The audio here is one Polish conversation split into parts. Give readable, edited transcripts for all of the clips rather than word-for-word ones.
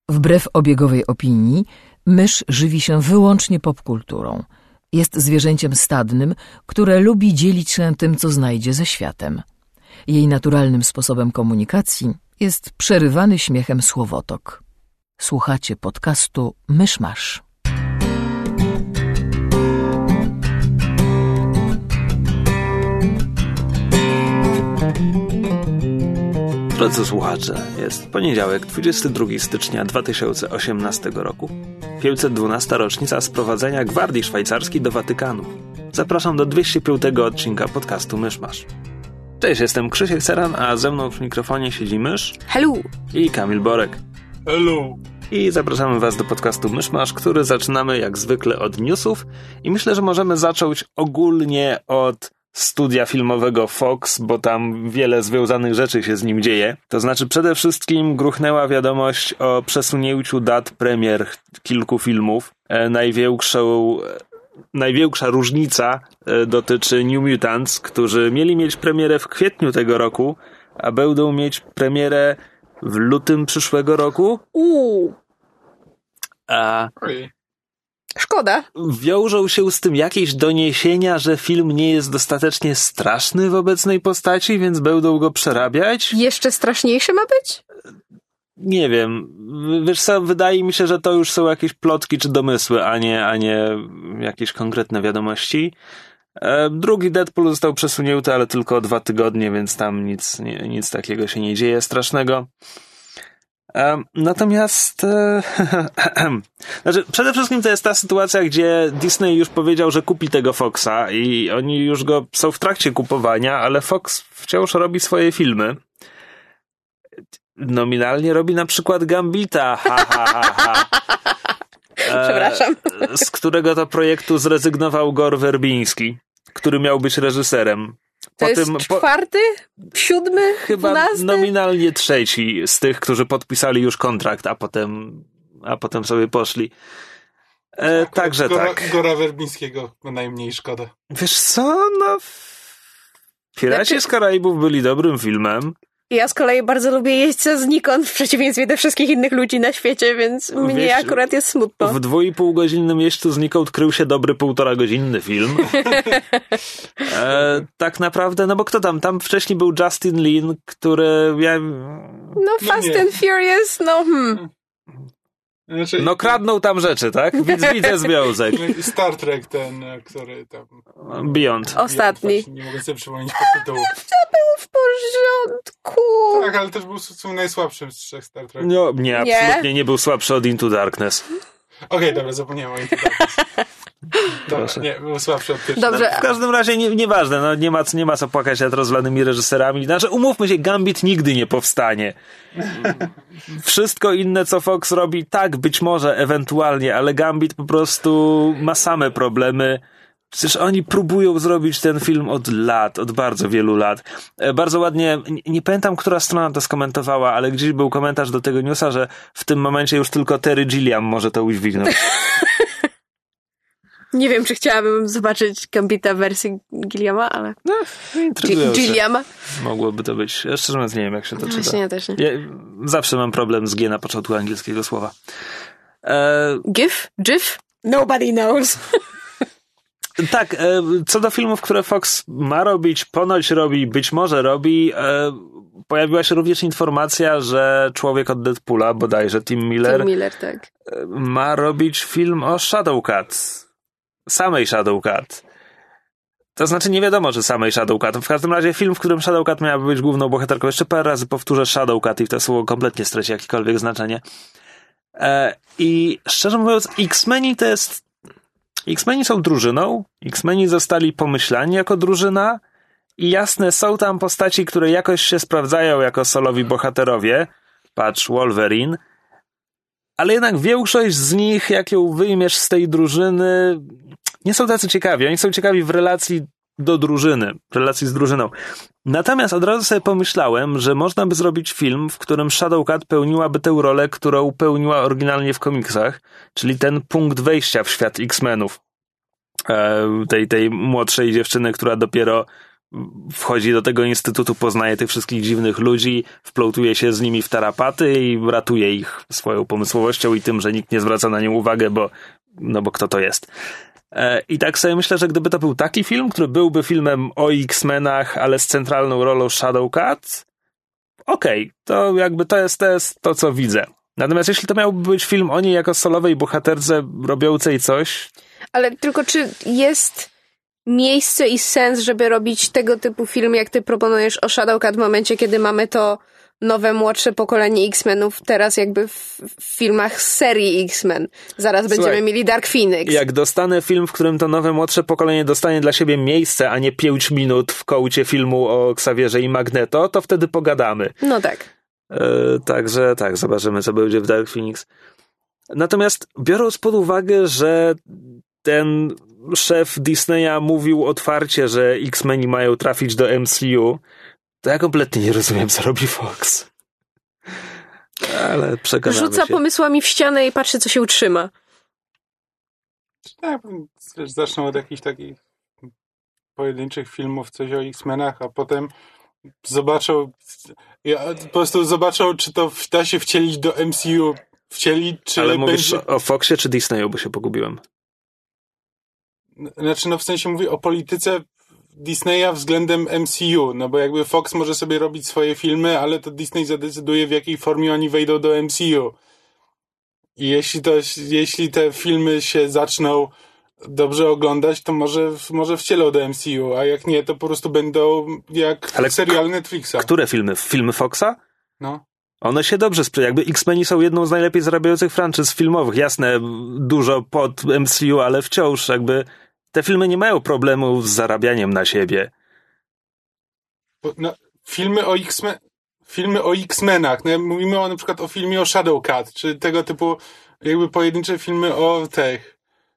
Wbrew obiegowej opinii, mysz żywi się wyłącznie popkulturą. Jest zwierzęciem stadnym, które lubi dzielić się tym, co znajdzie ze światem. Jej naturalnym sposobem komunikacji jest przerywany śmiechem słowotok. Słuchacie podcastu Myszmasz. Drodzy słuchacze, jest poniedziałek, 22 stycznia 2018 roku. 512. rocznica sprowadzenia Gwardii Szwajcarskiej do Watykanu. Zapraszam do 205. odcinka podcastu Myszmasz. Cześć, jestem Krzysiek Ceran, a ze mną przy mikrofonie siedzi Mysz. Hello! I Kamil Borek. Hello! I zapraszamy was do podcastu Myszmasz, który zaczynamy jak zwykle od newsów i myślę, że możemy zacząć ogólnie od studia filmowego Fox, bo tam wiele związanych rzeczy się z nim dzieje. To znaczy przede wszystkim gruchnęła wiadomość o przesunięciu dat premier kilku filmów. Największa różnica dotyczy New Mutants, którzy mieli mieć premierę w kwietniu tego roku, a będą mieć premierę w lutym przyszłego roku. Szkoda. Wiążą się z tym jakieś doniesienia, że film nie jest dostatecznie straszny w obecnej postaci, więc będą go przerabiać? Jeszcze straszniejszy ma być? Nie wiem. Wiesz co, wydaje mi się, że to już są jakieś plotki czy domysły, a nie jakieś konkretne wiadomości. Drugi Deadpool został przesunięty, ale tylko o 2 tygodnie, więc tam nic takiego się nie dzieje strasznego. Natomiast znaczy, przede wszystkim to jest ta sytuacja, gdzie Disney już powiedział, że kupi tego Foxa i oni już go są w trakcie kupowania, ale Fox wciąż robi swoje filmy. Nominalnie robi na przykład Gambita. Przepraszam. Z którego to projektu zrezygnował Gore Werbiński, który miał być reżyserem. To jest 4., 7., chyba 12? Nominalnie 3. z tych, którzy podpisali już kontrakt, a potem sobie poszli. Także tak. Gora Werbińskiego najmniej szkoda. Wiesz co, no... Piraci z Karaibów byli dobrym filmem. Ja z kolei bardzo lubię jeźdźca znikąd, w przeciwieństwie do wszystkich innych ludzi na świecie, więc mnie akurat jest smutno. W 2,5-godzinnym jeźdźcu znikąd krył się dobry 1,5-godzinny film. Tak naprawdę, no bo kto tam? Tam wcześniej był Justin Lin, który... Fast and Furious, Znaczy, no kradną tam rzeczy, tak? Więc widzę związek. Star Trek ten, który tam... Beyond. Ostatni. Nie mogę sobie przypomnieć podtytułu. To było w porządku. Tak, ale też był w sumie najsłabszym z 3 Star Trek. No, nie, absolutnie nie był słabszy od Into Darkness. Okej, dobra, zapomniałem o Into Darkness. Dobra, nie, był słabszy od pierwszego. Dobrze. W każdym razie nieważne, no nie ma co płakać nad rozlanymi reżyserami. Znaczy, umówmy się, Gambit nigdy nie powstanie. Wszystko inne, co Fox robi, tak, być może, ewentualnie, ale Gambit po prostu ma same problemy. Przecież oni próbują zrobić ten film od bardzo wielu lat. Bardzo ładnie, nie pamiętam, która strona to skomentowała, ale gdzieś był komentarz do tego newsa, że w tym momencie już tylko Terry Gilliam może to udźwignąć. Nie wiem, czy chciałabym zobaczyć Gambita w wersji Gilliama, ale... No, intrygujące. Gilliama? Mogłoby to być. Ja szczerze mówiąc nie wiem, jak się to czyta. Właśnie, ja też nie. Ja zawsze mam problem z G na początku angielskiego słowa. GIF? Nobody knows. Tak, co do filmów, które Fox ma robić, ponoć robi, być może robi, pojawiła się również informacja, że człowiek od Deadpoola, bodajże Tim Miller, tak. ma robić film o Shadowcat. Samej Shadowcat. To znaczy nie wiadomo, czy samej Shadowcat. W każdym razie film, w którym Shadowcat miała być główną bohaterką. Jeszcze parę razy powtórzę Shadowcat i to słowo kompletnie straci jakiekolwiek znaczenie. I szczerze mówiąc, X-Meni są drużyną. X-Meni zostali pomyślani jako drużyna i jasne, są tam postaci, które jakoś się sprawdzają jako solowi bohaterowie. Patrz, Wolverine. Ale jednak większość z nich, jak ją wyjmiesz z tej drużyny, nie są tacy ciekawi. Oni są ciekawi w relacji do drużyny, w relacji z drużyną. Natomiast od razu sobie pomyślałem, że można by zrobić film, w którym Shadowcat pełniłaby tę rolę, którą pełniła oryginalnie w komiksach, czyli ten punkt wejścia w świat X-Menów. Tej młodszej dziewczyny, która dopiero wchodzi do tego instytutu, poznaje tych wszystkich dziwnych ludzi, wplątuje się z nimi w tarapaty i ratuje ich swoją pomysłowością i tym, że nikt nie zwraca na nią uwagę, bo kto to jest. I tak sobie myślę, że gdyby to był taki film, który byłby filmem o X-Menach, ale z centralną rolą Shadowcat, okej, to jakby to jest to, co widzę. Natomiast jeśli to miałby być film o niej jako solowej bohaterce robiącej coś... Ale tylko czy jest miejsce i sens, żeby robić tego typu film, jak ty proponujesz o Shadowcat w momencie, kiedy mamy to nowe, młodsze pokolenie X-Menów teraz jakby w filmach z serii X-Men. Zaraz będziemy mieli Dark Phoenix. Jak dostanę film, w którym to nowe, młodsze pokolenie dostanie dla siebie miejsce, a nie 5 minut w kołcie filmu o Xavierze i Magneto, to wtedy pogadamy. No tak. Także tak, zobaczymy, co będzie w Dark Phoenix. Natomiast biorąc pod uwagę, że ten szef Disneya mówił otwarcie, że X-Meni mają trafić do MCU, to ja kompletnie nie rozumiem, co robi Fox. Ale przekonamy Rzuca się. pomysłami w ścianę i patrzy, co się utrzyma. Tak, zacznę od jakichś takich pojedynczych filmów, coś o X-Menach, a potem po prostu zobaczą, czy to da się wcielić do MCU. Czy ale mówisz o Foxie czy Disneyu, bo się pogubiłem. Znaczy, w sensie mówię o polityce Disneya względem MCU, no bo jakby Fox może sobie robić swoje filmy, ale to Disney zadecyduje, w jakiej formie oni wejdą do MCU. I jeśli te filmy się zaczną dobrze oglądać, to może wcielą do MCU, a jak nie, to po prostu będą jak serial Netflixa. Które filmy? Filmy Foxa? No. One się dobrze sprzedają. Jakby X-Meni są jedną z najlepiej zarabiających franczyz filmowych. Jasne, dużo pod MCU, ale wciąż jakby te filmy nie mają problemu z zarabianiem na siebie. Filmy o X-Menach. No, mówimy na przykład o filmie o Shadowcat, czy tego typu jakby pojedyncze filmy o tych.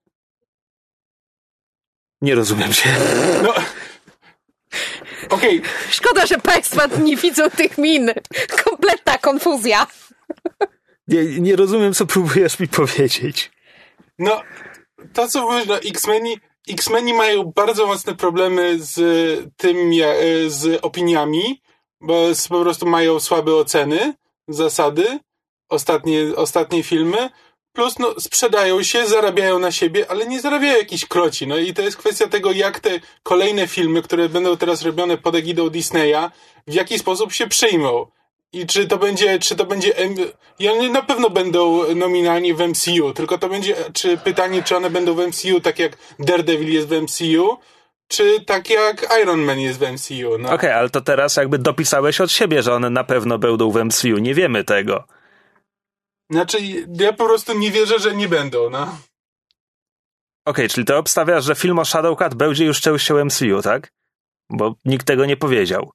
Nie rozumiem się. No. Okej. Szkoda, że państwa nie widzą tych min. Kompletna konfuzja. Nie rozumiem, co próbujesz mi powiedzieć. No, to co mówisz, X-Meni mają bardzo mocne problemy z tym, z opiniami, bo po prostu mają słabe oceny, zasady, ostatnie filmy, plus sprzedają się, zarabiają na siebie, ale nie zarabiają jakichś kroci. No i to jest kwestia tego, jak te kolejne filmy, które będą teraz robione pod egidą Disneya, w jaki sposób się przyjmą. I czy to będzie, i one na pewno będą nominalnie w MCU, tylko to będzie, pytanie, czy one będą w MCU tak jak Daredevil jest w MCU, czy tak jak Iron Man jest w MCU. No. Okej, ale to teraz jakby dopisałeś od siebie, że one na pewno będą w MCU. Nie wiemy tego. Znaczy, ja po prostu nie wierzę, że nie będą, no. Okej, czyli to obstawiasz, że film o Shadowcat będzie już częścią MCU, tak? Bo nikt tego nie powiedział.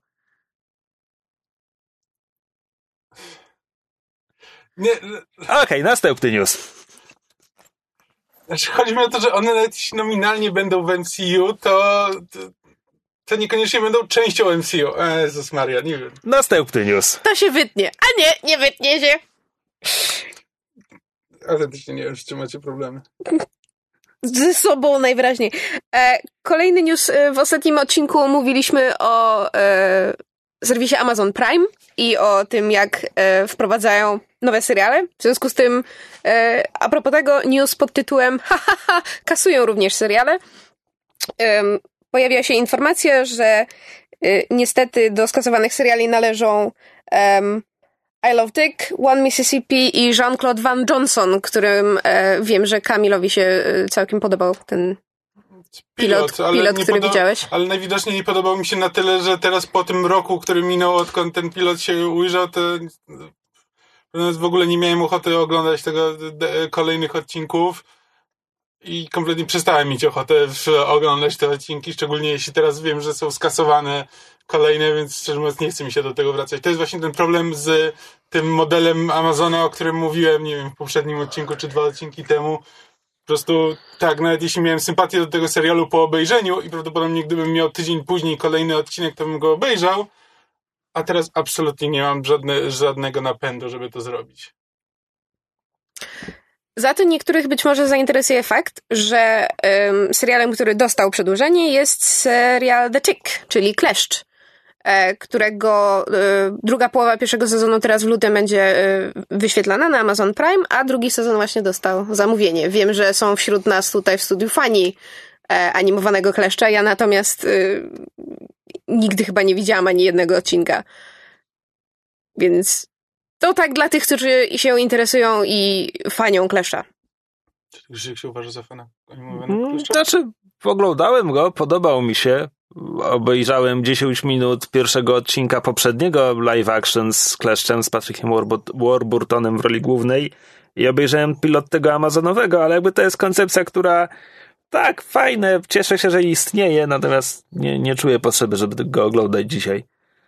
Nie. Okej, następny news. Znaczy, chodzi mi o to, że one nawet jeśli nominalnie będą w MCU, to niekoniecznie będą częścią MCU. Jezus Maria, nie wiem. Następny news. To się wytnie. A nie wytnie się. Autentycznie nie wiem, z czym macie problemy. Ze sobą najwyraźniej. Kolejny news. W ostatnim odcinku mówiliśmy o serwisie Amazon Prime i o tym, jak wprowadzają nowe seriale. W związku z tym, a propos tego, news pod tytułem kasują również seriale. Pojawia się informacja, że niestety do skasowanych seriali należą I Love Dick, One Mississippi i Jean-Claude Van Johnson, którym wiem, że Kamilowi się całkiem podobał ten pilot który widziałeś. Ale najwidoczniej nie podobał mi się na tyle, że teraz po tym roku, który minął, odkąd ten pilot się ujrzał, to w ogóle nie miałem ochoty oglądać tego kolejnych odcinków i kompletnie przestałem mieć ochotę oglądać te odcinki, szczególnie jeśli teraz wiem, że są skasowane kolejne, więc szczerze mówiąc nie chce mi się do tego wracać. To jest właśnie ten problem z tym modelem Amazona, o którym mówiłem, nie wiem, w poprzednim odcinku czy 2 odcinki temu. Po prostu tak, nawet jeśli miałem sympatię do tego serialu po obejrzeniu i prawdopodobnie gdybym miał tydzień później kolejny odcinek, to bym go obejrzał, a teraz absolutnie nie mam żadnego napędu, żeby to zrobić. Za to niektórych być może zainteresuje fakt, że serialem, który dostał przedłużenie, jest serial The Tick, czyli Kleszcz, którego druga połowa pierwszego sezonu teraz w lutym będzie wyświetlana na Amazon Prime, a drugi sezon właśnie dostał zamówienie. Wiem, że są wśród nas tutaj w studiu fani animowanego Kleszcza, ja natomiast nigdy chyba nie widziałam ani jednego odcinka. Więc to tak dla tych, którzy się interesują i fanią Kleszcza. Czy Grzyk się uważa za fana animowanego Kleszcza? Znaczy, oglądałem go, podobał mi się. Obejrzałem 10 minut pierwszego odcinka poprzedniego live action z Kleszczem, z Patrickiem Warburtonem w roli głównej i obejrzałem pilot tego amazonowego, ale jakby to jest koncepcja, która tak, fajne, cieszę się, że istnieje, natomiast nie czuję potrzeby, żeby go oglądać dzisiaj.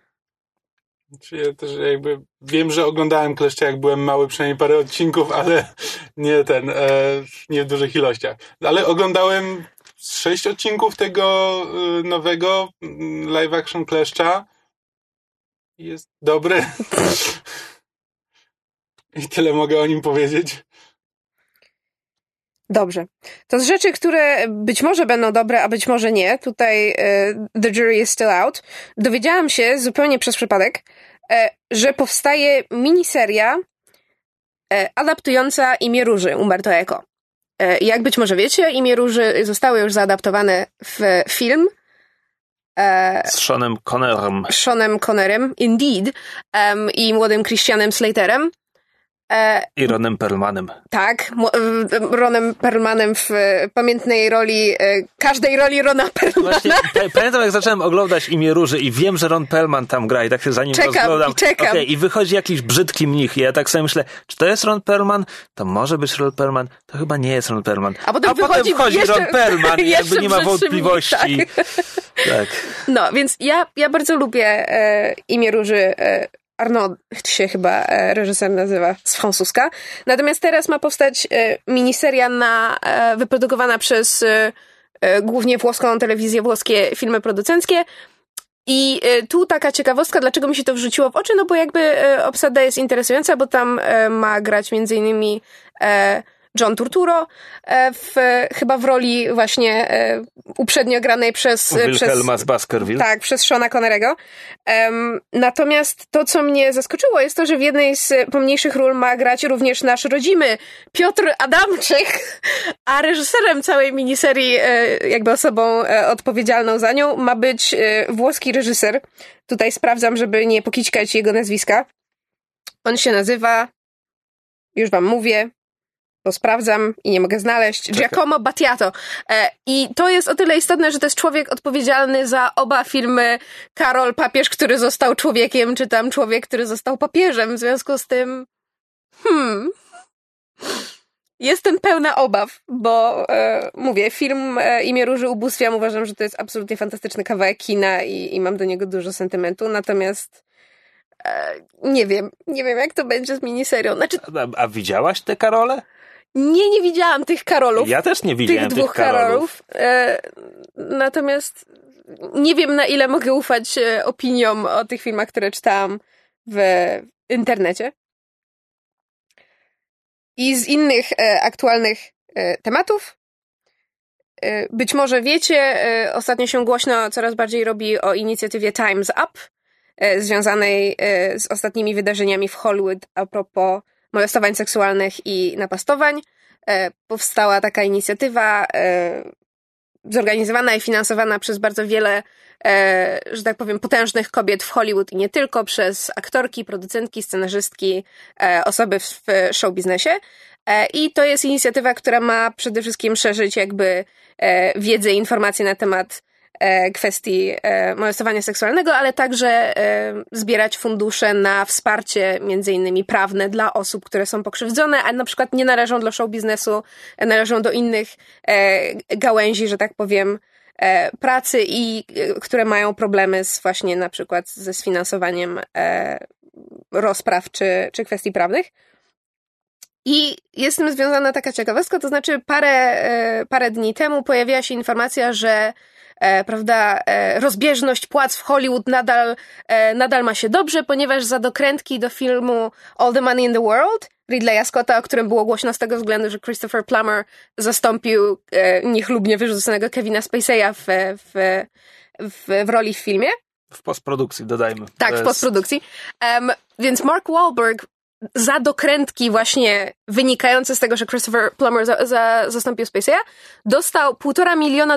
Ja też jakby wiem, że oglądałem Kleszcza, jak byłem mały, przynajmniej parę odcinków, ale nie w dużych ilościach. Ale oglądałem 6 odcinków tego nowego live action Kleszcza. Jest dobry. I tyle mogę o nim powiedzieć. Dobrze. To z rzeczy, które być może będą dobre, a być może nie, tutaj the jury is still out, dowiedziałam się zupełnie przez przypadek, że powstaje miniseria adaptująca Imię Róży Umberto Eco. Jak być może wiecie, Imię Róży zostało już zaadaptowane w film. Z Seanem Connerem. Seanem Connerem, indeed. I młodym Christianem Slaterem. I Ronem Perlmanem. Tak, Ronem Perlmanem w pamiętnej roli, każdej roli Rona Perlmana. Właśnie, pamiętam, jak zacząłem oglądać Imię Róży i wiem, że Ron Perlman tam gra i tak się za nim rozglądam. Czekam. I wychodzi jakiś brzydki mnich i ja tak sobie myślę, czy to jest Ron Perlman? To może być Ron Perlman? To chyba nie jest Ron Perlman. A potem wchodzi jeszcze, Ron Perlman i jakby nie ma wątpliwości. Tak. No, więc ja bardzo lubię Imię Róży. Arnaud się chyba reżyser nazywa z francuska. Natomiast teraz ma powstać miniseria wyprodukowana przez głównie włoską telewizję, włoskie filmy producenckie. I tu taka ciekawostka, dlaczego mi się to wrzuciło w oczy, no bo jakby obsada jest interesująca, bo tam ma grać między innymi John Turturro, chyba w roli właśnie uprzednio granej przez Wilhelma z Baskerville. Tak, przez Seana Connerego. Natomiast to, co mnie zaskoczyło, jest to, że w jednej z pomniejszych ról ma grać również nasz rodzimy Piotr Adamczyk, a reżyserem całej miniserii, jakby osobą odpowiedzialną za nią, ma być włoski reżyser. Tutaj sprawdzam, żeby nie pokićkać jego nazwiska. On się nazywa, już wam mówię, bo sprawdzam i nie mogę znaleźć, Giacomo Battiato. I to jest o tyle istotne, że to jest człowiek odpowiedzialny za oba filmy Karol, papież, który został człowiekiem, czy tam człowiek, który został papieżem. W związku z tym jestem pełna obaw, bo mówię, film Imię Róży ubóstwiam, uważam, że to jest absolutnie fantastyczny kawałek kina i mam do niego dużo sentymentu, natomiast nie wiem jak to będzie z miniserią. Znaczy, a widziałaś te Karole? Nie widziałam tych Karolów. Ja też nie widziałem tych dwóch Karolów. Natomiast nie wiem, na ile mogę ufać opiniom o tych filmach, które czytałam w internecie. I z innych aktualnych tematów. Być może wiecie, ostatnio się głośno coraz bardziej robi o inicjatywie Time's Up, związanej z ostatnimi wydarzeniami w Hollywood a propos molestowań seksualnych i napastowań. Powstała taka inicjatywa zorganizowana i finansowana przez bardzo wiele, że tak powiem, potężnych kobiet w Hollywood i nie tylko, przez aktorki, producentki, scenarzystki, osoby w show biznesie. I to jest inicjatywa, która ma przede wszystkim szerzyć jakby wiedzę i informacje na temat kwestii molestowania seksualnego, ale także zbierać fundusze na wsparcie między innymi prawne dla osób, które są pokrzywdzone, a na przykład nie należą do show biznesu, należą do innych gałęzi, że tak powiem, pracy i które mają problemy właśnie na przykład ze sfinansowaniem rozpraw czy kwestii prawnych. I jest z tym związana taka ciekawostka, to znaczy parę dni temu pojawiła się informacja, że prawda, rozbieżność płac w Hollywood nadal ma się dobrze, ponieważ za dokrętki do filmu All the Money in the World Ridleya Scotta, o którym było głośno z tego względu, że Christopher Plummer zastąpił niechlubnie wyrzuconego Kevina Spacey'a w roli w filmie. W postprodukcji, dodajmy. Tak, w postprodukcji. Więc Mark Wahlberg za dokrętki właśnie wynikające z tego, że Christopher Plummer zastąpił Spacey'a, dostał $1,5 miliona,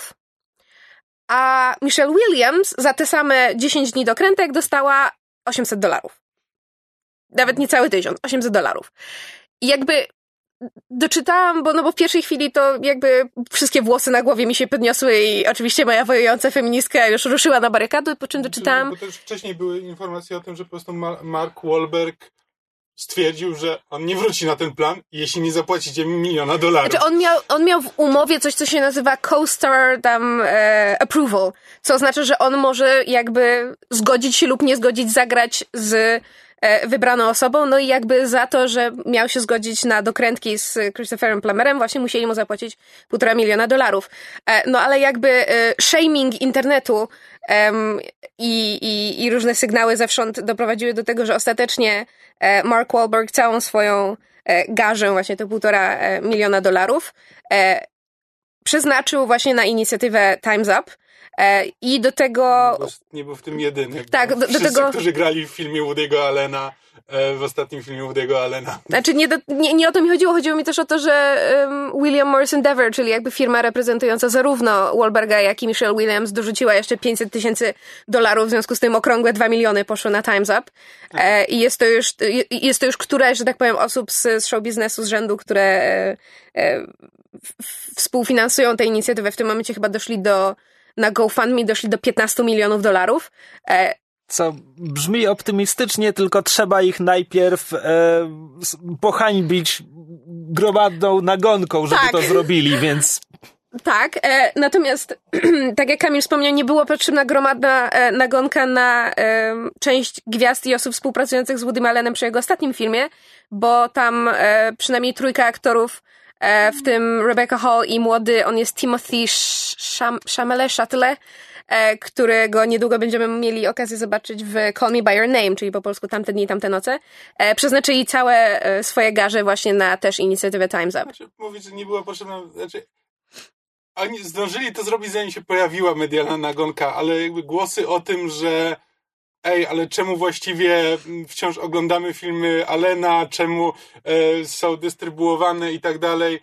a Michelle Williams za te same 10 dni dokrętek dostała $800. Nawet nie cały 1000, $800. I jakby doczytałam, bo w pierwszej chwili to jakby wszystkie włosy na głowie mi się podniosły i oczywiście moja wojująca feministka już ruszyła na barykady, po czym doczytałam... Bo też wcześniej były informacje o tym, że po prostu Mark Wahlberg stwierdził, że on nie wróci na ten plan, jeśli nie zapłacicie $1 miliona. Znaczy on miał w umowie coś, co się nazywa co-star approval, co oznacza, że on może jakby zgodzić się lub nie zgodzić zagrać z wybraną osobą, no i jakby za to, że miał się zgodzić na dokrętki z Christopherem Plummerem, właśnie musieli mu zapłacić $1,5 miliona. No ale jakby shaming internetu i różne sygnały zewsząd doprowadziły do tego, że ostatecznie Mark Wahlberg całą swoją garzę, właśnie te $1,5 miliona, przeznaczył właśnie na inicjatywę Time's Up. I do tego... Nie był w tym jedyny. Tak, do tego... którzy grali w filmie Woody'ego Allena, w ostatnim filmie Woody'ego Allena. Znaczy nie o to mi chodziło. Chodziło mi też o to, że William Morris Endeavor, czyli jakby firma reprezentująca zarówno Wahlberga, jak i Michelle Williams, dorzuciła jeszcze $500,000, w związku z tym okrągłe 2 miliony poszły na Time's Up. I jest to już któraś, że tak powiem, osób z show biznesu z rzędu, które współfinansują tę inicjatywę. W tym momencie chyba na GoFundMe doszli do $15 milionów. Co brzmi optymistycznie, tylko trzeba ich najpierw pohańbić gromadną nagonką, żeby to zrobili, więc... Tak, natomiast tak jak Kamil wspomniał, nie było potrzebna gromadna nagonka na część gwiazd i osób współpracujących z Woodym Allenem przy jego ostatnim filmie, bo tam przynajmniej 3 aktorów, w tym Rebecca Hall i młody, on jest Timothy Chalamet, którego niedługo będziemy mieli okazję zobaczyć w Call Me By Your Name, czyli po polsku Tamte dni, tamte noce, przeznaczyli całe swoje garze właśnie na też inicjatywę Time's Up. Znaczy, mówić, że nie była potrzebna... Oni zdążyli to zrobić, zanim się pojawiła medialna nagonka, ale jakby głosy o tym, że ale czemu właściwie wciąż oglądamy filmy Allena, czemu są dystrybuowane i tak dalej,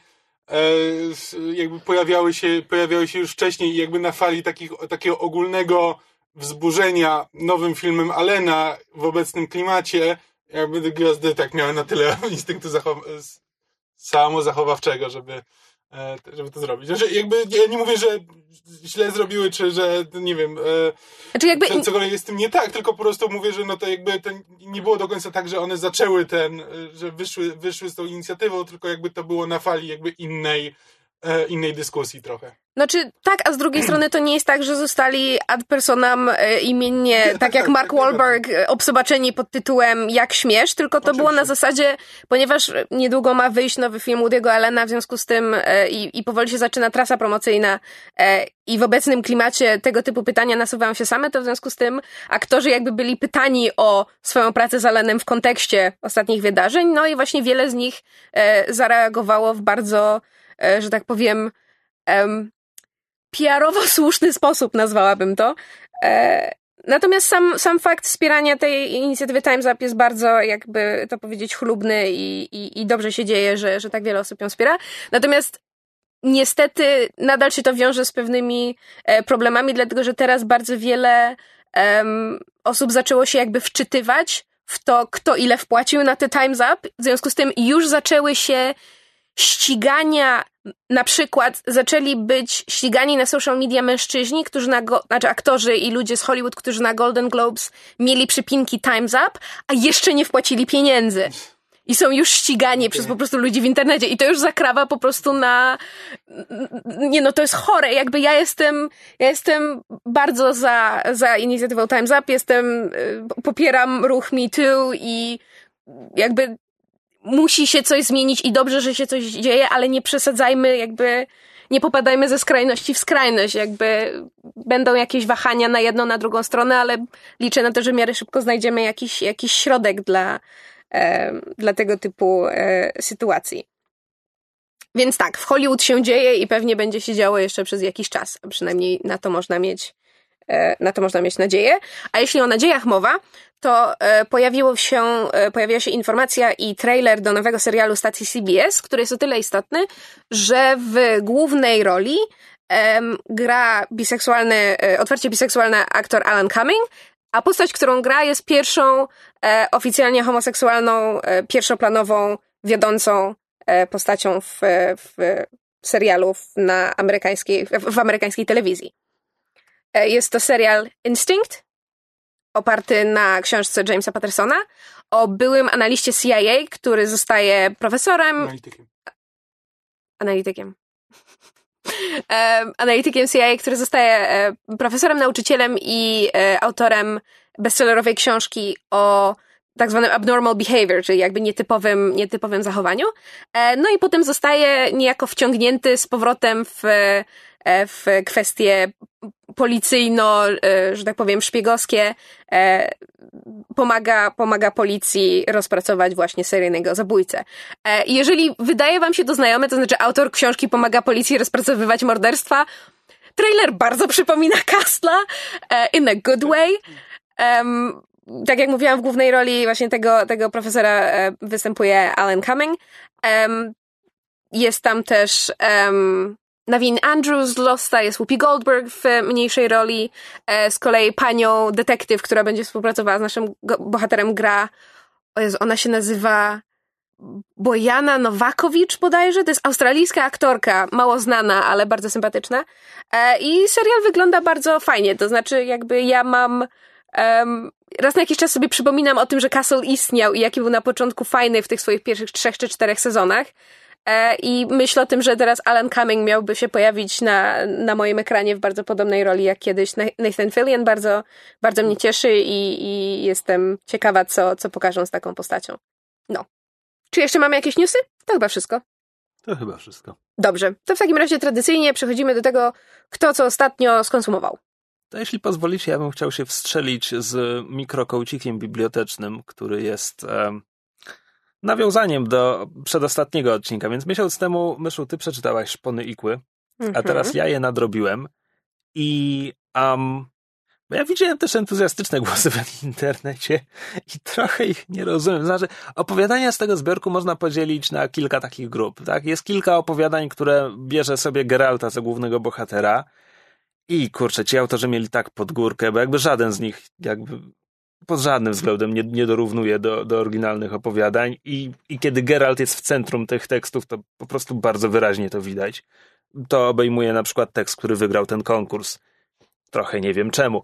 jakby pojawiały się już wcześniej i jakby na fali takiego ogólnego wzburzenia nowym filmem Allena w obecnym klimacie, jakby te gwiazdy tak miały na tyle instynktu samozachowawczego, żeby to zrobić. Znaczy, jakby ja nie mówię, że źle zrobiły, czy że nie wiem, znaczy jakby... cokolwiek jest z tym nie tak, tylko po prostu mówię, że no to jakby to nie było do końca tak, że one zaczęły że wyszły z tą inicjatywą, tylko jakby to było na fali jakby innej dyskusji trochę. Znaczy, tak, a z drugiej strony to nie jest tak, że zostali ad personam imiennie, tak jak Mark Wahlberg, obsobaczeni pod tytułem Jak śmiesz, tylko to było na zasadzie, ponieważ niedługo ma wyjść nowy film Woody'ego Allena, w związku z tym i powoli się zaczyna trasa promocyjna i w obecnym klimacie tego typu pytania nasuwają się same, to w związku z tym aktorzy jakby byli pytani o swoją pracę z Allenem w kontekście ostatnich wydarzeń, no i właśnie wiele z nich zareagowało w bardzo, że tak powiem, PR-owo słuszny sposób, nazwałabym to. Natomiast sam fakt wspierania tej inicjatywy Time's Up jest bardzo, jakby to powiedzieć, chlubny i dobrze się dzieje, że tak wiele osób ją wspiera. Natomiast niestety nadal się to wiąże z pewnymi problemami, dlatego że teraz bardzo wiele osób zaczęło się jakby wczytywać w to, kto ile wpłacił na te Time's Up. W związku z tym już zaczęły się ścigania, na przykład zaczęli być ścigani na social media mężczyźni, którzy znaczy aktorzy i ludzie z Hollywood, którzy na Golden Globes mieli przypinki Time's Up, a jeszcze nie wpłacili pieniędzy. I są już ścigani przez po prostu ludzi w internecie. I to już zakrawa po prostu na... Nie no, to jest chore. Jakby ja jestem bardzo za inicjatywą Time's Up. Popieram ruch Me Too i jakby musi się coś zmienić i dobrze, że się coś dzieje, ale nie przesadzajmy, jakby nie popadajmy ze skrajności w skrajność, jakby będą jakieś wahania na jedną, na drugą stronę, ale liczę na to, że w miarę szybko znajdziemy jakiś środek dla tego typu sytuacji. Więc tak, w Hollywood się dzieje i pewnie będzie się działo jeszcze przez jakiś czas, a przynajmniej na to można mieć nadzieję. A jeśli o nadziejach mowa, to pojawiła się informacja i trailer do nowego serialu stacji CBS, który jest o tyle istotny, że w głównej roli gra otwarcie biseksualny aktor Alan Cumming, a postać, którą gra, jest pierwszą oficjalnie homoseksualną, pierwszoplanową, wiodącą postacią w serialu w amerykańskiej telewizji. Jest to serial Instinct, oparty na książce Jamesa Pattersona o byłym analiście CIA, który zostaje profesorem... Analitykiem CIA, który zostaje profesorem, nauczycielem i autorem bestsellerowej książki o tak zwanym abnormal behavior, czyli jakby nietypowym zachowaniu. No i potem zostaje niejako wciągnięty z powrotem w kwestie policyjno, że tak powiem, szpiegowskie. Pomaga policji rozpracować właśnie seryjnego zabójcę. Jeżeli wydaje wam się to znajome, to znaczy autor książki pomaga policji rozpracowywać morderstwa, trailer bardzo przypomina Castla in a good way. Tak jak mówiłam, w głównej roli właśnie tego profesora występuje Alan Cumming. Jest tam też Naveen Andrews z Losta, jest Whoopi Goldberg w mniejszej roli. Z kolei panią detektyw, która będzie współpracowała z naszym bohaterem, gra... O Jezu, ona się nazywa Bojana Nowakowicz bodajże. To jest australijska aktorka, mało znana, ale bardzo sympatyczna. I serial wygląda bardzo fajnie. To znaczy jakby ja mam... raz na jakiś czas sobie przypominam o tym, że Castle istniał i jaki był na początku fajny w tych swoich pierwszych 3 czy 4 sezonach. I myślę o tym, że teraz Alan Cumming miałby się pojawić na moim ekranie w bardzo podobnej roli jak kiedyś Nathan Fillion. Bardzo, bardzo mnie cieszy i jestem ciekawa, co pokażą z taką postacią. No. Czy jeszcze mamy jakieś newsy? To chyba wszystko. To chyba wszystko. Dobrze. To w takim razie tradycyjnie przechodzimy do tego, kto co ostatnio skonsumował. To jeśli pozwolicie, ja bym chciał się wstrzelić z mikrokołcikiem bibliotecznym, który jest nawiązaniem do przedostatniego odcinka. Więc miesiąc temu, Myszu, ty przeczytałaś Szpony Ikły, a teraz ja je nadrobiłem. I bo ja widziałem też entuzjastyczne głosy w internecie i trochę ich nie rozumiem. Znaczy, opowiadania z tego zbiorku można podzielić na kilka takich grup. Tak? Jest kilka opowiadań, które bierze sobie Geralta za głównego bohatera. I kurczę, ci autorzy mieli tak pod górkę, bo jakby żaden z nich pod żadnym względem nie dorównuje do oryginalnych opowiadań i kiedy Geralt jest w centrum tych tekstów, to po prostu bardzo wyraźnie to widać. To obejmuje na przykład tekst, który wygrał ten konkurs. Trochę nie wiem czemu.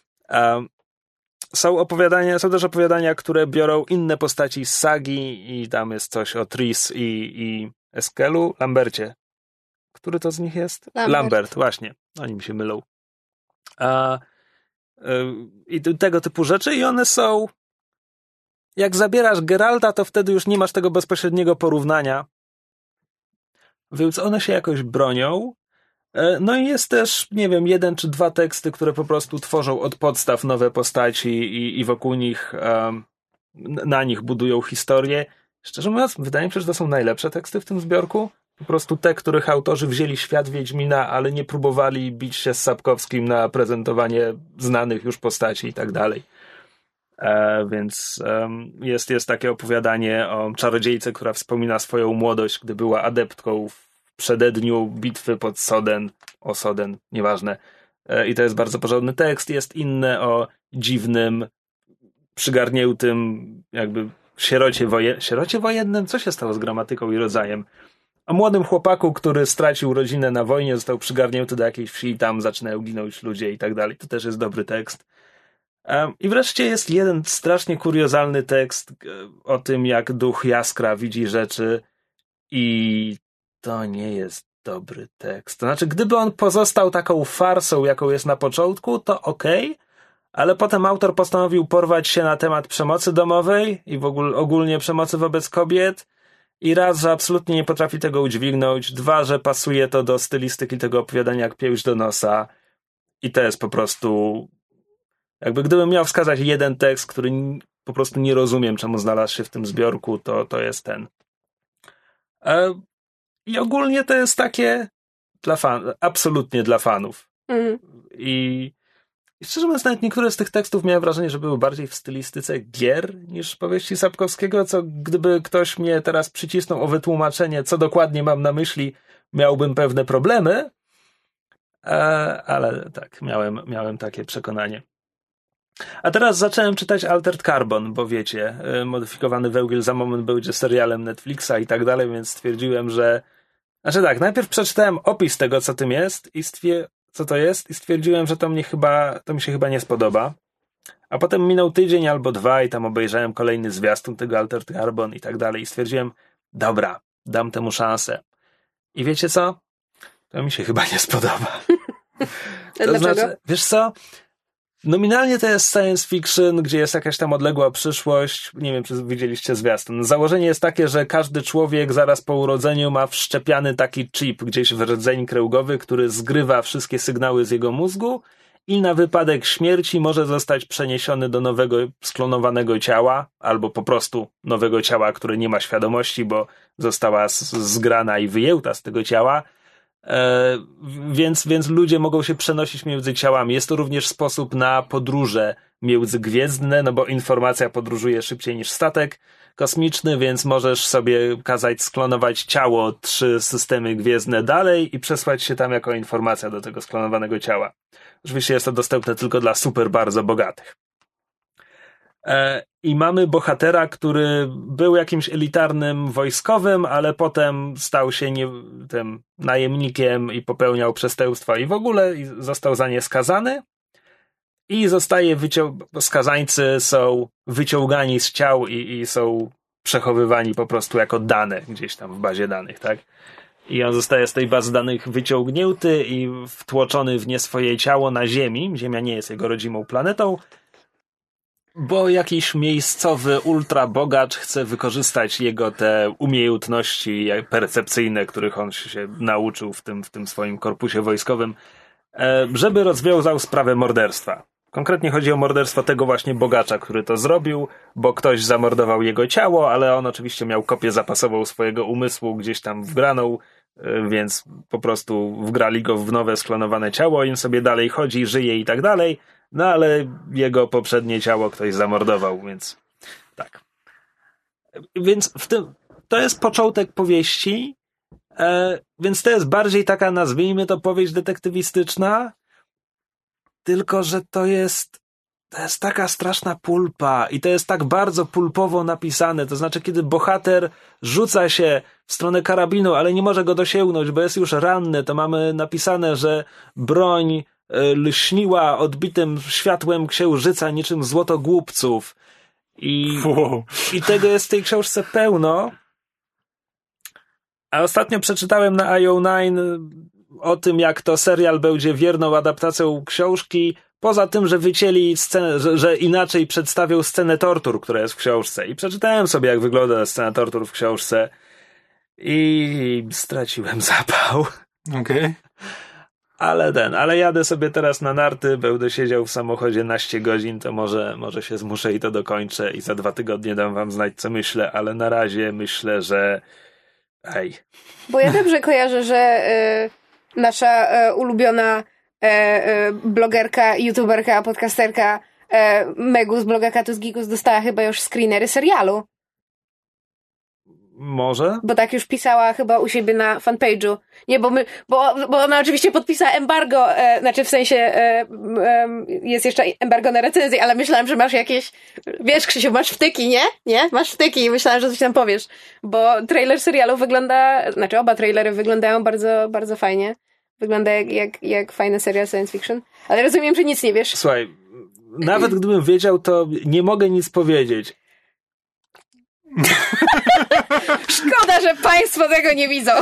Są też opowiadania, które biorą inne postaci z sagi i tam jest coś o Tris i Eskelu, Lambercie. Który to z nich jest? Lambert, właśnie. Oni mi się mylą. I tego typu rzeczy i one są... Jak zabierasz Geralta, to wtedy już nie masz tego bezpośredniego porównania. Więc one się jakoś bronią. No i jest też, nie wiem, 1 czy 2 teksty, które po prostu tworzą od podstaw nowe postaci i wokół nich, na nich budują historię. Szczerze mówiąc, wydaje mi się, że to są najlepsze teksty w tym zbiorku. Po prostu te, których autorzy wzięli świat Wiedźmina, ale nie próbowali bić się z Sapkowskim na prezentowanie znanych już postaci i tak dalej. Więc jest takie opowiadanie o czarodziejce, która wspomina swoją młodość, gdy była adeptką w przededniu bitwy pod Soden, nieważne. I to jest bardzo porządny tekst. Jest inne o dziwnym, przygarniętym jakby sierocie wojennym? Co się stało z gramatyką i rodzajem? O młodym chłopaku, który stracił rodzinę na wojnie, został przygarnięty do jakiejś wsi i tam zaczynają ginąć ludzie i tak dalej. To też jest dobry tekst. I wreszcie jest jeden strasznie kuriozalny tekst o tym, jak duch Jaskra widzi rzeczy i to nie jest dobry tekst. To znaczy, gdyby on pozostał taką farsą, jaką jest na początku, to okej, ale potem autor postanowił porwać się na temat przemocy domowej i w ogóle ogólnie przemocy wobec kobiet. I raz, że absolutnie nie potrafi tego udźwignąć, 2, że pasuje to do stylistyki tego opowiadania jak piełź do nosa. I to jest po prostu... Jakby gdybym miał wskazać jeden tekst, który po prostu nie rozumiem, czemu znalazł się w tym zbiorku, to jest ten. I ogólnie to jest takie absolutnie dla fanów. I szczerze mówiąc, nawet niektóre z tych tekstów miałem wrażenie, że były bardziej w stylistyce gier niż powieści Sapkowskiego, co gdyby ktoś mnie teraz przycisnął o wytłumaczenie, co dokładnie mam na myśli, miałbym pewne problemy, ale tak, miałem takie przekonanie. A teraz zacząłem czytać Altered Carbon, bo wiecie, modyfikowany Wełgiel za moment będzie serialem Netflixa i tak dalej, więc stwierdziłem, że... Znaczy tak, najpierw przeczytałem opis tego, co tym jest co to jest i stwierdziłem, że to mi się chyba nie spodoba. A potem minął tydzień albo 2 i tam obejrzałem kolejny zwiastun tego Altered Carbon i tak dalej i stwierdziłem, dobra, dam temu szansę. I wiecie co? To mi się chyba nie spodoba. Dlaczego? Znaczy, wiesz co? Nominalnie to jest science fiction, gdzie jest jakaś tam odległa przyszłość. Nie wiem, czy widzieliście zwiastun. Założenie jest takie, że każdy człowiek zaraz po urodzeniu ma wszczepiany taki chip gdzieś w rdzeń kręgowy, który zgrywa wszystkie sygnały z jego mózgu i na wypadek śmierci może zostać przeniesiony do nowego sklonowanego ciała, albo po prostu nowego ciała, które nie ma świadomości, bo została zgrana i wyjęta z tego ciała. Więc ludzie mogą się przenosić między ciałami. Jest to również sposób na podróże międzygwiezdne, no bo informacja podróżuje szybciej niż statek kosmiczny, więc możesz sobie kazać sklonować ciało 3 systemy gwiezdne dalej i przesłać się tam jako informacja do tego sklonowanego ciała. Oczywiście jest to dostępne tylko dla super bardzo bogatych. I mamy bohatera, który był jakimś elitarnym wojskowym, ale potem stał się tym najemnikiem i popełniał przestępstwa i w ogóle został za nie skazany i zostaje skazańcy są wyciągani z ciał i są przechowywani po prostu jako dane gdzieś tam w bazie danych, tak? I on zostaje z tej bazy danych wyciągnięty i wtłoczony w nie swoje ciało na Ziemi. Ziemia nie jest jego rodzimą planetą, bo jakiś miejscowy ultrabogacz chce wykorzystać jego te umiejętności percepcyjne, których on się nauczył w tym swoim korpusie wojskowym, żeby rozwiązał sprawę morderstwa. Konkretnie chodzi o morderstwo tego właśnie bogacza, który to zrobił, bo ktoś zamordował jego ciało, ale on oczywiście miał kopię zapasową swojego umysłu gdzieś tam wgraną, więc po prostu wgrali go w nowe sklonowane ciało i on sobie dalej chodzi, żyje i tak dalej. No ale jego poprzednie ciało ktoś zamordował, więc tak. Więc to jest początek powieści, więc to jest bardziej taka, nazwijmy to, powieść detektywistyczna, tylko że to jest taka straszna pulpa i to jest tak bardzo pulpowo napisane, to znaczy kiedy bohater rzuca się w stronę karabinu, ale nie może go dosięgnąć, bo jest już ranny, to mamy napisane, że broń lśniła odbitym światłem księżyca niczym złoto głupców. I tego jest w tej książce pełno. A ostatnio przeczytałem na IO9 o tym, jak to serial będzie wierną adaptacją książki, poza tym, że wycięli scenę, że inaczej przedstawią scenę tortur, która jest w książce. I przeczytałem sobie, jak wygląda scena tortur w książce i straciłem zapał. Okej. Ale jadę sobie teraz na narty, będę siedział w samochodzie naście godzin, to może się zmuszę i to dokończę i za 2 tygodnie dam wam znać, co myślę, ale na razie myślę, że Bo ja dobrze kojarzę, że nasza ulubiona blogerka, youtuberka, podcasterka Megu z bloga Katus Gikus dostała chyba już screenery serialu. Może? Bo tak już pisała chyba u siebie na fanpage'u. Nie, bo ona oczywiście podpisała embargo, znaczy w sensie jest jeszcze embargo na recenzję, ale myślałam, że masz jakieś, wiesz, Krzysiu, masz wtyki, nie? Nie? Masz wtyki i myślałam, że coś tam powiesz. Bo trailer serialu znaczy oba trailery wyglądają bardzo, bardzo fajnie. Wygląda jak fajna seria science fiction. Ale rozumiem, że nic nie wiesz. Słuchaj, nawet gdybym wiedział, to nie mogę nic powiedzieć. Szkoda, że państwo tego nie widzą.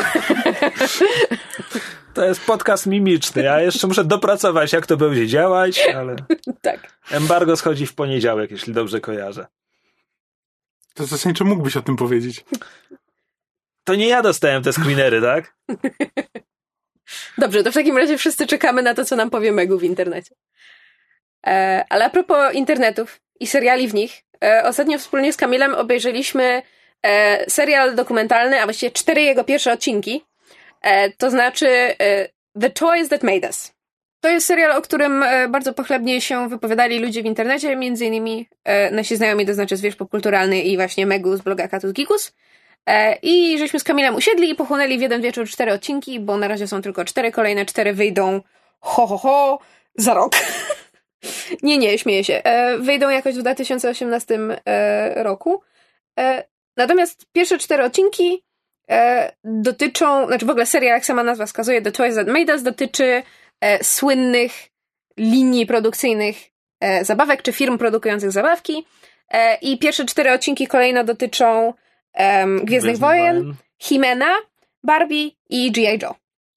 To jest podcast mimiczny. Ja jeszcze muszę dopracować, jak to będzie działać, ale tak. Embargo schodzi w poniedziałek, jeśli dobrze kojarzę. To zasadniczo mógłbyś o tym powiedzieć. To nie ja dostałem te screenery, tak? Dobrze, to w takim razie wszyscy czekamy na to, co nam powie Megu w internecie. Ale a propos internetów i seriali w nich, ostatnio wspólnie z Kamilem obejrzeliśmy serial dokumentalny, a właściwie 4 jego pierwsze odcinki. To znaczy The Toys That Made Us. To jest serial, o którym bardzo pochlebnie się wypowiadali ludzie w internecie, między innymi nasi znajomi, to znaczy Zwierz Popkulturalny i właśnie Megu z bloga Katus Gikus. I żeśmy z Kamilem usiedli i pochłonęli w jeden wieczór 4 odcinki, bo na razie są tylko 4, kolejne 4 wyjdą za rok. Nie, śmieję się. Wyjdą jakoś w 2018 roku. Natomiast pierwsze 4 odcinki dotyczą, znaczy w ogóle serial, jak sama nazwa wskazuje, The Toys That Made Us, dotyczy słynnych linii produkcyjnych zabawek, czy firm produkujących zabawki. I pierwsze 4 odcinki kolejno dotyczą Gwiezdnych Wojen, He-Mana, Barbie i G.I. Joe.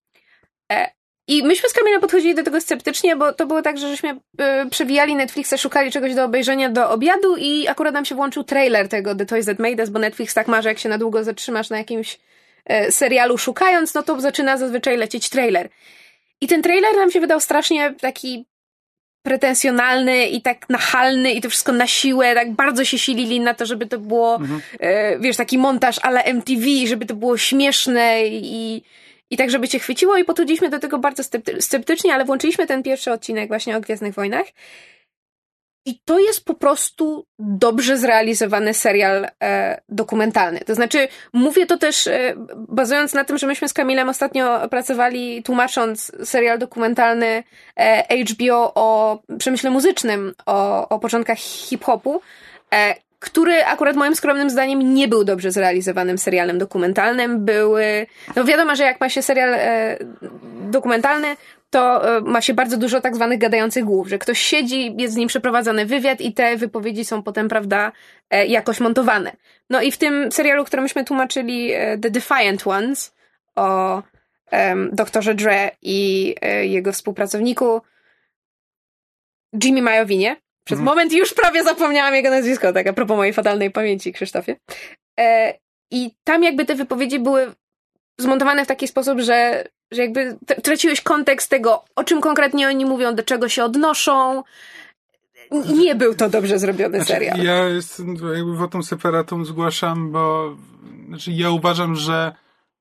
I myśmy z Kamilem podchodzili do tego sceptycznie, bo to było tak, że żeśmy przewijali Netflixa, szukali czegoś do obejrzenia do obiadu i akurat nam się włączył trailer tego The Toys That Made Us, bo Netflix tak ma, że jak się na długo zatrzymasz na jakimś serialu szukając, no to zaczyna zazwyczaj lecieć trailer. I ten trailer nam się wydał strasznie taki pretensjonalny i tak nachalny i to wszystko na siłę, tak bardzo się silili na to, żeby to było, wiesz, taki montaż a la MTV, żeby to było śmieszne i tak, żeby cię chwyciło i podchodziliśmy do tego bardzo sceptycznie, ale włączyliśmy ten pierwszy odcinek właśnie o Gwiezdnych Wojnach i to jest po prostu dobrze zrealizowany serial dokumentalny. To znaczy, mówię to też bazując na tym, że myśmy z Kamilem ostatnio pracowali tłumacząc serial dokumentalny HBO o przemyśle muzycznym, o początkach hip-hopu, który akurat moim skromnym zdaniem nie był dobrze zrealizowanym serialem dokumentalnym. No wiadomo, że jak ma się serial dokumentalny, to ma się bardzo dużo tak zwanych gadających głów, że ktoś siedzi, jest z nim przeprowadzany wywiad i te wypowiedzi są potem, prawda, jakoś montowane. No i w tym serialu, który myśmy tłumaczyli The Defiant Ones o doktorze Dre i jego współpracowniku Jimmy Majowinie. Przez moment już prawie zapomniałam jego nazwisko, tak a propos mojej fatalnej pamięci, Krzysztofie. I tam jakby te wypowiedzi były zmontowane w taki sposób, że jakby traciłeś kontekst tego, o czym konkretnie oni mówią, do czego się odnoszą. Nie był to dobrze zrobiony serial. Ja jakby wotum separatum zgłaszam, bo ja uważam, że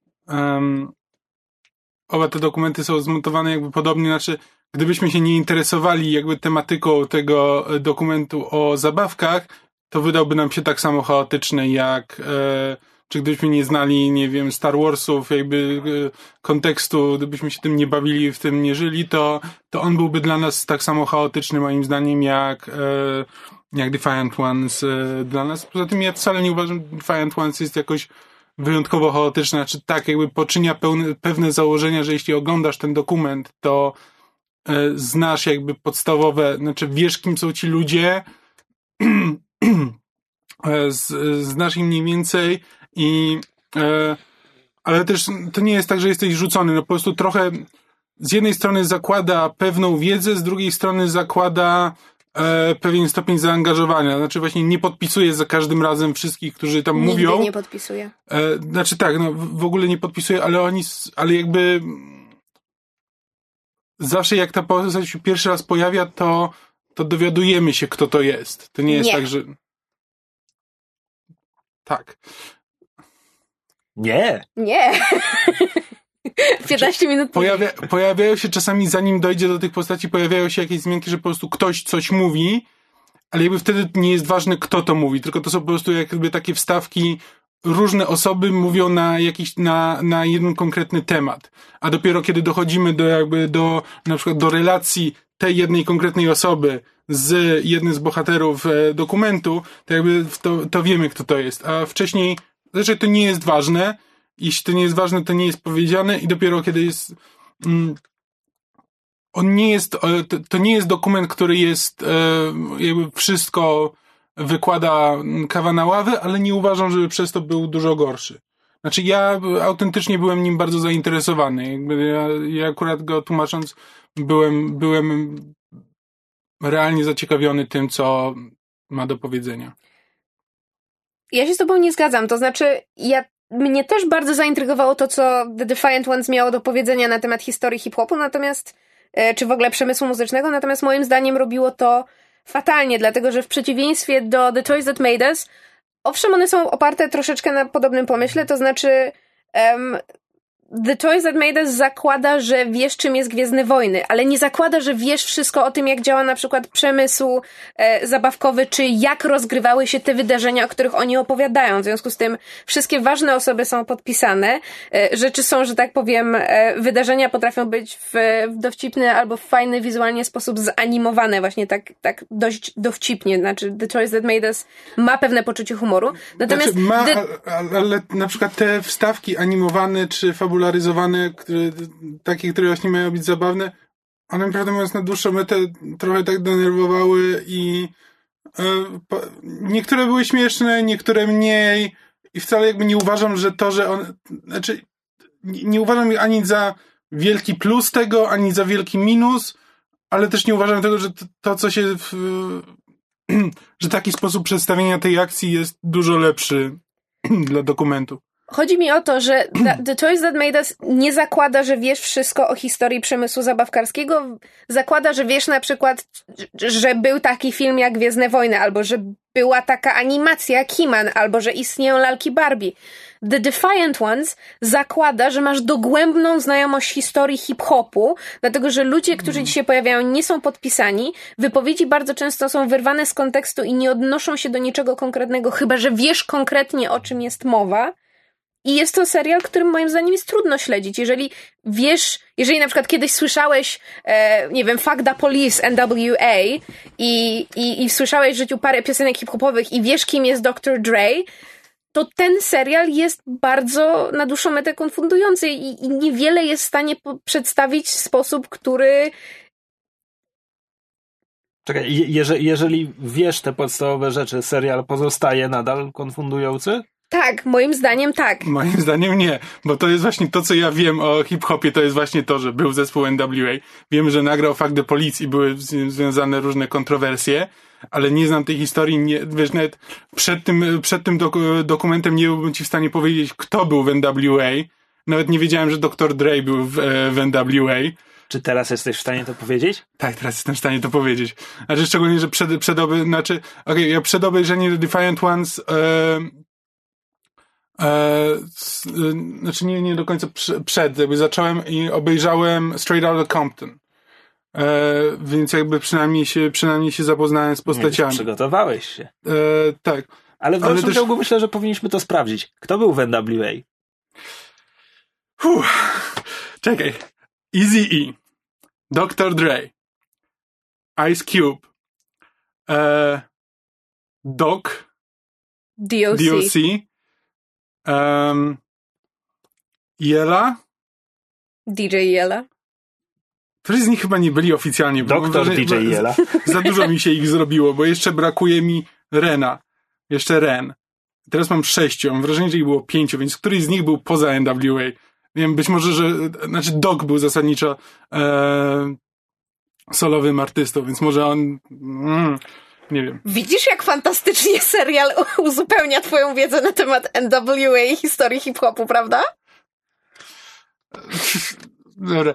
oba te dokumenty są zmontowane jakby podobnie, gdybyśmy się nie interesowali jakby tematyką tego dokumentu o zabawkach, to wydałby nam się tak samo chaotyczny jak czy gdybyśmy nie znali, nie wiem, Star Warsów, jakby kontekstu, gdybyśmy się tym nie bawili, w tym nie żyli, to on byłby dla nas tak samo chaotyczny moim zdaniem jak Defiant Ones dla nas. Poza tym ja wcale nie uważam, że Defiant Ones jest jakoś wyjątkowo chaotyczny, znaczy tak, jakby poczynia pewne założenia, że jeśli oglądasz ten dokument, to znasz jakby podstawowe, wiesz, kim są ci ludzie, znasz ich mniej więcej ale też to nie jest tak, że jesteś rzucony, po prostu trochę z jednej strony zakłada pewną wiedzę, z drugiej strony zakłada pewien stopień zaangażowania, właśnie nie podpisuje za każdym razem wszystkich, którzy tam mówią. Nigdy nie podpisuje. Tak, w ogóle nie podpisuje, ale jakby zawsze jak ta postać się pierwszy raz pojawia, to dowiadujemy się, kto to jest. To nie jest tak, że... Tak. Nie. 15 minut. Pojawiają się czasami, zanim dojdzie do tych postaci, pojawiają się jakieś zmianki, że po prostu ktoś coś mówi, ale jakby wtedy nie jest ważne, kto to mówi, tylko to są po prostu jakby takie wstawki, różne osoby mówią na jeden konkretny temat. A dopiero kiedy dochodzimy na przykład do relacji tej jednej konkretnej osoby z jednym z bohaterów dokumentu, to jakby to wiemy, kto to jest. A wcześniej, to nie jest ważne. Jeśli to nie jest ważne, to nie jest powiedziane i dopiero kiedy jest... To nie jest dokument, który jest jakby wszystko wykłada kawa na ławę, ale nie uważam, żeby przez to był dużo gorszy. Ja autentycznie byłem nim bardzo zainteresowany. Ja akurat go tłumacząc byłem realnie zaciekawiony tym, co ma do powiedzenia. Ja się z tobą nie zgadzam. To znaczy, mnie też bardzo zaintrygowało to, co The Defiant Ones miało do powiedzenia na temat historii hip-hopu, natomiast czy w ogóle przemysłu muzycznego, natomiast moim zdaniem robiło to fatalnie, dlatego że w przeciwieństwie do The Toys That Made Us, owszem, one są oparte troszeczkę na podobnym pomyśle, to znaczy The Toys That Made Us zakłada, że wiesz, czym jest Gwiezdne Wojny, ale nie zakłada, że wiesz wszystko o tym, jak działa na przykład przemysł zabawkowy, czy jak rozgrywały się te wydarzenia, o których oni opowiadają. W związku z tym wszystkie ważne osoby są podpisane. Rzeczy są, że tak powiem, wydarzenia potrafią być w dowcipny albo w fajny wizualnie sposób zanimowane, właśnie tak dość dowcipnie. Znaczy The Toys That Made Us ma pewne poczucie humoru. Natomiast ale na przykład te wstawki animowane czy fabularyzowane, które właśnie mają być zabawne, one prawdę mówiąc na dłuższą metę trochę tak denerwowały i niektóre były śmieszne, niektóre mniej i wcale jakby nie uważam, że to, że on, znaczy nie uważam ani za wielki plus tego, ani za wielki minus, ale też nie uważam tego, że to co się że taki sposób przedstawienia tej akcji jest dużo lepszy dla dokumentu. Chodzi mi o to, że The Toys That Made Us nie zakłada, że wiesz wszystko o historii przemysłu zabawkarskiego. Zakłada, że wiesz na przykład, że był taki film jak Gwiezdne Wojny, albo że była taka animacja jak He-Man, albo że istnieją lalki Barbie. The Defiant Ones zakłada, że masz dogłębną znajomość historii hip-hopu, dlatego że ludzie, którzy ci się pojawiają, nie są podpisani. Wypowiedzi bardzo często są wyrwane z kontekstu i nie odnoszą się do niczego konkretnego, chyba że wiesz konkretnie, o czym jest mowa. I jest to serial, którym moim zdaniem jest trudno śledzić. Jeżeli wiesz, jeżeli na przykład kiedyś słyszałeś, nie wiem, Fuck the Police, NWA i słyszałeś w życiu parę piosenek hip-hopowych i wiesz, kim jest Dr. Dre, to ten serial jest bardzo na dłuższą metę konfundujący i niewiele jest w stanie przedstawić w sposób, który... Czekaj, jeżeli wiesz te podstawowe rzeczy, serial pozostaje nadal konfundujący? Tak, moim zdaniem tak. Moim zdaniem nie, bo to jest właśnie to, co ja wiem o hip-hopie, to jest właśnie to, że był zespół NWA. Wiem, że nagrał Fuck the Police i były z nim związane różne kontrowersje, ale nie znam tej historii, nie, wiesz, nawet przed tym dokumentem nie byłbym ci w stanie powiedzieć, kto był w NWA. Nawet nie wiedziałem, że Dr. Dre był w NWA. Czy teraz jesteś w stanie to powiedzieć? Tak, teraz jestem w stanie to powiedzieć. Znaczy, szczególnie, że przed obejrzeniem The Defiant Ones znaczy nie do końca jakby zacząłem i obejrzałem Straight Outta Compton. Więc jakby przynajmniej się zapoznałem z postaciami. Nie, przygotowałeś się. Tak. Ale w dalszym ciągu myślę, że powinniśmy to sprawdzić. Kto był w NWA? Czekaj. Eazy-E, Dr. Dre, Ice Cube, Doc, DOC, Yella, DJ Yella. Którzy z nich chyba nie byli oficjalnie. Doktor DJ Yella. Za dużo mi się ich zrobiło, bo jeszcze brakuje mi Rena. Jeszcze Ren. Teraz mam 6. Mam wrażenie, że ich było 5, więc któryś z nich był poza NWA. Wiem, być może, znaczy Doc był zasadniczo solowym artystą, więc może on... nie wiem. Widzisz, jak fantastycznie serial uzupełnia twoją wiedzę na temat NWA i historii hip-hopu, prawda? Dobra.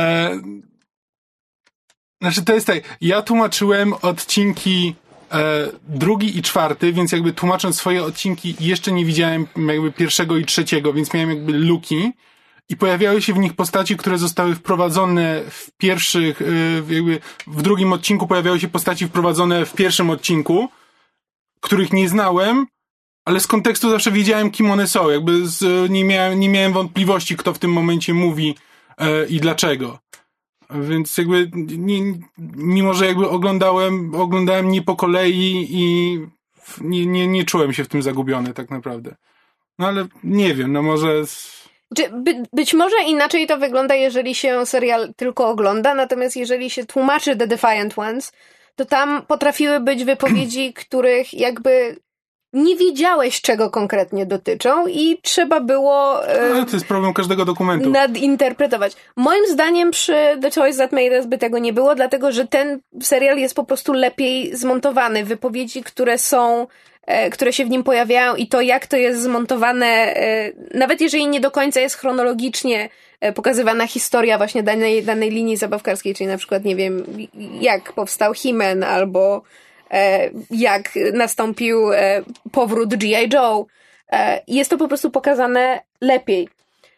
Znaczy to jest tak, ja tłumaczyłem odcinki 2. i 4, więc jakby tłumacząc swoje odcinki jeszcze nie widziałem jakby 1. i 3, więc miałem jakby luki i pojawiały się w nich postaci, które zostały wprowadzone w pierwszych, jakby w 2. odcinku pojawiały się postaci wprowadzone w 1. odcinku, których nie znałem, ale z kontekstu zawsze wiedziałem, kim one są, jakby nie miałem wątpliwości, kto w tym momencie mówi i dlaczego. Więc jakby mimo, że jakby oglądałem nie po kolei i nie czułem się w tym zagubiony tak naprawdę. No ale nie wiem, no może... Być może inaczej to wygląda, jeżeli się serial tylko ogląda, natomiast jeżeli się tłumaczy The Defiant Ones, to tam potrafiły być wypowiedzi, których jakby nie wiedziałeś, czego konkretnie dotyczą i trzeba było to jest problem każdego dokumentu. Nadinterpretować. Moim zdaniem przy The Choice That Made Us by tego nie było, dlatego że ten serial jest po prostu lepiej zmontowany. Wypowiedzi, które się w nim pojawiają i to, jak to jest zmontowane, nawet jeżeli nie do końca jest chronologicznie pokazywana historia właśnie danej linii zabawkarskiej, czyli na przykład, nie wiem, jak powstał He-Man albo jak nastąpił powrót G.I. Joe. Jest to po prostu pokazane lepiej.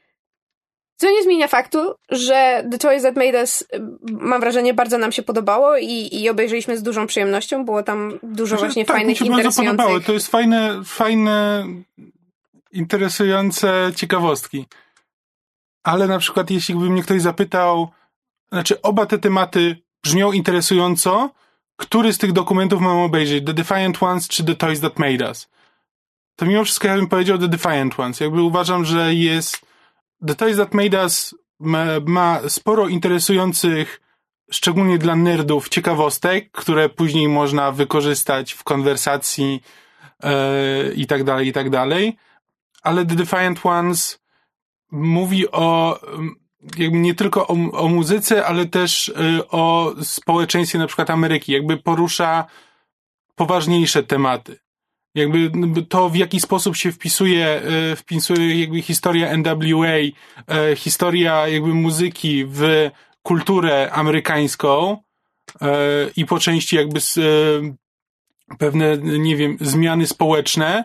Co nie zmienia faktu, że The Choice That Made Us, mam wrażenie, bardzo nam się podobało i obejrzeliśmy z dużą przyjemnością. Było tam dużo właśnie fajnych, interesujących... Tak, mi się bardzo podobało. To jest fajne, interesujące ciekawostki. Ale na przykład, jeśli by mnie ktoś zapytał, znaczy oba te tematy brzmią interesująco, który z tych dokumentów mam obejrzeć? The Defiant Ones czy The Toys That Made Us? To mimo wszystko ja bym powiedział The Defiant Ones. Jakby uważam, że jest... The Toys That Made Us ma sporo interesujących, szczególnie dla nerdów, ciekawostek, które później można wykorzystać w konwersacji i tak dalej. Ale The Defiant Ones mówi jakby nie tylko o muzyce, ale też o społeczeństwie na przykład Ameryki. Jakby porusza poważniejsze tematy. Jakby to, w jaki sposób się wpisuje jakby historia NWA, historia jakby muzyki w kulturę amerykańską i po części jakby pewne, nie wiem, zmiany społeczne,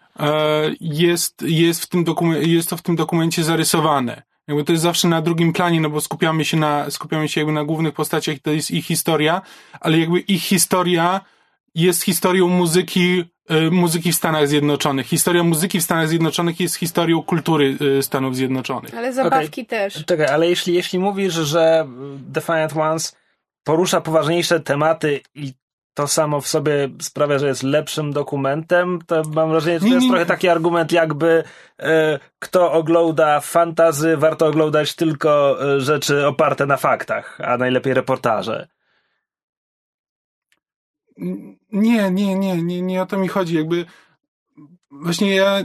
jest to w tym dokumencie zarysowane. Jakby to jest zawsze na drugim planie, no bo skupiamy się jakby na głównych postaciach i to jest ich historia, ale jakby ich historia jest historią muzyki w Stanach Zjednoczonych. Historia muzyki w Stanach Zjednoczonych jest historią kultury Stanów Zjednoczonych. Ale zabawki też. Czekaj, ale jeśli mówisz, że Defiant Ones porusza poważniejsze tematy i to samo w sobie sprawia, że jest lepszym dokumentem, to mam wrażenie, że to jest trochę taki argument, jakby kto ogląda fantasy, warto oglądać tylko rzeczy oparte na faktach, a najlepiej reportaże. Nie o to mi chodzi. Jakby właśnie ja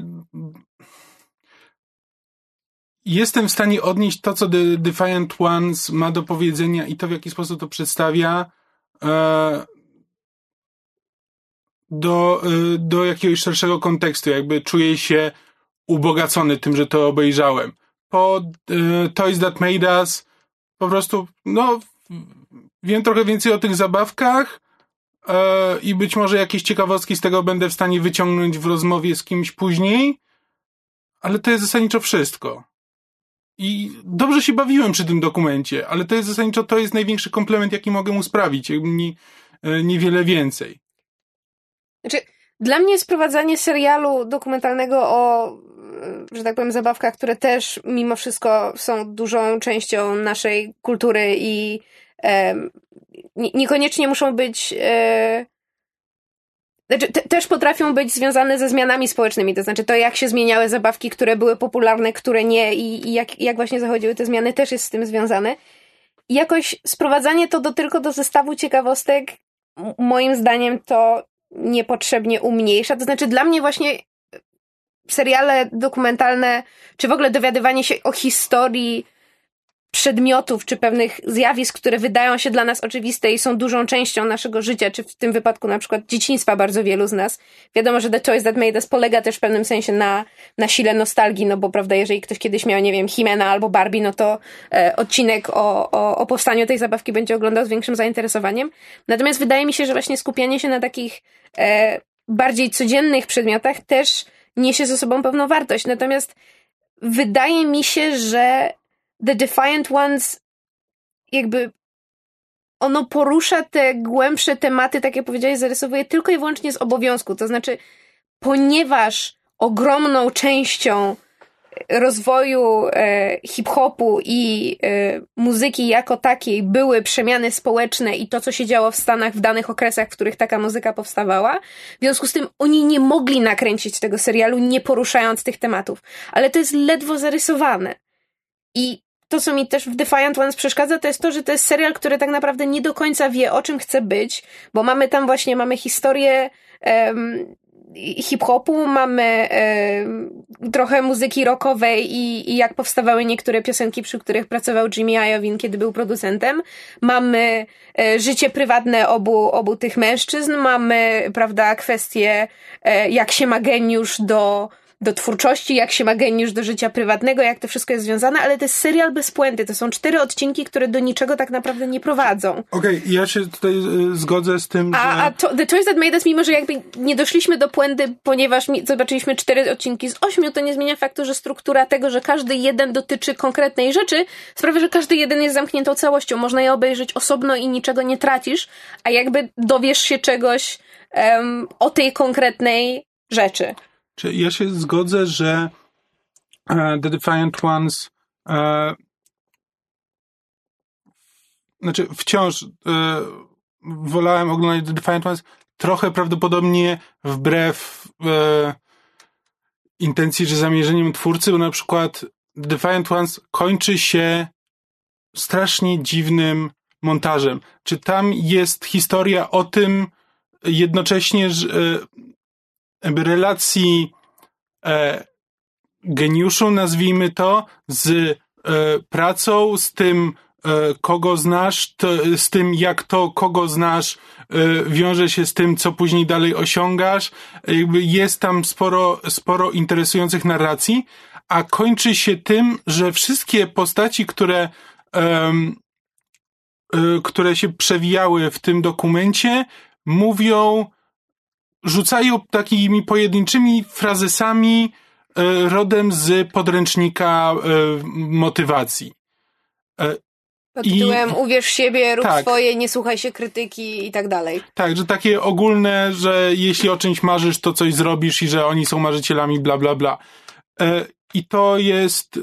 jestem w stanie odnieść to, co The Defiant Ones ma do powiedzenia i to, w jaki sposób to przedstawia do jakiegoś szerszego kontekstu. Jakby czuję się ubogacony tym, że to obejrzałem. Po Toys That Made Us po prostu wiem trochę więcej o tych zabawkach i być może jakieś ciekawostki z tego będę w stanie wyciągnąć w rozmowie z kimś później, ale to jest zasadniczo wszystko. I dobrze się bawiłem przy tym dokumencie, ale to jest zasadniczo, to jest największy komplement, jaki mogę mu sprawić. Niewiele więcej. Znaczy, dla mnie sprowadzanie serialu dokumentalnego o, że tak powiem, zabawkach, które też mimo wszystko są dużą częścią naszej kultury i niekoniecznie muszą być znaczy, też potrafią być związane ze zmianami społecznymi, to znaczy to, jak się zmieniały zabawki, które były popularne, które nie i jak właśnie zachodziły te zmiany, też jest z tym związane. I jakoś sprowadzanie to tylko do zestawu ciekawostek, moim zdaniem to niepotrzebnie umniejsza. To znaczy dla mnie właśnie seriale dokumentalne, czy w ogóle dowiadywanie się o historii przedmiotów, czy pewnych zjawisk, które wydają się dla nas oczywiste i są dużą częścią naszego życia, czy w tym wypadku na przykład dzieciństwa bardzo wielu z nas. Wiadomo, że The Choice That Made Us polega też w pewnym sensie na sile nostalgii, no bo prawda, jeżeli ktoś kiedyś miał, nie wiem, He-Mana albo Barbie, no to odcinek o powstaniu tej zabawki będzie oglądał z większym zainteresowaniem. Natomiast wydaje mi się, że właśnie skupianie się na takich bardziej codziennych przedmiotach też niesie ze sobą pewną wartość. Natomiast wydaje mi się, że The Defiant Ones jakby ono porusza te głębsze tematy, tak jak powiedziałeś, zarysowuje tylko i wyłącznie z obowiązku. To znaczy, ponieważ ogromną częścią rozwoju hip-hopu i muzyki jako takiej były przemiany społeczne i to, co się działo w Stanach w danych okresach, w których taka muzyka powstawała. W związku z tym oni nie mogli nakręcić tego serialu, nie poruszając tych tematów. Ale to jest ledwo zarysowane. I to, co mi też w Defiant Ones przeszkadza, to jest to, że to jest serial, który tak naprawdę nie do końca wie, o czym chce być, bo mamy tam właśnie, mamy historię hip-hopu, mamy trochę muzyki rockowej i jak powstawały niektóre piosenki, przy których pracował Jimmy Iovine, kiedy był producentem. Mamy życie prywatne obu tych mężczyzn. Mamy, prawda, kwestie, jak się ma geniusz do twórczości, jak się ma geniusz do życia prywatnego, jak to wszystko jest związane, ale to jest serial bez puenty. To są 4 odcinki, które do niczego tak naprawdę nie prowadzą. Okej, ja się tutaj zgodzę z tym, że... The Choice That Made Us, mimo że jakby nie doszliśmy do puenty, ponieważ zobaczyliśmy 4 odcinki z 8, to nie zmienia faktu, że struktura tego, że każdy jeden dotyczy konkretnej rzeczy, sprawia, że każdy jeden jest zamkniętą całością. Można je obejrzeć osobno i niczego nie tracisz, a jakby dowiesz się czegoś o tej konkretnej rzeczy. Ja się zgodzę, że The Defiant Ones wciąż wolałem oglądać The Defiant Ones trochę prawdopodobnie wbrew intencji czy zamierzeniem twórcy, bo na przykład The Defiant Ones kończy się strasznie dziwnym montażem. Czy tam jest historia o tym jednocześnie, że relacji geniuszu, nazwijmy to, z pracą, z tym, kogo znasz, z tym, jak to, kogo znasz, wiąże się z tym, co później dalej osiągasz. Jakby jest tam sporo interesujących narracji, a kończy się tym, że wszystkie postaci, które się przewijały w tym dokumencie, rzucają takimi pojedynczymi frazesami rodem z podręcznika motywacji. Pod tytułem uwierz w siebie, rób swoje, nie słuchaj się krytyki i tak dalej. Tak, że takie ogólne, że jeśli o czymś marzysz, to coś zrobisz i że oni są marzycielami, bla, bla, bla. I to jest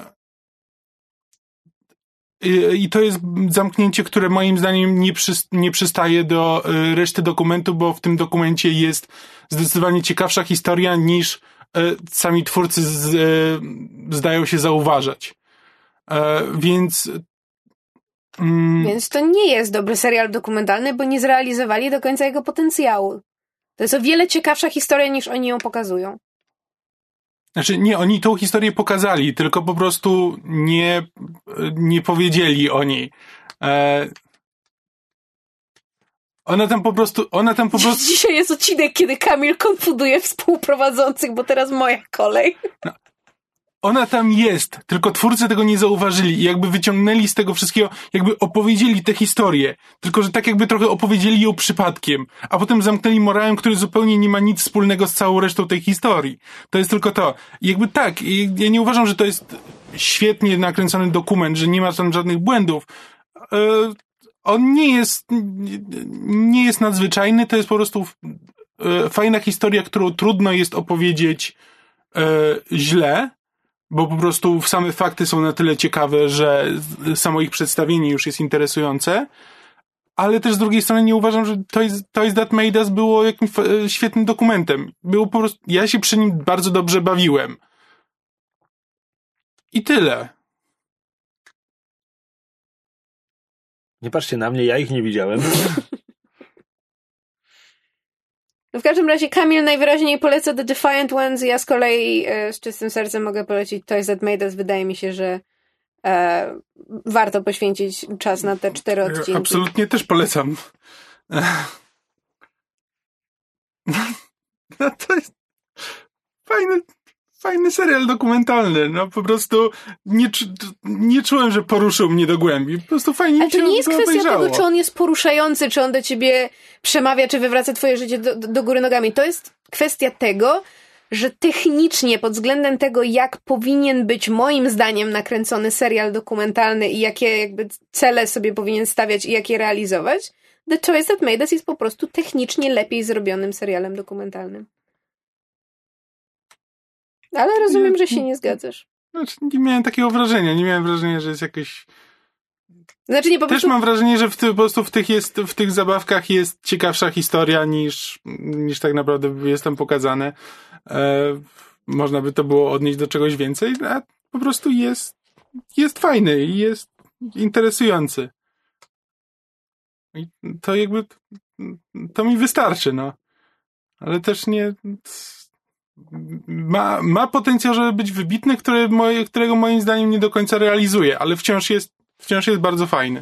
zamknięcie, które moim zdaniem nie przystaje do reszty dokumentu, bo w tym dokumencie jest zdecydowanie ciekawsza historia niż sami twórcy zdają się zauważać. Więc to nie jest dobry serial dokumentalny, bo nie zrealizowali do końca jego potencjału. To jest o wiele ciekawsza historia, niż oni ją pokazują. Znaczy, nie, oni tą historię pokazali, tylko po prostu nie powiedzieli o niej. Ona tam po prostu... Dzisiaj jest odcinek, kiedy Kamil konfunduje współprowadzących, bo teraz moja kolej. No, ona tam jest, tylko twórcy tego nie zauważyli i jakby wyciągnęli z tego wszystkiego, jakby opowiedzieli tę historię, tylko że tak jakby trochę opowiedzieli ją przypadkiem, a potem zamknęli morałem, który zupełnie nie ma nic wspólnego z całą resztą tej historii. To jest tylko to. I jakby tak, ja nie uważam, że to jest świetnie nakręcony dokument, że nie ma tam żadnych błędów. On nie jest nadzwyczajny, to jest po prostu fajna historia, którą trudno jest opowiedzieć źle, bo po prostu same fakty są na tyle ciekawe, że samo ich przedstawienie już jest interesujące, ale też z drugiej strony nie uważam, że Toys That Made Us było jakimś świetnym dokumentem. Było po prostu, ja się przy nim bardzo dobrze bawiłem. I tyle. Nie patrzcie na mnie, ja ich nie widziałem. W każdym razie Kamil najwyraźniej poleca The Defiant Ones, ja z kolei z czystym sercem mogę polecić Toys That Made Us. Wydaje mi się, że warto poświęcić czas na te 4 odcinki. Absolutnie też polecam. No to jest fajny serial dokumentalny. No po prostu nie czułem, że poruszył mnie do głębi. Po prostu fajnie mi się to nie jest kwestia obejrzało. tego, czy on jest poruszający, czy on do ciebie przemawia, czy wywraca twoje życie do góry nogami. To jest kwestia tego, że technicznie pod względem tego, jak powinien być moim zdaniem nakręcony serial dokumentalny i jakie jakby cele sobie powinien stawiać i jak je realizować, The Choice That Made Us jest po prostu technicznie lepiej zrobionym serialem dokumentalnym. Ale rozumiem, że się nie zgadzasz. Znaczy, nie miałem takiego wrażenia. Nie miałem wrażenia, że jest jakoś... Znaczy nie po prostu... Też mam wrażenie, że po prostu w tych zabawkach jest ciekawsza historia niż tak naprawdę jest tam pokazane. Można by to było odnieść do czegoś więcej, a po prostu jest fajny i jest interesujący. I to jakby to mi wystarczy, no. ale też nie... Ma potencjał, żeby być wybitny, którego moim zdaniem nie do końca realizuje, ale wciąż jest bardzo fajny.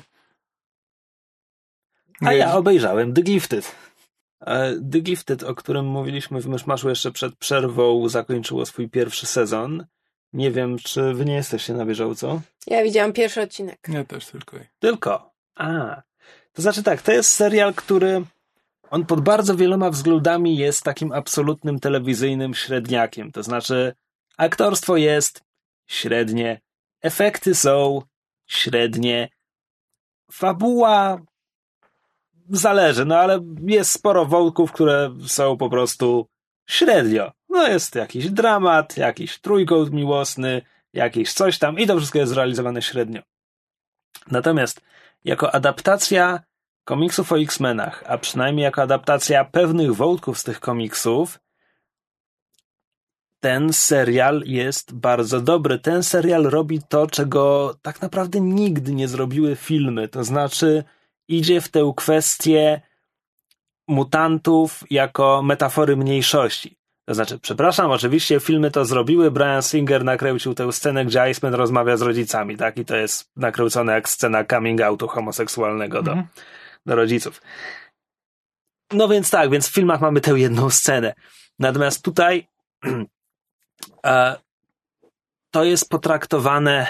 A ja obejrzałem The Gifted. The Gifted, o którym mówiliśmy w Myszmaszu jeszcze przed przerwą, zakończyło swój pierwszy sezon. Nie wiem, czy wy nie jesteście na bieżąco? Ja widziałam pierwszy odcinek. Ja też tylko. Tylko? To znaczy tak, to jest serial, który on pod bardzo wieloma względami jest takim absolutnym telewizyjnym średniakiem. To znaczy aktorstwo jest średnie, efekty są średnie, fabuła zależy, no ale jest sporo wątków, które są po prostu średnio. No jest jakiś dramat, jakiś trójkąt miłosny, jakieś coś tam i to wszystko jest zrealizowane średnio. Natomiast jako adaptacja komiksów o X-Menach, a przynajmniej jako adaptacja pewnych wątków z tych komiksów, ten serial jest bardzo dobry. Ten serial robi to, czego tak naprawdę nigdy nie zrobiły filmy. To znaczy idzie w tę kwestię mutantów jako metafory mniejszości. To znaczy, przepraszam, oczywiście filmy to zrobiły, Bryan Singer nakręcił tę scenę, gdzie Iceman rozmawia z rodzicami, tak? I to jest nakręcone jak scena coming outu homoseksualnego do rodziców. No więc tak, więc w filmach mamy tę jedną scenę. Natomiast tutaj to jest potraktowane,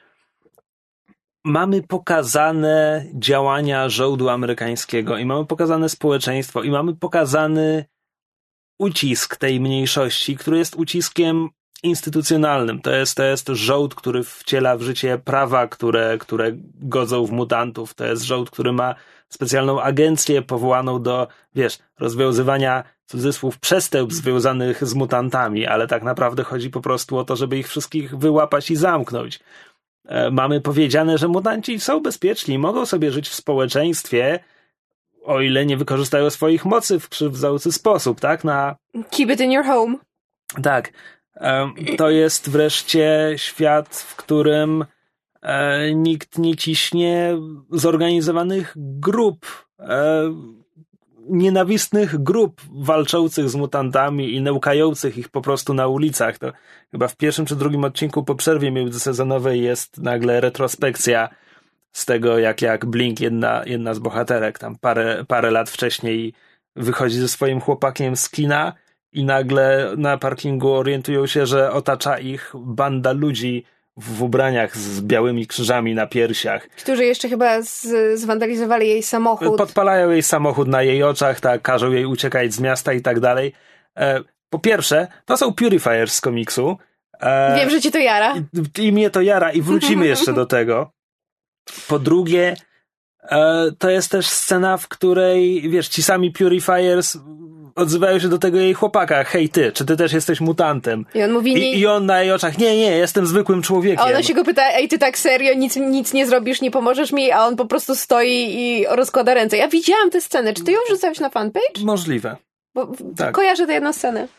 mamy pokazane działania rządu amerykańskiego i mamy pokazane społeczeństwo i mamy pokazany ucisk tej mniejszości, który jest uciskiem instytucjonalnym. To jest rząd, który wciela w życie prawa, które godzą w mutantów. To jest rząd, który ma specjalną agencję powołaną do, rozwiązywania cudzysłów przestępstw związanych z mutantami, ale tak naprawdę chodzi po prostu o to, żeby ich wszystkich wyłapać i zamknąć. Mamy powiedziane, że mutanci są bezpieczni, mogą sobie żyć w społeczeństwie, o ile nie wykorzystają swoich mocy w krzywdzący sposób, tak? Keep it in your home. Tak. To jest wreszcie świat, w którym nikt nie ciśnie zorganizowanych grup, nienawistnych grup walczących z mutantami i nękających ich po prostu na ulicach. To chyba w pierwszym czy drugim odcinku po przerwie międzysezonowej jest nagle retrospekcja z tego, jak Blink, jedna z bohaterek, tam parę lat wcześniej wychodzi ze swoim chłopakiem z kina i nagle na parkingu orientują się, że otacza ich banda ludzi w ubraniach z białymi krzyżami na piersiach. Którzy jeszcze chyba zwandalizowali jej samochód. Podpalają jej samochód na jej oczach, tak, każą jej uciekać z miasta i tak dalej. Po pierwsze, to są Purifiers z komiksu. Wiem, że ci to jara. I mnie to jara i wrócimy jeszcze do tego. Po drugie, to jest też scena, w której, ci sami Purifiers odzywają się do tego jej chłopaka. Hej ty, czy ty też jesteś mutantem? I on mówi... I on na jej oczach, nie, jestem zwykłym człowiekiem. A ona się go pyta, ej ty tak serio, nic nie zrobisz, nie pomożesz mi? A on po prostu stoi i rozkłada ręce. Ja widziałam tę scenę. Czy ty ją wrzucałeś na fanpage? Możliwe. Bo tak. Kojarzę tę jedną scenę.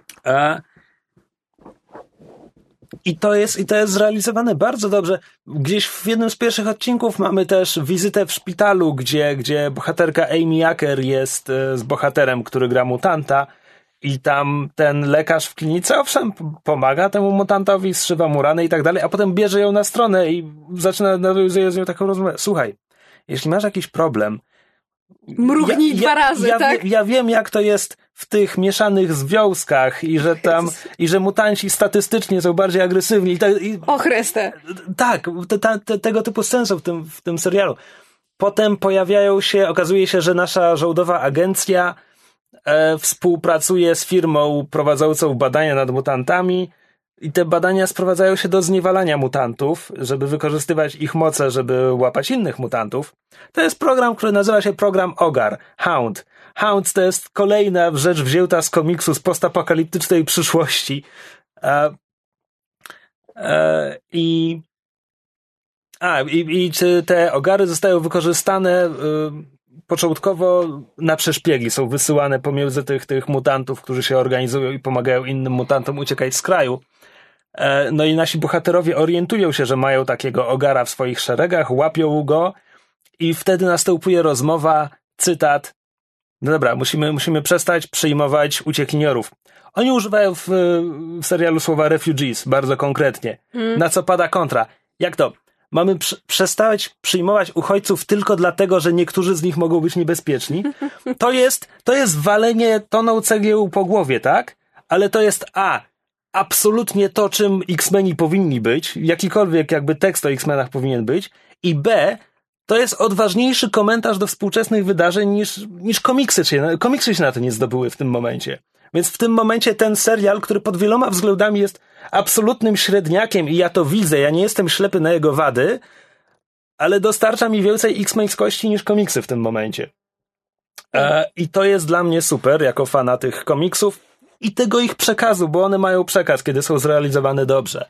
I to jest zrealizowane bardzo dobrze. Gdzieś w jednym z pierwszych odcinków mamy też wizytę w szpitalu, gdzie bohaterka Amy Acker jest z bohaterem, który gra mutanta i tam ten lekarz w klinice owszem pomaga temu mutantowi, zszywa mu rany i tak dalej, a potem bierze ją na stronę i zaczyna nawiązuje z nią taką rozmowę. Słuchaj, jeśli masz jakiś problem, mrugnij 2 razy, tak? Ja wiem, jak to jest w tych mieszanych związkach i że mutanci statystycznie są bardziej agresywni. O Chryste. Tak, tego typu sensy w tym serialu. Potem okazuje się, że nasza rządowa agencja współpracuje z firmą prowadzącą badania nad mutantami i te badania sprowadzają się do zniewalania mutantów, żeby wykorzystywać ich moce, żeby łapać innych mutantów. To jest program, który nazywa się program OGAR, Hound. Hound to jest kolejna rzecz wzięta z komiksu z postapokaliptycznej przyszłości. I te ogary zostają wykorzystane początkowo na przeszpiegi. Są wysyłane pomiędzy tych mutantów, którzy się organizują i pomagają innym mutantom uciekać z kraju. No i nasi bohaterowie orientują się, że mają takiego ogara w swoich szeregach, łapią go i wtedy następuje rozmowa, cytat: No dobra, musimy przestać przyjmować uciekiniorów. Oni używają w serialu słowa refugees bardzo konkretnie. Na co pada kontra. Jak to? Mamy przestać przyjmować uchodźców tylko dlatego, że niektórzy z nich mogą być niebezpieczni? To jest walenie toną cegieł po głowie, tak? Ale to jest absolutnie to, czym X-Meni powinni być, jakikolwiek jakby tekst o X-Menach powinien być, i B, to jest odważniejszy komentarz do współczesnych wydarzeń niż komiksy. Komiksy się na to nie zdobyły w tym momencie. Więc w tym momencie ten serial, który pod wieloma względami jest absolutnym średniakiem i ja to widzę, ja nie jestem ślepy na jego wady, ale dostarcza mi więcej X-Menskości niż komiksy w tym momencie. I to jest dla mnie super, jako fana tych komiksów i tego ich przekazu, bo one mają przekaz, kiedy są zrealizowane dobrze.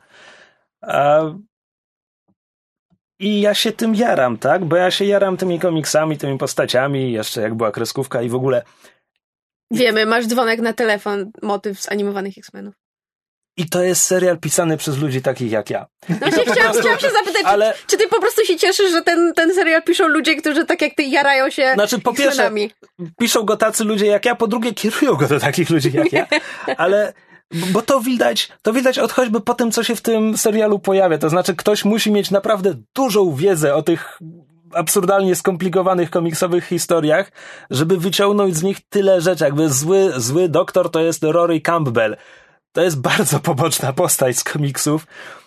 I ja się tym jaram, tak? Bo ja się jaram tymi komiksami, tymi postaciami, jeszcze jak była kreskówka i w ogóle. Wiemy, masz dzwonek na telefon, motyw z animowanych X-Menów. I to jest serial pisany przez ludzi takich jak ja. Właśnie chciałam się zapytać, czy ty po prostu się cieszysz, że ten serial piszą ludzie, którzy tak jak ty jarają się po pierwsze, piszą go tacy ludzie jak ja, po drugie kierują go do takich ludzi jak ja, ale bo to widać od choćby po tym, co się w tym serialu pojawia. To znaczy ktoś musi mieć naprawdę dużą wiedzę o tych absurdalnie skomplikowanych komiksowych historiach, żeby wyciągnąć z nich tyle rzeczy. Jakby zły doktor to jest Rory Campbell. To jest bardzo poboczna postać z komiksów.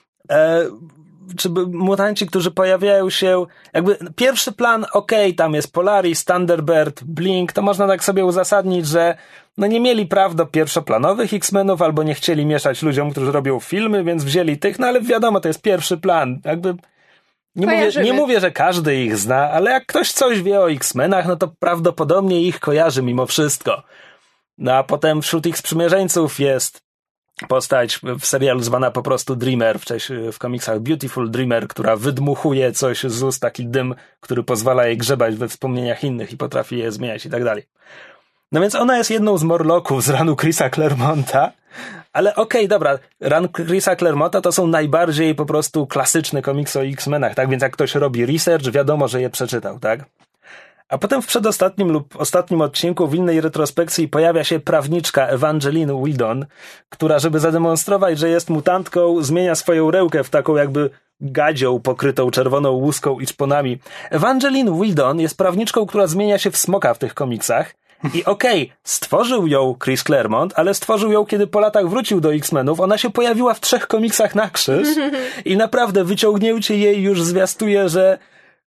Czy mutanci, którzy pojawiają się, jakby pierwszy plan, tam jest Polaris, Thunderbird, Blink, to można tak sobie uzasadnić, że nie mieli praw do pierwszoplanowych X-Menów, albo nie chcieli mieszać ludziom, którzy robią filmy, więc wzięli tych, ale wiadomo, to jest pierwszy plan. Jakby nie mówię, że każdy ich zna, ale jak ktoś coś wie o X-Menach, to prawdopodobnie ich kojarzy mimo wszystko. A potem wśród ich sprzymierzeńców jest postać w serialu zwana po prostu Dreamer, w komiksach Beautiful Dreamer, która wydmuchuje coś z ust, taki dym, który pozwala jej grzebać we wspomnieniach innych i potrafi je zmieniać i tak dalej. No więc ona jest jedną z Morlocków z ranu Chrisa Claremonta, ale dobra, run Chrisa Claremonta to są najbardziej po prostu klasyczne komiksy o X-Menach, tak? Więc jak ktoś robi research, wiadomo, że je przeczytał, tak? A potem w przedostatnim lub ostatnim odcinku w innej retrospekcji pojawia się prawniczka Evangeline Whedon, która, żeby zademonstrować, że jest mutantką, zmienia swoją rękę w taką jakby gadzią pokrytą czerwoną łuską i szponami. Evangeline Whedon jest prawniczką, która zmienia się w smoka w tych komiksach. I stworzył ją Chris Claremont, ale stworzył ją, kiedy po latach wrócił do X-Menów. Ona się pojawiła w 3 komiksach na krzyż i naprawdę wyciągnięcie jej już zwiastuje, że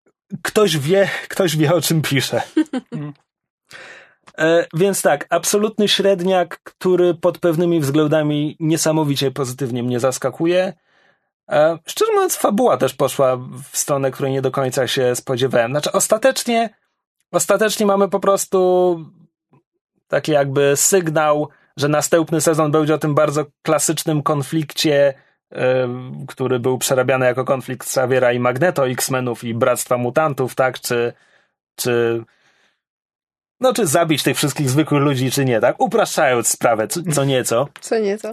ktoś wie o czym pisze. Więc tak, absolutny średniak, który pod pewnymi względami niesamowicie pozytywnie mnie zaskakuje. Szczerze mówiąc, fabuła też poszła w stronę, której nie do końca się spodziewałem. Znaczy, ostatecznie mamy po prostu taki jakby sygnał, że następny sezon będzie o tym bardzo klasycznym konflikcie, który był przerabiany jako konflikt Xaviera i Magneto, X-Menów i Bractwa Mutantów, tak? Czy zabić tych wszystkich zwykłych ludzi, czy nie, tak? Upraszczając sprawę, co nieco. Co nieco.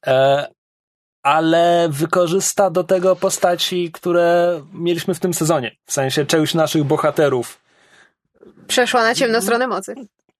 Ale wykorzysta do tego postaci, które mieliśmy w tym sezonie. W sensie część naszych bohaterów przeszła na ciemną stronę mocy.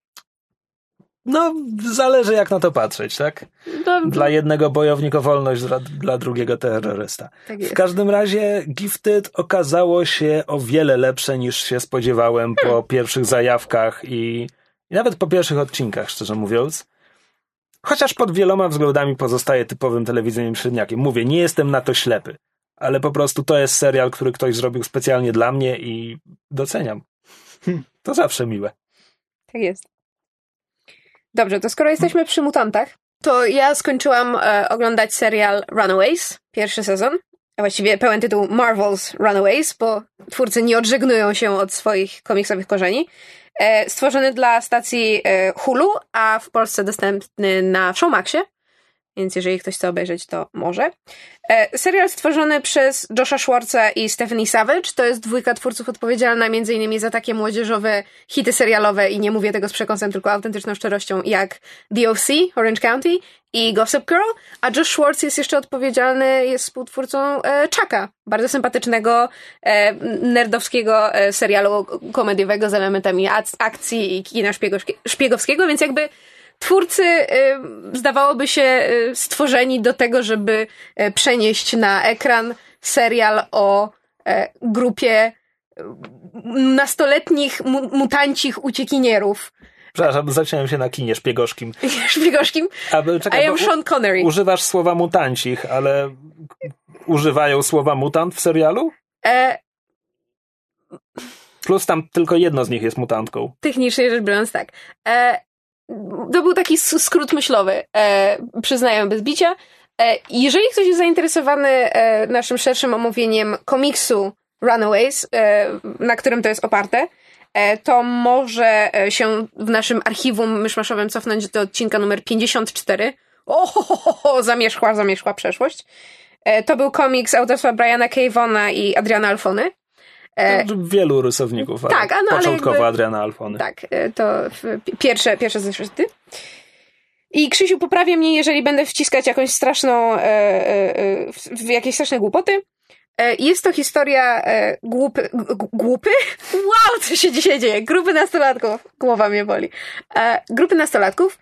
Zależy jak na to patrzeć, tak? Dla jednego bojownik o wolność, dla drugiego terrorysta. Tak jest. W każdym razie Gifted okazało się o wiele lepsze niż się spodziewałem po pierwszych zajawkach i nawet po pierwszych odcinkach, szczerze mówiąc. Chociaż pod wieloma względami pozostaje typowym telewizyjnym średniakiem. Mówię, nie jestem na to ślepy, ale po prostu to jest serial, który ktoś zrobił specjalnie dla mnie i doceniam. To zawsze miłe. Tak jest. Dobrze, to skoro jesteśmy przy mutantach, to ja skończyłam oglądać serial Runaways, pierwszy sezon, a właściwie pełen tytuł Marvel's Runaways, bo twórcy nie odżegnują się od swoich komiksowych korzeni. Stworzony dla stacji Hulu, a w Polsce dostępny na Showmaxie. więc jeżeli ktoś chce obejrzeć, to może. Serial stworzony przez Josha Schwartza i Stephanie Savage. To jest dwójka twórców odpowiedzialna m.in. za takie młodzieżowe hity serialowe i nie mówię tego z przekąsem, tylko autentyczną szczerością, jak The O.C., Orange County i Gossip Girl, a Josh Schwartz jest jeszcze odpowiedzialny, jest współtwórcą Chucka, bardzo sympatycznego, nerdowskiego serialu komediowego z elementami akcji i kina szpiegowskiego, więc jakby twórcy zdawałoby się stworzeni do tego, żeby przenieść na ekran serial o grupie nastoletnich mutancich uciekinierów. Przepraszam, zaciąłem się na kinie szpiegowskim. Szpiegowskim? Czekaj, I am Sean Connery. Używasz słowa mutancich, ale używają słowa mutant w serialu? Plus tam tylko jedno z nich jest mutantką. Technicznie rzecz biorąc, tak. To był taki skrót myślowy, przyznaję bez bicia. Jeżeli ktoś jest zainteresowany naszym szerszym omówieniem komiksu Runaways, na którym to jest oparte, to może się w naszym archiwum myszmaszowym cofnąć do odcinka numer 54. Zamierzchła przeszłość. To był komiks autorstwa Briana K. Vaughna i Adriana Alfony. Wielu rysowników, ale tak, początkowo ale jakby, Adriana Alfony. Tak, to pierwsze zeszyty. I Krzysiu, poprawię mnie, jeżeli będę wciskać jakąś straszną jakieś straszne głupoty. Jest to historia głupy? Wow, co się dzisiaj dzieje? Grupy nastolatków. Głowa mnie boli. Grupy nastolatków,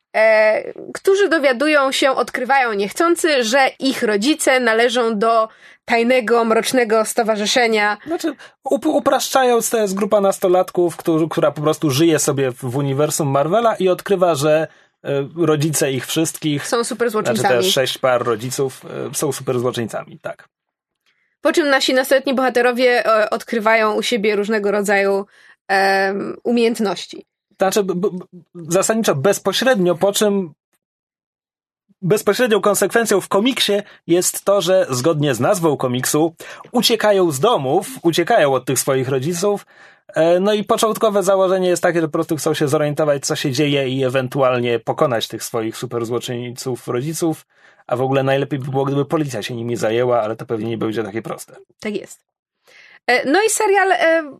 którzy dowiadują się, odkrywają niechcący, że ich rodzice należą do tajnego, mrocznego stowarzyszenia. Znaczy, upraszczając, to jest grupa nastolatków, która po prostu żyje sobie w uniwersum Marvela i odkrywa, że rodzice ich wszystkich są super złoczyńcami. Znaczy też 6 par rodziców są super złoczyńcami, tak. Po czym nasi nastoletni bohaterowie odkrywają u siebie różnego rodzaju umiejętności. Znaczy, zasadniczo bezpośrednio, po czym bezpośrednią konsekwencją w komiksie jest to, że zgodnie z nazwą komiksu uciekają z domów, uciekają od tych swoich rodziców. No i początkowe założenie jest takie, że po prostu chcą się zorientować, co się dzieje i ewentualnie pokonać tych swoich super złoczyńców rodziców, a w ogóle najlepiej by było, gdyby policja się nimi zajęła, ale to pewnie nie będzie takie proste. Tak jest. No i serial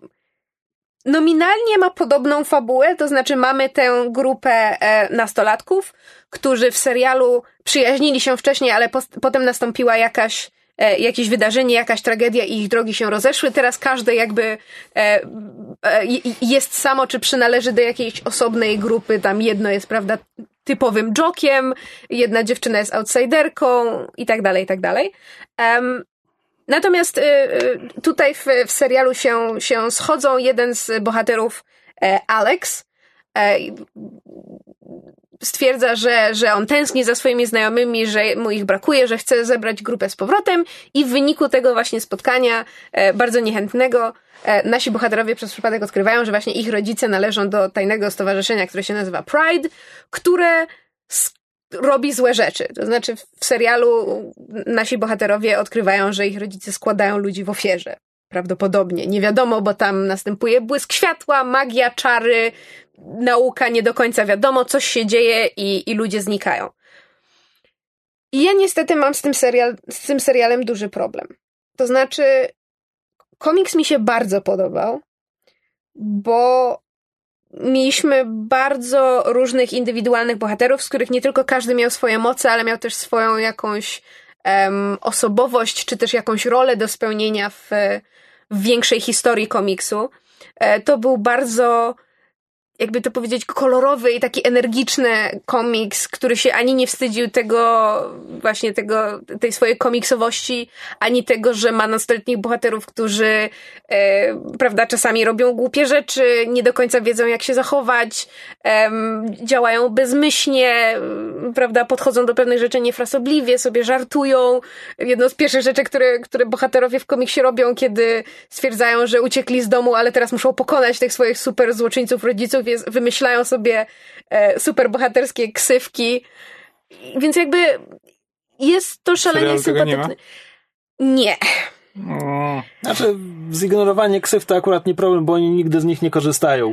nominalnie ma podobną fabułę, to znaczy mamy tę grupę nastolatków, którzy w serialu przyjaźnili się wcześniej, ale potem nastąpiła jakieś wydarzenie, jakaś tragedia i ich drogi się rozeszły. Teraz każdy jakby jest samo, czy przynależy do jakiejś osobnej grupy. Tam jedno jest, prawda, typowym jokiem, jedna dziewczyna jest outsiderką i tak dalej, i tak dalej. Natomiast tutaj w serialu się schodzą. Jeden z bohaterów, Alex, stwierdza, że on tęskni za swoimi znajomymi, że mu ich brakuje, że chce zebrać grupę z powrotem i w wyniku tego właśnie spotkania bardzo niechętnego nasi bohaterowie przez przypadek odkrywają, że właśnie ich rodzice należą do tajnego stowarzyszenia, które się nazywa Pride, które robi złe rzeczy. To znaczy w serialu nasi bohaterowie odkrywają, że ich rodzice składają ludzi w ofierze. Prawdopodobnie. Nie wiadomo, bo tam następuje błysk światła, magia, czary, nauka, nie do końca wiadomo, coś się dzieje i ludzie znikają. I ja niestety mam z tym serialem duży problem. To znaczy, komiks mi się bardzo podobał, bo mieliśmy bardzo różnych indywidualnych bohaterów, z których nie tylko każdy miał swoje moce, ale miał też swoją jakąś osobowość, czy też jakąś rolę do spełnienia w większej historii komiksu. To był bardzo, jakby to powiedzieć, kolorowy i taki energiczny komiks, który się ani nie wstydził tej swojej komiksowości, ani tego, że ma nastoletnich bohaterów, którzy prawda, czasami robią głupie rzeczy, nie do końca wiedzą, jak się zachować, działają bezmyślnie, prawda, podchodzą do pewnych rzeczy niefrasobliwie, sobie żartują. Jedną z pierwszych rzeczy, które bohaterowie w komiksie robią, kiedy stwierdzają, że uciekli z domu, ale teraz muszą pokonać tych swoich super złoczyńców rodziców, wymyślają sobie super bohaterskie ksywki. Więc jakby jest to szalenie sympatyczne. Nie. Znaczy, zignorowanie ksyw to akurat nie problem, bo oni nigdy z nich nie korzystają.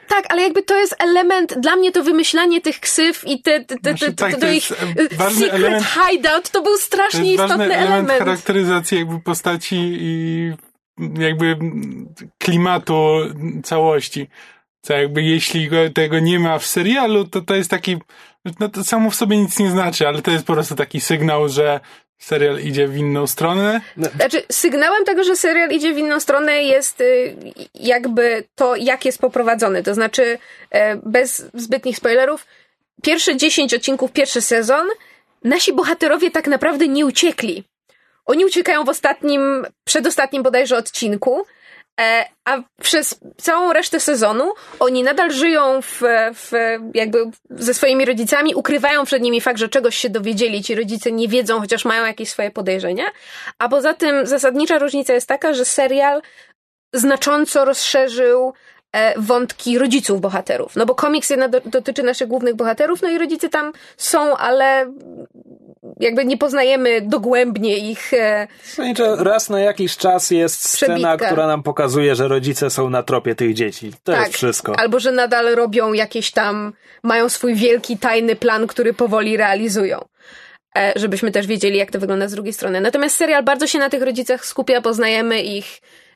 Tak, ale jakby to jest element, dla mnie to wymyślanie tych ksyw i to ich secret hideout, to był strasznie istotny element charakteryzacji jakby postaci i jakby klimatu całości. Co jakby jeśli tego nie ma w serialu, to jest taki, no to samo w sobie nic nie znaczy, ale to jest po prostu taki sygnał, że serial idzie w inną stronę. Znaczy, sygnałem tego, że serial idzie w inną stronę jest jakby to, jak jest poprowadzony. To znaczy, bez zbytnich spoilerów, pierwsze 10 odcinków, pierwszy sezon, nasi bohaterowie tak naprawdę nie uciekli. Oni uciekają w przedostatnim bodajże odcinku, a przez całą resztę sezonu oni nadal żyją jakby ze swoimi rodzicami, ukrywają przed nimi fakt, że czegoś się dowiedzieli, ci rodzice nie wiedzą, chociaż mają jakieś swoje podejrzenia, a poza tym zasadnicza różnica jest taka, że serial znacząco rozszerzył wątki rodziców bohaterów, no bo komiks jednak dotyczy naszych głównych bohaterów, no i rodzice tam są, ale jakby nie poznajemy dogłębnie ich. Raz na jakiś czas jest scena, która nam pokazuje, że rodzice są na tropie tych dzieci. To jest wszystko. Albo że nadal robią jakieś tam, mają swój wielki, tajny plan, który powoli realizują. Żebyśmy też wiedzieli, jak to wygląda z drugiej strony. Natomiast serial bardzo się na tych rodzicach skupia, poznajemy ich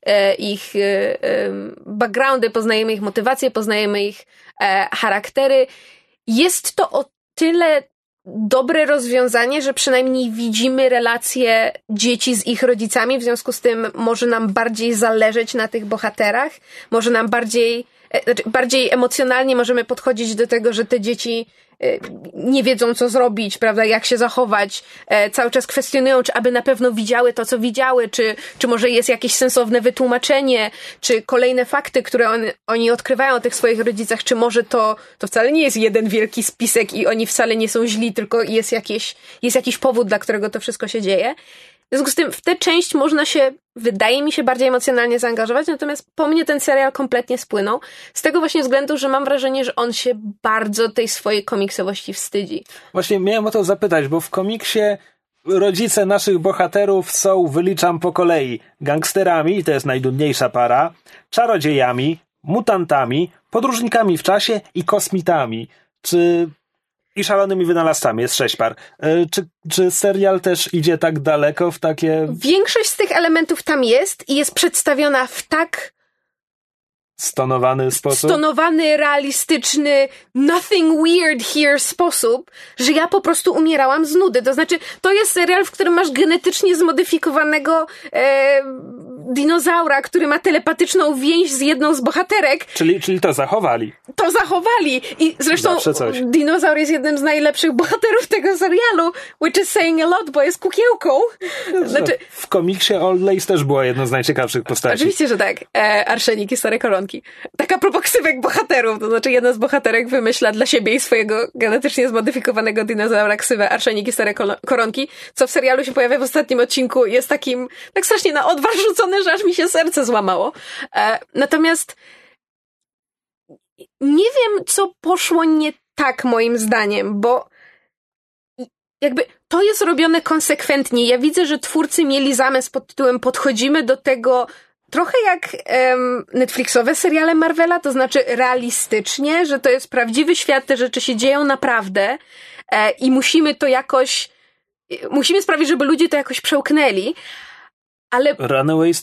backgroundy, poznajemy ich motywacje, poznajemy ich charaktery. Jest to o tyle dobre rozwiązanie, że przynajmniej widzimy relacje dzieci z ich rodzicami, w związku z tym może nam bardziej zależeć na tych bohaterach, może nam bardziej emocjonalnie możemy podchodzić do tego, że te dzieci nie wiedzą, co zrobić, prawda, jak się zachować, cały czas kwestionują, czy aby na pewno widziały to, co widziały, czy może jest jakieś sensowne wytłumaczenie, czy kolejne fakty, które oni odkrywają o tych swoich rodzicach, czy może to wcale nie jest jeden wielki spisek i oni wcale nie są źli, tylko jest jakiś powód, dla którego to wszystko się dzieje. W związku z tym w tę część można się, wydaje mi się, bardziej emocjonalnie zaangażować, natomiast po mnie ten serial kompletnie spłynął. Z tego właśnie względu, że mam wrażenie, że on się bardzo tej swojej komiksowości wstydzi. Właśnie miałem o to zapytać, bo w komiksie rodzice naszych bohaterów są, wyliczam po kolei, gangsterami, to jest najnudniejsza para, czarodziejami, mutantami, podróżnikami w czasie i kosmitami. I szalonymi wynalazcami, jest 6 par. Czy serial też idzie tak daleko w takie... Większość z tych elementów tam jest i jest przedstawiona w tak... stonowany sposób? Stonowany, realistyczny, nothing weird here sposób, że ja po prostu umierałam z nudy. To znaczy, to jest serial, w którym masz genetycznie zmodyfikowanego dinozaura, który ma telepatyczną więź z jedną z bohaterek. Czyli to zachowali. To zachowali. I zresztą dinozaur jest jednym z najlepszych bohaterów tego serialu, which is saying a lot, bo jest kukiełką. Znaczy, w komiksie Old Lace też była jedna z najciekawszych postaci. Oczywiście, że tak. Arszenik i stare koronki. Taka propos ksywek bohaterów, to znaczy jedna z bohaterek wymyśla dla siebie i swojego genetycznie zmodyfikowanego dinozaura ksywę Arszenik i stare koronki, co w serialu się pojawia w ostatnim odcinku, jest takim tak strasznie na odwal rzucone, że aż mi się serce złamało. Natomiast nie wiem, co poszło nie tak moim zdaniem, bo jakby to jest robione konsekwentnie. Ja widzę, że twórcy mieli zamysł pod tytułem podchodzimy do tego trochę jak Netflixowe seriale Marvela, to znaczy realistycznie, że to jest prawdziwy świat, te rzeczy się dzieją naprawdę i musimy sprawić, żeby ludzie to jakoś przełknęli, ale... Runaways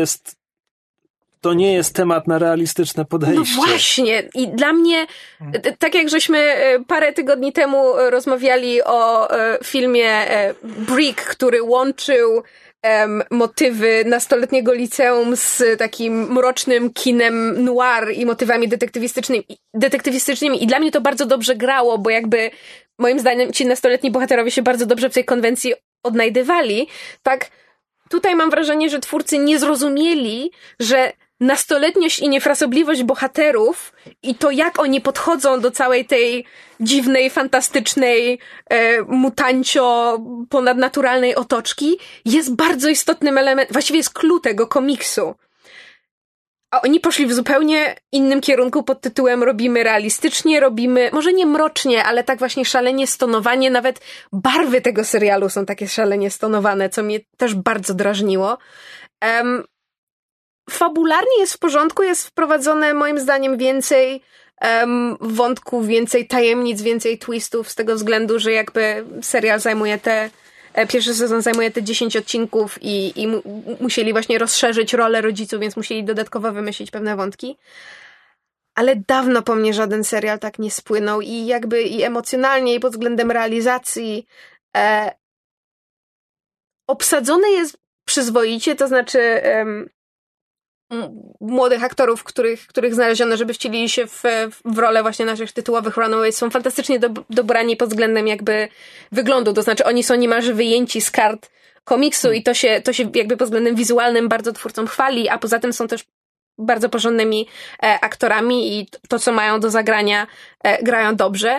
to nie jest temat na realistyczne podejście. No właśnie. I dla mnie, tak jak żeśmy parę tygodni temu rozmawiali o filmie Brick, który łączył motywy nastoletniego liceum z takim mrocznym kinem noir i motywami detektywistycznymi. I dla mnie to bardzo dobrze grało, bo jakby moim zdaniem ci nastoletni bohaterowie się bardzo dobrze w tej konwencji odnajdywali. Tak, tutaj mam wrażenie, że twórcy nie zrozumieli, że nastoletniość i niefrasobliwość bohaterów i to, jak oni podchodzą do całej tej dziwnej, fantastycznej, mutancio, ponadnaturalnej otoczki, jest bardzo istotnym elementem, właściwie jest clue tego komiksu. A oni poszli w zupełnie innym kierunku pod tytułem robimy realistycznie, robimy, może nie mrocznie, ale tak właśnie szalenie stonowanie, nawet barwy tego serialu są takie szalenie stonowane, co mnie też bardzo drażniło. fabularnie jest w porządku, jest wprowadzone moim zdaniem więcej wątków, więcej tajemnic, więcej twistów z tego względu, że jakby serial pierwszy sezon zajmuje te 10 odcinków i musieli właśnie rozszerzyć rolę rodziców, więc musieli dodatkowo wymyślić pewne wątki. Ale dawno po mnie żaden serial tak nie spłynął i jakby i emocjonalnie, i pod względem realizacji obsadzony jest przyzwoicie, to znaczy młodych aktorów, których znaleziono, żeby wcielili się w rolę właśnie naszych tytułowych Runaways, są fantastycznie dobrani pod względem jakby wyglądu, to znaczy oni są niemalże wyjęci z kart komiksu i to się jakby pod względem wizualnym bardzo twórcom chwali, a poza tym są też bardzo porządnymi aktorami i to, co mają do zagrania, grają dobrze.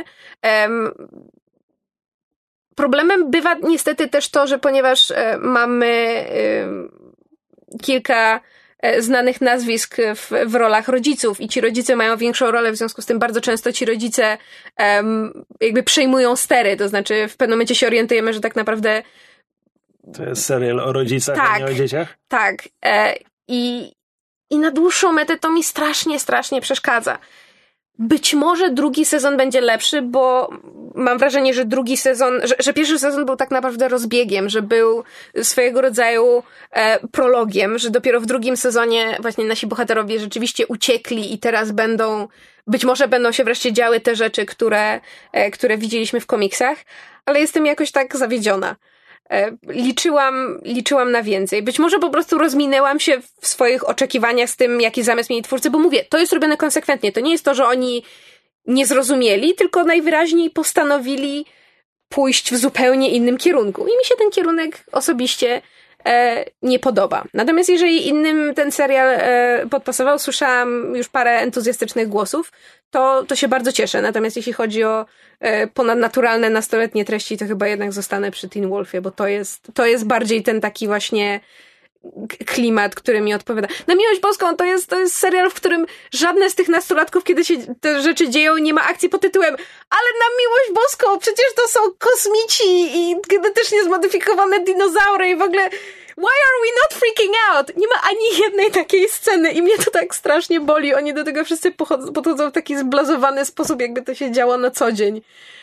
Problemem bywa niestety też to, że ponieważ mamy kilka znanych nazwisk w rolach rodziców i ci rodzice mają większą rolę, w związku z tym bardzo często ci rodzice jakby przejmują stery, to znaczy w pewnym momencie się orientujemy, że tak naprawdę to jest serial o rodzicach, a nie o dzieciach? Tak. I na dłuższą metę to mi strasznie, strasznie przeszkadza. Być może drugi sezon będzie lepszy, bo mam wrażenie, że drugi sezon, że pierwszy sezon był tak naprawdę rozbiegiem, że był swojego rodzaju prologiem, że dopiero w drugim sezonie właśnie nasi bohaterowie rzeczywiście uciekli i teraz być może będą się wreszcie działy te rzeczy, które widzieliśmy w komiksach, ale jestem jakoś tak zawiedziona. Liczyłam na więcej. Być może po prostu rozminęłam się w swoich oczekiwaniach z tym, jaki zamysł mieli twórcy, bo mówię, to jest robione konsekwentnie. To nie jest to, że oni nie zrozumieli, tylko najwyraźniej postanowili pójść w zupełnie innym kierunku. I mi się ten kierunek osobiście nie podoba. Natomiast jeżeli innym ten serial podpasował, słyszałam już parę entuzjastycznych głosów, to się bardzo cieszę. Natomiast jeśli chodzi o ponadnaturalne, nastoletnie treści, to chyba jednak zostanę przy Teen Wolfie, bo to jest bardziej ten taki właśnie klimat, który mi odpowiada. Na miłość boską to jest serial, w którym żadne z tych nastolatków, kiedy się te rzeczy dzieją, nie ma akcji pod tytułem ale na miłość boską, przecież to są kosmici i genetycznie zmodyfikowane dinozaury i w ogóle why are we not freaking out? Nie ma ani jednej takiej sceny i mnie to tak strasznie boli. Oni do tego wszyscy podchodzą w taki zblazowany sposób, jakby to się działo na co dzień.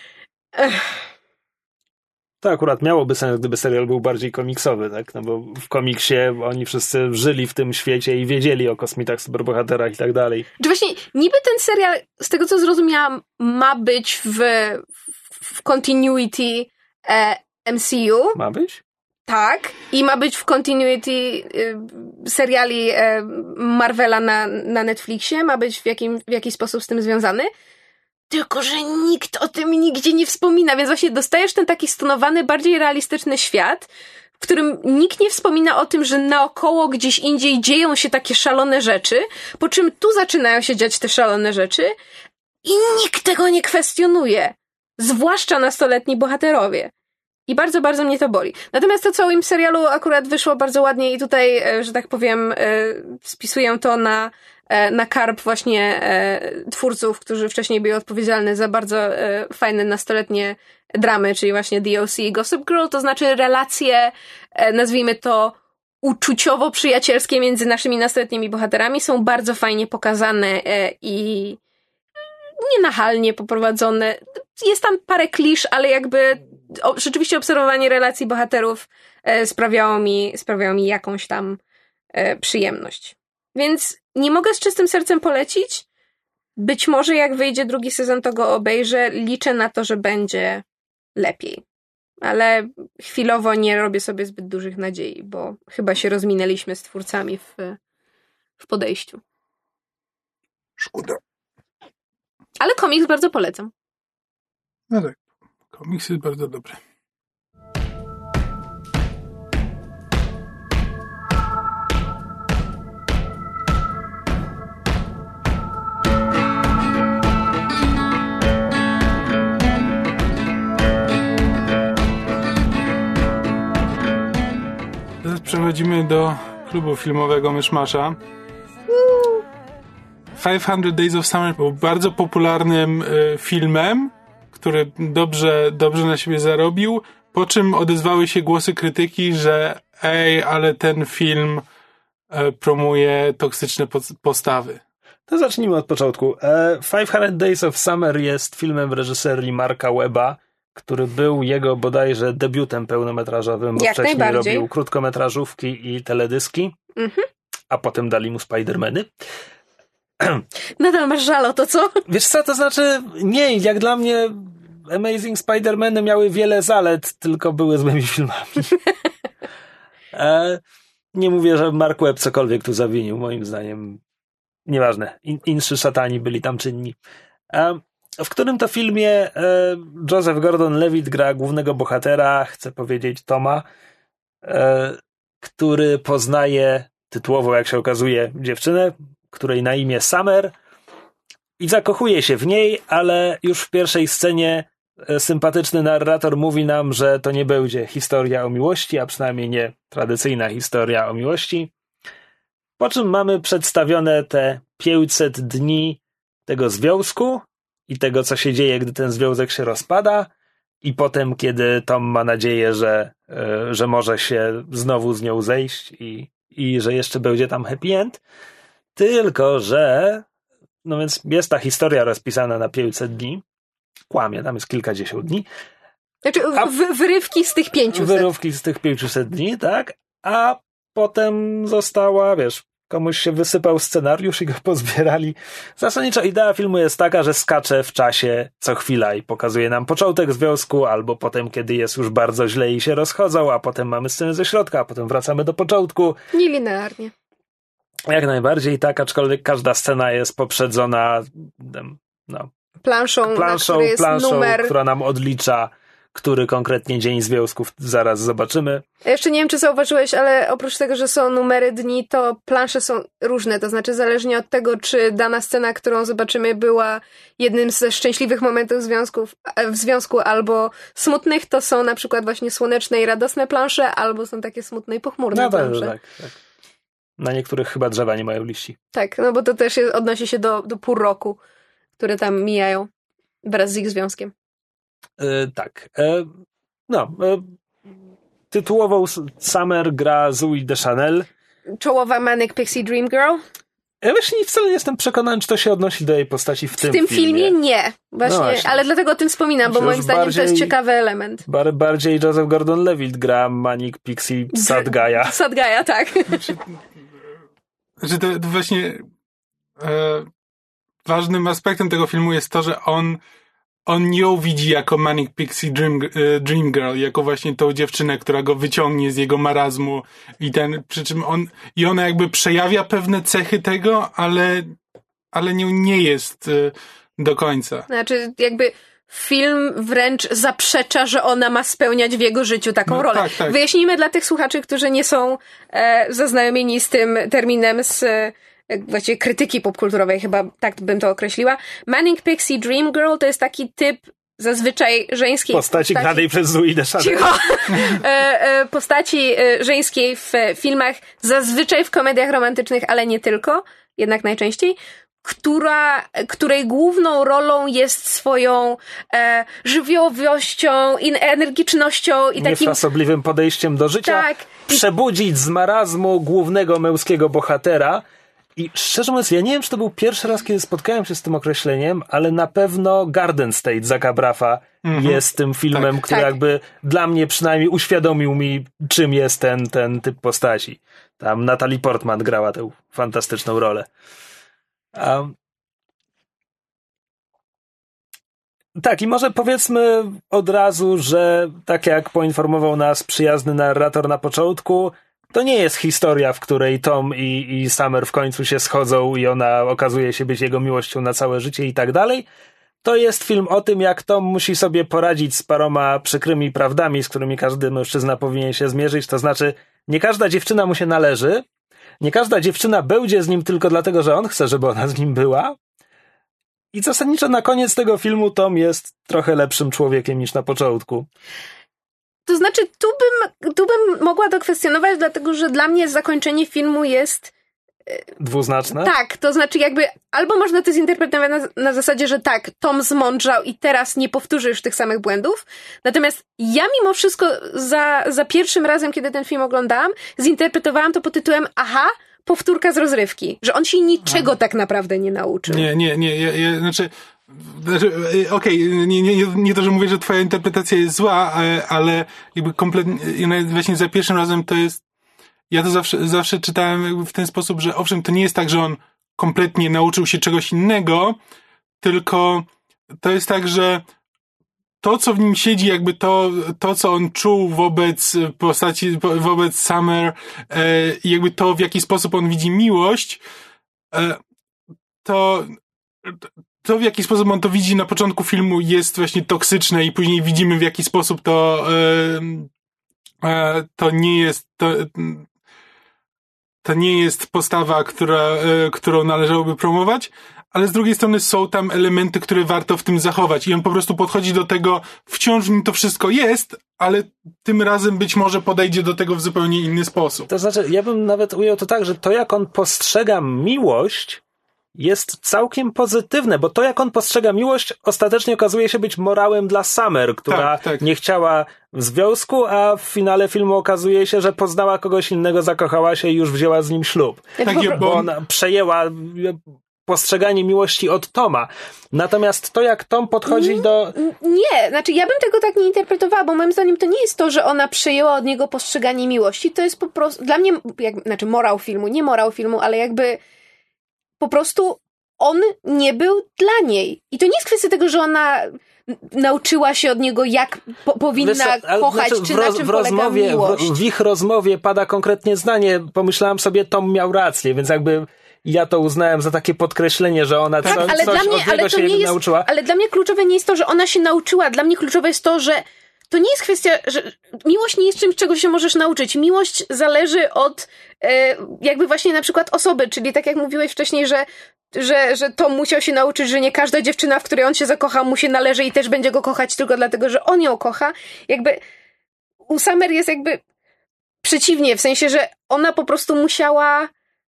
To akurat miałoby sens, gdyby serial był bardziej komiksowy, tak? No bo w komiksie oni wszyscy żyli w tym świecie i wiedzieli o kosmitach, superbohaterach i tak dalej. Czy właśnie niby ten serial, z tego co zrozumiałam, ma być w continuity MCU? Ma być? Tak. I ma być w continuity seriali Marvela na Netflixie. Ma być w jakiś sposób z tym związany. Tylko że nikt o tym nigdzie nie wspomina, więc właśnie dostajesz ten taki stonowany, bardziej realistyczny świat, w którym nikt nie wspomina o tym, że naokoło gdzieś indziej dzieją się takie szalone rzeczy, po czym tu zaczynają się dziać te szalone rzeczy i nikt tego nie kwestionuje. Zwłaszcza nastoletni bohaterowie. I bardzo, bardzo mnie to boli. Natomiast to całym serialu akurat wyszło bardzo ładnie i tutaj, że tak powiem, spisuję to na karb właśnie twórców, którzy wcześniej byli odpowiedzialni za bardzo fajne nastoletnie dramy, czyli właśnie DOC i Gossip Girl, to znaczy relacje, nazwijmy to uczuciowo-przyjacielskie między naszymi nastoletnimi bohaterami są bardzo fajnie pokazane i nienachalnie poprowadzone. Jest tam parę klisz, ale jakby rzeczywiście obserwowanie relacji bohaterów sprawiało mi jakąś tam przyjemność. Więc nie mogę z czystym sercem polecić. Być może jak wyjdzie drugi sezon, to go obejrzę. Liczę na to, że będzie lepiej. Ale chwilowo nie robię sobie zbyt dużych nadziei, bo chyba się rozminęliśmy z twórcami w podejściu. Szkoda. Ale komiks bardzo polecam. No tak. Komiks jest bardzo dobry. Teraz przechodzimy do klubu filmowego Myszmasza. 500 Days of Summer był bardzo popularnym filmem, który dobrze na siebie zarobił, po czym odezwały się głosy krytyki, że ale ten film promuje toksyczne postawy. To zacznijmy od początku. 500 Days of Summer jest filmem w reżyserii Marka Webba, który był jego bodajże debiutem pełnometrażowym, bo wcześniej robił krótkometrażówki i teledyski, a potem dali mu Spider-Many. Nadal masz żal o to, co? Wiesz co, to znaczy, nie, jak dla mnie Amazing Spider-Many miały wiele zalet, tylko były złymi filmami. Nie mówię, że Mark Webb cokolwiek tu zawinił, moim zdaniem. Nieważne, inszy szatani byli tam czynni. W którym to filmie Joseph Gordon-Levitt gra głównego bohatera, chcę powiedzieć Toma, który poznaje tytułowo, jak się okazuje, dziewczynę, której na imię Summer i zakochuje się w niej, ale już w pierwszej scenie sympatyczny narrator mówi nam, że to nie będzie historia o miłości, a przynajmniej nie tradycyjna historia o miłości. Po czym mamy przedstawione te 500 dni tego związku i tego, co się dzieje, gdy ten związek się rozpada i potem, kiedy Tom ma nadzieję, że może się znowu z nią zejść i że jeszcze będzie tam happy end. Tylko, że no więc jest ta historia rozpisana na 500 dni. Kłamie, tam jest kilkadziesiąt dni. Znaczy wyrywki z tych 500. Wyrywki z tych 500 dni, tak. A potem została, wiesz, komuś się wysypał scenariusz i go pozbierali. Zasadniczo idea filmu jest taka, że skacze w czasie co chwila i pokazuje nam początek związku, albo potem, kiedy jest już bardzo źle i się rozchodzą, a potem mamy scenę ze środka, a potem wracamy do początku. Nielinearnie. Jak najbardziej tak, aczkolwiek każda scena jest poprzedzona planszą, numer, która nam odlicza, który konkretnie dzień związków zaraz zobaczymy. Jeszcze nie wiem, czy zauważyłeś, ale oprócz tego, że są numery dni, to plansze są różne, to znaczy zależnie od tego, czy dana scena, którą zobaczymy, była jednym ze szczęśliwych momentów w związku albo smutnych, to są na przykład właśnie słoneczne i radosne plansze, albo są takie smutne i pochmurne plansze. Tak. Na niektórych chyba drzewa nie mają liści. Tak, no bo to też odnosi się do pół roku, które tam mijają wraz z ich związkiem. Tak. Tytułową Summer gra Zooey Deschanel. Czołowa Manic Pixie Dream Girl. Ja właśnie wcale nie jestem przekonany, czy to się odnosi do jej postaci w tym filmie. W tym filmie nie. Właśnie, ale dlatego o tym wspominam, bo moim zdaniem to jest ciekawy element. Bardziej Joseph Gordon-Levitt gra Manic Pixie Sad Guy'a. Sad Guy'a, tak. Że to właśnie ważnym aspektem tego filmu jest to, że on ją widzi jako Manic Pixie Dream Girl, jako właśnie tą dziewczynę, która go wyciągnie z jego marazmu przy czym ona jakby przejawia pewne cechy tego, ale nie jest do końca. Znaczy jakby film wręcz zaprzecza, że ona ma spełniać w jego życiu taką rolę. Tak. Wyjaśnijmy dla tych słuchaczy, którzy nie są zaznajomieni z tym terminem z właściwie krytyki popkulturowej, chyba tak bym to określiła. Manic Pixie Dream Girl to jest taki typ zazwyczaj żeńskiej postaci granej przez Zooey Deschanel. Postaci żeńskiej w filmach, zazwyczaj w komediach romantycznych, ale nie tylko, jednak najczęściej, której główną rolą jest swoją żywiołowością i energicznością i takim niefrasobliwym podejściem do życia. Tak. Przebudzić z marazmu głównego męskiego bohatera. I szczerze mówiąc, ja nie wiem, czy to był pierwszy raz, kiedy spotkałem się z tym określeniem, ale na pewno Garden State Zacka Braffa jest tym filmem, który jakby dla mnie przynajmniej uświadomił mi, czym jest ten typ postaci. Tam Natalie Portman grała tę fantastyczną rolę. Tak, i może powiedzmy od razu, że tak jak poinformował nas przyjazny narrator na początku, to nie jest historia, w której Tom i Summer w końcu się schodzą i ona okazuje się być jego miłością na całe życie i tak dalej. To jest film o tym, jak Tom musi sobie poradzić z paroma przykrymi prawdami, z którymi każdy mężczyzna powinien się zmierzyć. To znaczy, nie każda dziewczyna mu się należy, nie każda dziewczyna będzie z nim tylko dlatego, że on chce, żeby ona z nim była. I zasadniczo na koniec tego filmu Tom jest trochę lepszym człowiekiem niż na początku. To znaczy, tu bym mogła to kwestionować, dlatego że dla mnie zakończenie filmu jest dwuznaczne? Tak, to znaczy jakby albo można to zinterpretować na zasadzie, że tak, Tom zmądrzał i teraz nie powtórzy już tych samych błędów. Natomiast ja mimo wszystko za pierwszym razem, kiedy ten film oglądałam, zinterpretowałam to pod tytułem aha, powtórka z rozrywki. Że on się niczego tak naprawdę nie nauczył. Nie, znaczy okej, nie to, że mówię, że twoja interpretacja jest zła, ale jakby kompletnie, właśnie za pierwszym razem to jest, ja to zawsze czytałem jakby w ten sposób, że owszem, to nie jest tak, że on kompletnie nauczył się czegoś innego, tylko to jest tak, że to, co w nim siedzi, jakby to co on czuł wobec postaci, wobec Summer, i jakby to, w jaki sposób on widzi miłość, to w jaki sposób on to widzi na początku filmu jest właśnie toksyczne i później widzimy, w jaki sposób to nie jest postawa, którą należałoby promować, ale z drugiej strony są tam elementy, które warto w tym zachować i on po prostu podchodzi do tego, wciąż w nim to wszystko jest, ale tym razem być może podejdzie do tego w zupełnie inny sposób. To znaczy, ja bym nawet ujął to tak, że to jak on postrzega miłość jest całkiem pozytywne, bo to jak on postrzega miłość ostatecznie okazuje się być morałem dla Summer, która nie chciała w związku, a w finale filmu okazuje się, że poznała kogoś innego, zakochała się i już wzięła z nim ślub. Bo ona przejęła postrzeganie miłości od Toma. Natomiast to, jak Tom podchodzi do... Nie, znaczy ja bym tego tak nie interpretowała, bo moim zdaniem to nie jest to, że ona przejęła od niego postrzeganie miłości, to jest po prostu, dla mnie, znaczy morał filmu, nie morał filmu, ale jakby po prostu on nie był dla niej. I to nie jest kwestia tego, że ona nauczyła się od niego, jak powinna kochać, znaczy, czy na czym polega miłość. W ich rozmowie pada konkretnie zdanie, pomyślałam sobie, Tom miał rację, więc jakby ja to uznałem za takie podkreślenie, że ona coś od niego się nauczyła. Ale dla mnie kluczowe nie jest to, że ona się nauczyła. Dla mnie kluczowe jest to, że to nie jest kwestia, że miłość nie jest czymś, czego się możesz nauczyć. Miłość zależy od jakby właśnie na przykład osoby, czyli tak jak mówiłeś wcześniej, że Tom musiał się nauczyć, że nie każda dziewczyna, w której on się zakocha, mu się należy i też będzie go kochać tylko dlatego, że on ją kocha. Jakby u Summer jest jakby przeciwnie, w sensie, że ona po prostu musiała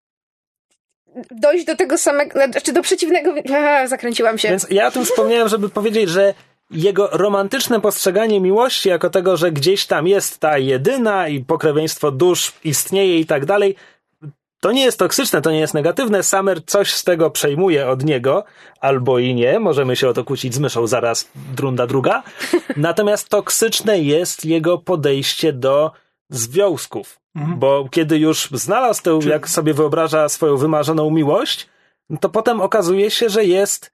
dojść do tego samego, znaczy do przeciwnego, zakręciłam się. Więc ja o tym wspomniałem, żeby powiedzieć, że jego romantyczne postrzeganie miłości jako tego, że gdzieś tam jest ta jedyna i pokrewieństwo dusz istnieje i tak dalej, to nie jest toksyczne, to nie jest negatywne. Summer coś z tego przejmuje od niego, albo i nie. Możemy się o to kłócić z myszą zaraz, drunda druga. Natomiast toksyczne jest jego podejście do związków. Bo kiedy już znalazł tę, jak sobie wyobraża, swoją wymarzoną miłość, to potem okazuje się, że jest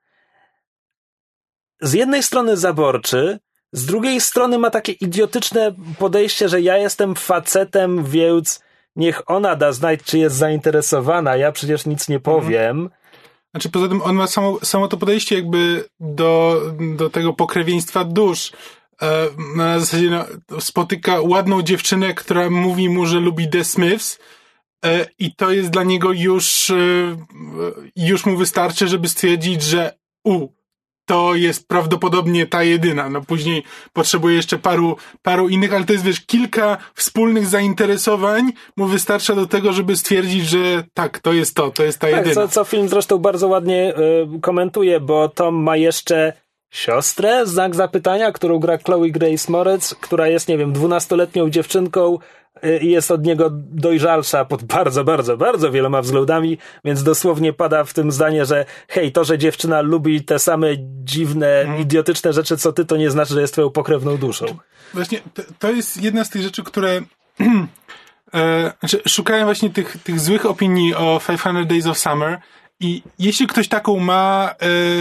z jednej strony zaborczy, z drugiej strony ma takie idiotyczne podejście, że ja jestem facetem, więc niech ona da znać, czy jest zainteresowana, ja przecież nic nie powiem. Znaczy poza tym on ma samo to podejście jakby do tego pokrewieństwa dusz. Na zasadzie spotyka ładną dziewczynę, która mówi mu, że lubi The Smiths, i to jest dla niego już mu wystarczy, żeby stwierdzić, że to jest prawdopodobnie ta jedyna. No później potrzebuje jeszcze paru innych, ale to jest, wiesz, kilka wspólnych zainteresowań mu wystarcza do tego, żeby stwierdzić, że tak, to jest ta jedyna. Co film zresztą bardzo ładnie komentuje, bo Tom ma jeszcze siostrę, znak zapytania, którą gra Chloe Grace Moretz, która jest, nie wiem, 12-letnią dziewczynką i jest od niego dojrzalsza pod bardzo, bardzo, bardzo wieloma względami, więc dosłownie pada w tym zdanie, że hej, to, że dziewczyna lubi te same dziwne, idiotyczne rzeczy, co ty, to nie znaczy, że jest twoją pokrewną duszą. Właśnie, to jest jedna z tych rzeczy, które szukałem właśnie tych złych opinii o 500 Days of Summer i jeśli ktoś taką ma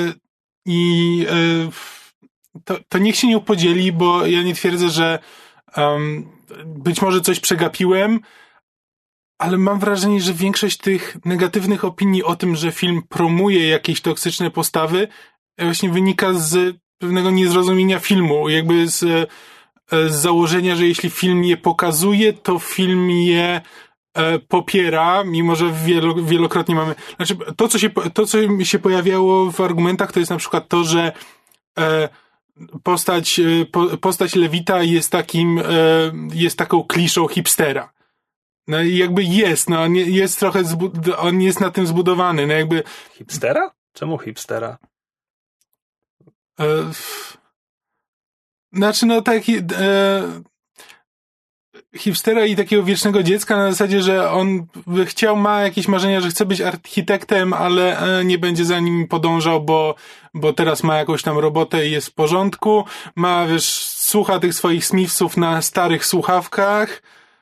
to niech się nią podzieli, bo ja nie twierdzę, że być może coś przegapiłem, ale mam wrażenie, że większość tych negatywnych opinii o tym, że film promuje jakieś toksyczne postawy, właśnie wynika z pewnego niezrozumienia filmu, jakby z założenia, że jeśli film je pokazuje, to film je popiera, mimo że wielokrotnie mamy... Znaczy, to, co mi się pojawiało w argumentach, to jest na przykład to, że postać Lewita jest taką kliszą hipstera. No i jakby jest, no on jest trochę, on jest na tym zbudowany, no jakby... Hipstera? Czemu hipstera? Znaczy, no taki... hipstera i takiego wiecznego dziecka na zasadzie, że on ma jakieś marzenia, że chce być architektem, ale nie będzie za nim podążał, bo teraz ma jakąś tam robotę i jest w porządku. Ma, słucha tych swoich Smithsów na starych słuchawkach.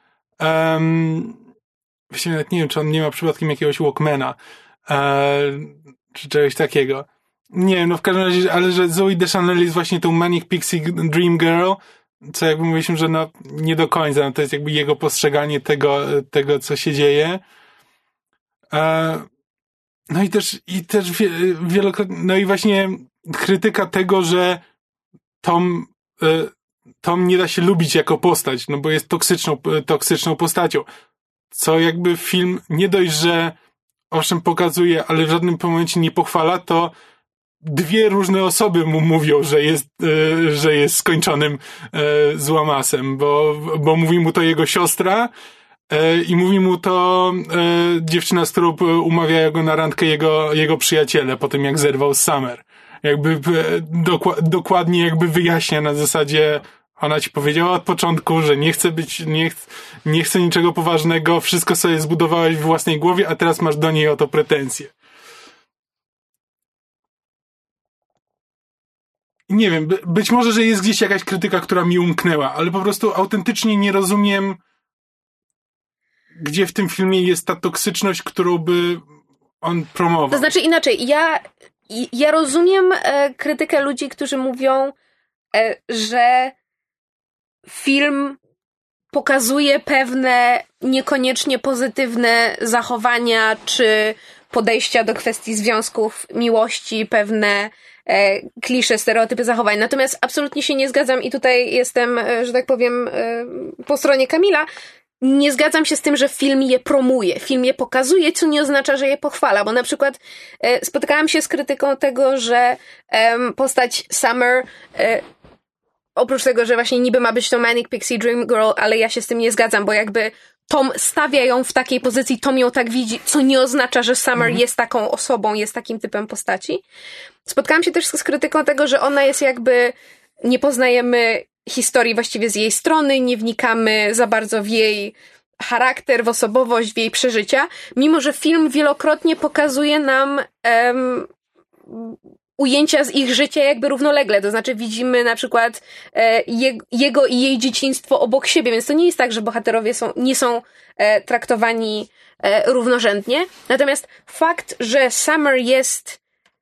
Właściwie nawet nie wiem, czy on nie ma przypadkiem jakiegoś Walkmana, czy czegoś takiego. Nie wiem, no w każdym razie, ale że Zooey Deschanel jest właśnie tą Manic Pixie Dream Girl, co jakby mówiliśmy, że no nie do końca, no to jest jakby jego postrzeganie tego co się dzieje. No i też wielokrotnie, no i właśnie krytyka tego, że Tom nie da się lubić jako postać, no bo jest toksyczną postacią. Co jakby film nie dość, że owszem pokazuje, ale w żadnym momencie nie pochwala, to dwie różne osoby mu mówią, że jest skończonym złamasem, bo mówi mu to jego siostra i mówi mu to dziewczyna, z którą umawiają go na randkę jego przyjaciele po tym, jak zerwał z Summer. Jakby dokładnie jakby wyjaśnia na zasadzie, ona ci powiedziała od początku, że nie chce niczego poważnego, wszystko sobie zbudowałeś w własnej głowie, a teraz masz do niej o to pretensje. Nie wiem, być może, że jest gdzieś jakaś krytyka, która mi umknęła, ale po prostu autentycznie nie rozumiem, gdzie w tym filmie jest ta toksyczność, którą by on promował. To znaczy inaczej, ja rozumiem krytykę ludzi, którzy mówią, że film pokazuje pewne niekoniecznie pozytywne zachowania czy podejścia do kwestii związków, miłości, pewne klisze, stereotypy zachowań. Natomiast absolutnie się nie zgadzam i tutaj jestem, że tak powiem, po stronie Kamila. Nie zgadzam się z tym, że film je promuje. Film je pokazuje, co nie oznacza, że je pochwala. Bo na przykład spotkałam się z krytyką tego, że postać Summer oprócz tego, że właśnie niby ma być to Manic Pixie Dream Girl, ale ja się z tym nie zgadzam, bo jakby Tom stawia ją w takiej pozycji, Tom ją tak widzi, co nie oznacza, że Summer jest taką osobą, jest takim typem postaci. Spotkałam się też z krytyką tego, że ona jest jakby, nie poznajemy historii właściwie z jej strony, nie wnikamy za bardzo w jej charakter, w osobowość, w jej przeżycia, mimo że film wielokrotnie pokazuje nam ujęcia z ich życia jakby równolegle, to znaczy widzimy na przykład jego i jej dzieciństwo obok siebie, więc to nie jest tak, że bohaterowie nie są traktowani równorzędnie. Natomiast fakt, że Summer jest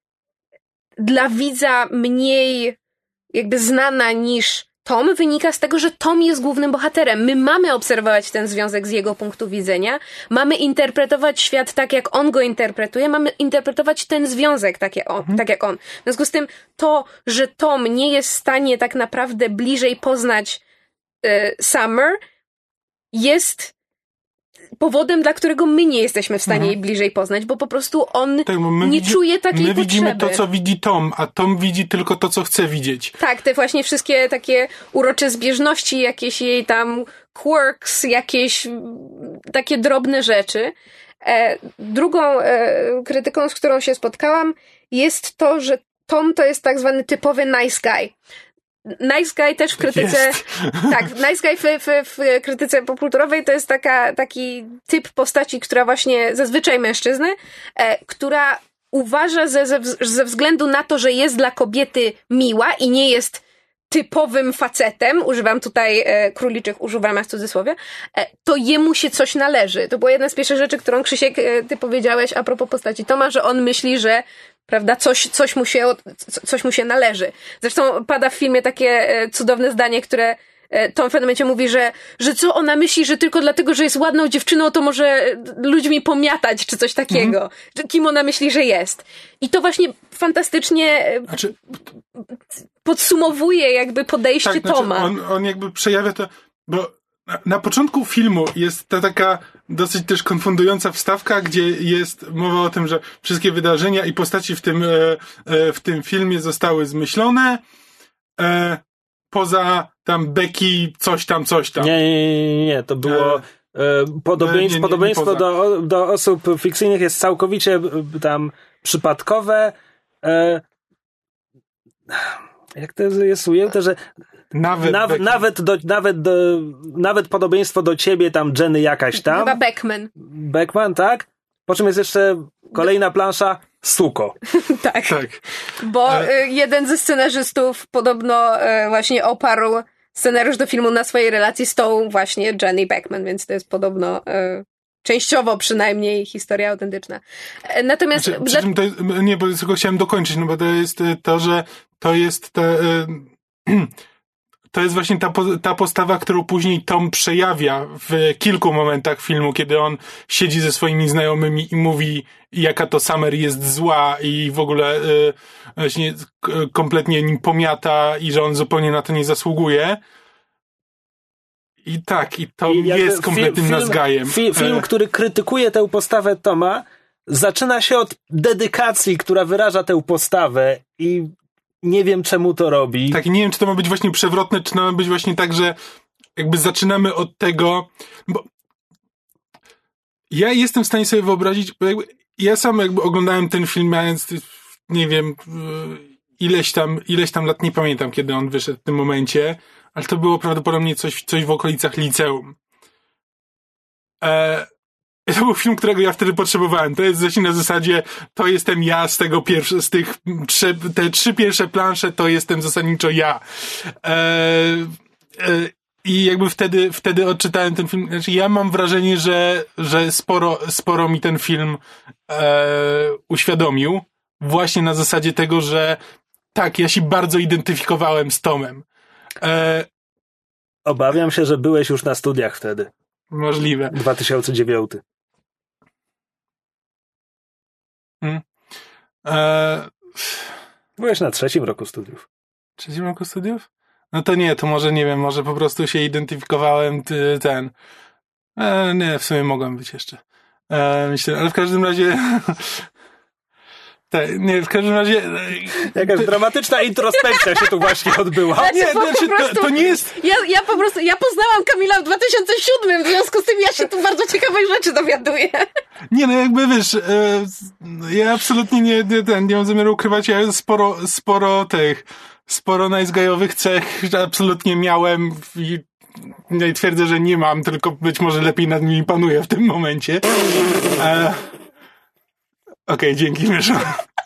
dla widza mniej jakby znana niż Tom, wynika z tego, że Tom jest głównym bohaterem. My mamy obserwować ten związek z jego punktu widzenia, mamy interpretować świat tak, jak on go interpretuje, mamy interpretować ten związek tak jak on. W związku z tym to, że Tom nie jest w stanie tak naprawdę bliżej poznać Summer, jest powodem, dla którego my nie jesteśmy w stanie jej bliżej poznać, bo po prostu on nie czuje takiej potrzeby. My widzimy to, co widzi Tom, a Tom widzi tylko to, co chce widzieć. Tak, te właśnie wszystkie takie urocze zbieżności, jakieś jej tam quirks, jakieś takie drobne rzeczy. Drugą krytyką, z którą się spotkałam, jest to, że Tom to jest tak zwany typowy nice guy. Nice guy też w krytyce... Tak, nice guy w krytyce popkulturowej to jest taki typ postaci, która właśnie zazwyczaj mężczyzny, która uważa ze względu na to, że jest dla kobiety miła i nie jest typowym facetem, używam tutaj króliczych używam w cudzysłowie, to jemu się coś należy. To była jedna z pierwszych rzeczy, którą Krzysiek, ty powiedziałeś a propos postaci Toma, że on myśli, że prawda, coś mu się należy. Zresztą pada w filmie takie cudowne zdanie, które Tom w pewnym momencie mówi, że co ona myśli, że tylko dlatego, że jest ładną dziewczyną, to może ludźmi pomiatać, czy coś takiego. Kim ona myśli, że jest. I to właśnie fantastycznie podsumowuje jakby podejście Toma. On jakby przejawia to, bo na początku filmu jest ta taka dosyć też konfundująca wstawka, gdzie jest mowa o tym, że wszystkie wydarzenia i postaci w tym filmie zostały zmyślone, poza tam Becky coś tam. Nie, to było podobieństwo do osób fikcyjnych jest całkowicie tam przypadkowe. Jak to jest ujęte, że Nawet podobieństwo do ciebie, tam Jenny jakaś tam. Chyba Beckman, tak? Po czym jest jeszcze kolejna plansza, suko. tak. Bo jeden ze scenarzystów podobno właśnie oparł scenariusz do filmu na swojej relacji z tą właśnie Jenny Beckman, więc to jest podobno częściowo przynajmniej historia autentyczna. Natomiast... nie, bo tylko chciałem dokończyć, no bo to jest to, że to jest to jest właśnie ta postawa, którą później Tom przejawia w kilku momentach filmu, kiedy on siedzi ze swoimi znajomymi i mówi, jaka to Summer jest zła i w ogóle właśnie kompletnie nim pomiata i że on zupełnie na to nie zasługuje. I to jest kompletnym nazgajem. Film, który krytykuje tę postawę Toma, zaczyna się od dedykacji, która wyraża tę postawę i nie wiem, czemu to robi. Tak, nie wiem, czy to ma być właśnie przewrotne, czy to ma być właśnie tak, że jakby zaczynamy od tego, bo ja jestem w stanie sobie wyobrazić, bo ja sam oglądałem ten film, mając, nie wiem, ileś tam lat, nie pamiętam, kiedy on wyszedł w tym momencie, ale to było prawdopodobnie coś w okolicach liceum. To był film, którego ja wtedy potrzebowałem. To jest właśnie na zasadzie, to jestem ja te 3 pierwsze plansze, to jestem zasadniczo ja. I jakby wtedy odczytałem ten film. Znaczy ja mam wrażenie, że sporo mi ten film uświadomił. Właśnie na zasadzie tego, że tak, ja się bardzo identyfikowałem z Tomem. Obawiam się, że byłeś już na studiach wtedy. Możliwe. 2009. Byłeś na 3. roku studiów. 3. roku studiów? No to nie, to może nie wiem, może po prostu się identyfikowałem nie, w sumie mogłem być jeszcze. Myślę, ale w każdym razie w każdym razie jakaś dramatyczna introspekcja się tu właśnie odbyła. To nie jest... Ja poznałam Kamila w 2007, w związku z tym ja się tu bardzo ciekawej rzeczy dowiaduję. Nie, no jakby wiesz, ja absolutnie nie mam zamiaru ukrywać, ja sporo nice guyowych cech absolutnie miałem i nie twierdzę, że nie mam, tylko być może lepiej nad nimi panuję w tym momencie. Okej, dzięki, Myszu.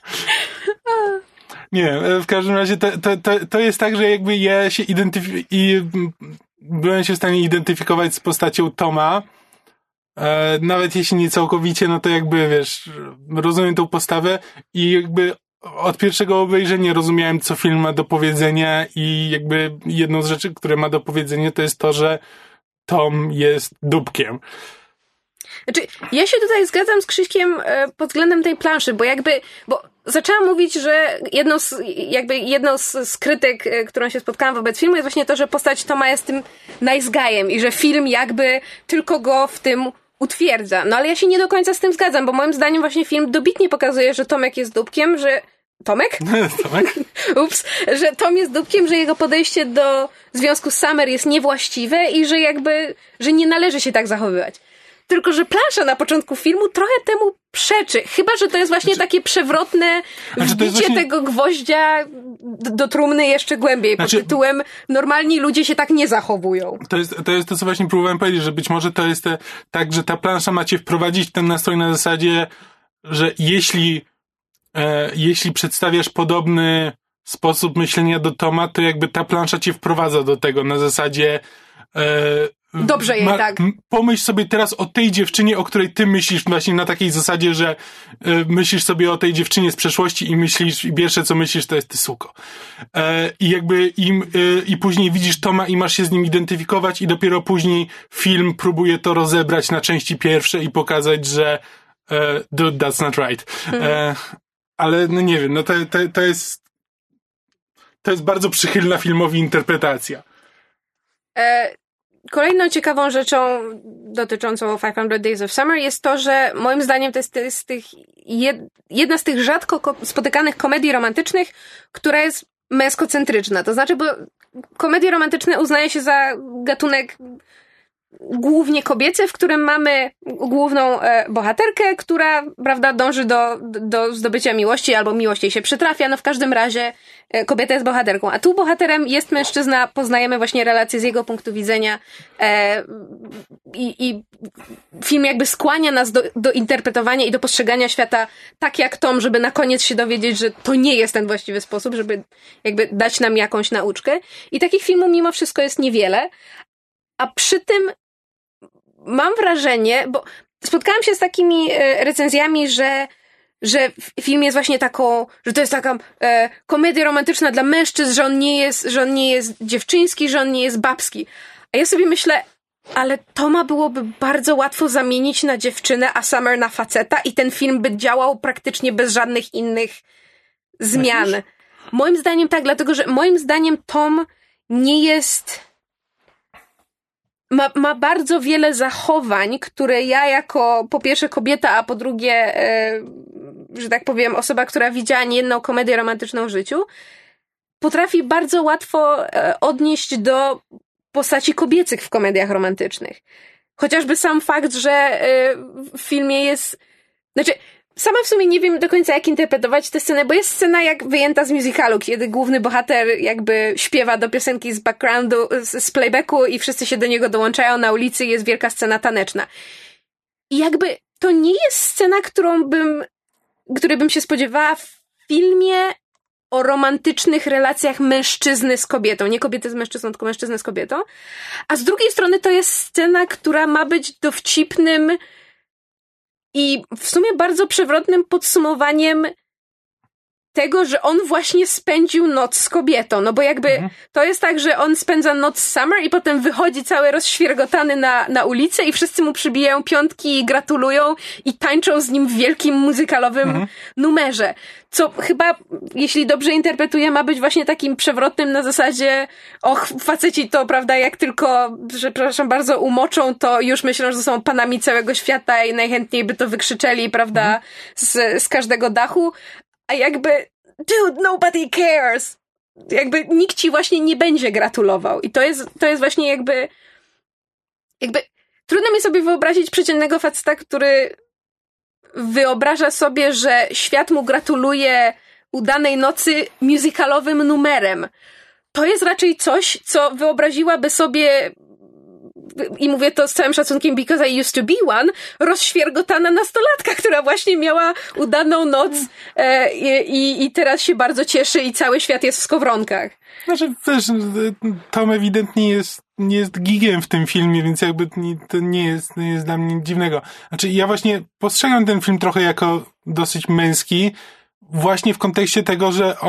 Nie, w każdym razie to jest tak, że jakby ja się byłem się w stanie identyfikować z postacią Toma. Nawet jeśli nie całkowicie, no to jakby, wiesz, rozumiem tą postawę i jakby od pierwszego obejrzenia rozumiałem, co film ma do powiedzenia i jakby jedną z rzeczy, które ma do powiedzenia, to jest to, że Tom jest dupkiem. Znaczy, ja się tutaj zgadzam z Krzyśkiem pod względem tej planszy, bo zaczęłam mówić, że jedną z krytyk, którą się spotkałam wobec filmu, jest właśnie to, że postać Toma jest tym nice guyem i że film jakby tylko go w tym utwierdza. No ale ja się nie do końca z tym zgadzam, bo moim zdaniem właśnie film dobitnie pokazuje, że Tomek jest dupkiem, że... Tomek? Ups. Że Tom jest dupkiem, że jego podejście do związku z Summer jest niewłaściwe i że nie należy się tak zachowywać. Tylko że plansza na początku filmu trochę temu przeczy. Chyba że to jest właśnie takie przewrotne wbicie tego gwoździa do trumny jeszcze głębiej. Pod tytułem normalni ludzie się tak nie zachowują. To jest to, co właśnie próbowałem powiedzieć, że być może to jest tak, że ta plansza ma cię wprowadzić w ten nastrój na zasadzie, że jeśli przedstawiasz podobny sposób myślenia do Toma, to jakby ta plansza cię wprowadza do tego na zasadzie dobrze jej, tak. Pomyśl sobie teraz o tej dziewczynie, o której ty myślisz właśnie na takiej zasadzie, że myślisz sobie o tej dziewczynie z przeszłości i pierwsze co myślisz to jest ty suko. I jakby i później widzisz Toma i masz się z nim identyfikować i dopiero później film próbuje to rozebrać na części pierwsze i pokazać, że dude, that's not right. Ale no nie wiem, no to jest bardzo przychylna filmowi interpretacja. Kolejną ciekawą rzeczą dotyczącą 500 Days of Summer jest to, że moim zdaniem to jest jedna z tych rzadko spotykanych komedii romantycznych, która jest męskocentryczna. To znaczy, bo komedie romantyczne uznaje się za gatunek głównie kobiece, w którym mamy główną bohaterkę, która, prawda, dąży do zdobycia miłości, albo miłość jej się przytrafia, no w każdym razie kobieta jest bohaterką, a tu bohaterem jest mężczyzna, poznajemy właśnie relacje z jego punktu widzenia i film jakby skłania nas do interpretowania i do postrzegania świata tak jak Tom, żeby na koniec się dowiedzieć, że to nie jest ten właściwy sposób, żeby jakby dać nam jakąś nauczkę. I takich filmów mimo wszystko jest niewiele, a przy tym mam wrażenie, bo spotkałam się z takimi recenzjami, że film jest właśnie taką, że to jest taka komedia romantyczna dla mężczyzn, że on nie jest dziewczyński, że on nie jest babski. A ja sobie myślę, ale Toma byłoby bardzo łatwo zamienić na dziewczynę, a Summer na faceta i ten film by działał praktycznie bez żadnych innych zmian. Myślisz? Moim zdaniem tak, dlatego że moim zdaniem Tom nie jest... Ma bardzo wiele zachowań, które ja jako po pierwsze kobieta, a po drugie, że tak powiem, osoba, która widziała niejedną komedię romantyczną w życiu, potrafi bardzo łatwo odnieść do postaci kobiecych w komediach romantycznych. Chociażby sam fakt, że w filmie jest... Znaczy, sama w sumie nie wiem do końca, jak interpretować tę scenę, bo jest scena jak wyjęta z musicalu, kiedy główny bohater jakby śpiewa do piosenki z backgroundu, z playbacku i wszyscy się do niego dołączają na ulicy i jest wielka scena taneczna. I jakby to nie jest scena, której bym się spodziewała w filmie o romantycznych relacjach mężczyzny z kobietą. Nie kobiety z mężczyzną, tylko mężczyzny z kobietą. A z drugiej strony to jest scena, która ma być dowcipnym i w sumie bardzo przewrotnym podsumowaniem tego, że on właśnie spędził noc z kobietą. No bo jakby to jest tak, że on spędza noc z Summer i potem wychodzi cały rozświergotany na ulicę i wszyscy mu przybijają piątki i gratulują i tańczą z nim w wielkim muzykalowym numerze. Co chyba, jeśli dobrze interpretuję, ma być właśnie takim przewrotnym na zasadzie faceci to, prawda, jak tylko, że przepraszam bardzo, umoczą, to już myślą, że są panami całego świata i najchętniej by to wykrzyczeli, prawda, z każdego dachu. A jakby, dude, nobody cares. Jakby nikt ci właśnie nie będzie gratulował. I to jest właśnie jakby trudno mi sobie wyobrazić przeciętnego faceta, który wyobraża sobie, że świat mu gratuluje udanej nocy musicalowym numerem. To jest raczej coś, co wyobraziłaby sobie, i mówię to z całym szacunkiem, because I used to be one, rozświergotana nastolatka, która właśnie miała udaną noc i teraz się bardzo cieszy i cały świat jest w skowronkach. Znaczy, wiesz, Tom ewidentnie nie jest gigiem w tym filmie, więc jakby to nie jest dla mnie dziwnego. Znaczy, ja właśnie postrzegam ten film trochę jako dosyć męski, właśnie w kontekście tego, że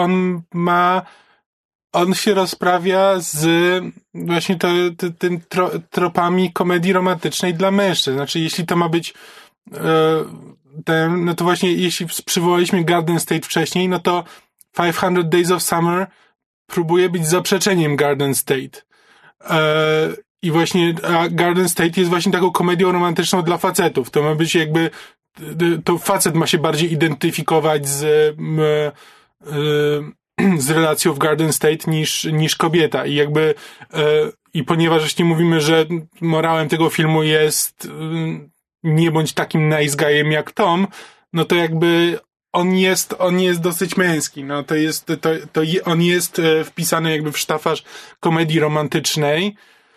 on się rozprawia z właśnie tym tropami komedii romantycznej dla mężczyzn. Znaczy, jeśli to ma być no to właśnie, jeśli przywołaliśmy Garden State wcześniej, no to 500 Days of Summer próbuje być zaprzeczeniem Garden State. I właśnie Garden State jest właśnie taką komedią romantyczną dla facetów. To ma być jakby, to facet ma się bardziej identyfikować z relacją w Garden State niż kobieta. I jakby i ponieważ jeśli mówimy, że morałem tego filmu jest nie bądź takim nice guyem jak Tom, no to jakby on jest dosyć męski. No to on jest wpisany jakby w sztafaż komedii romantycznej.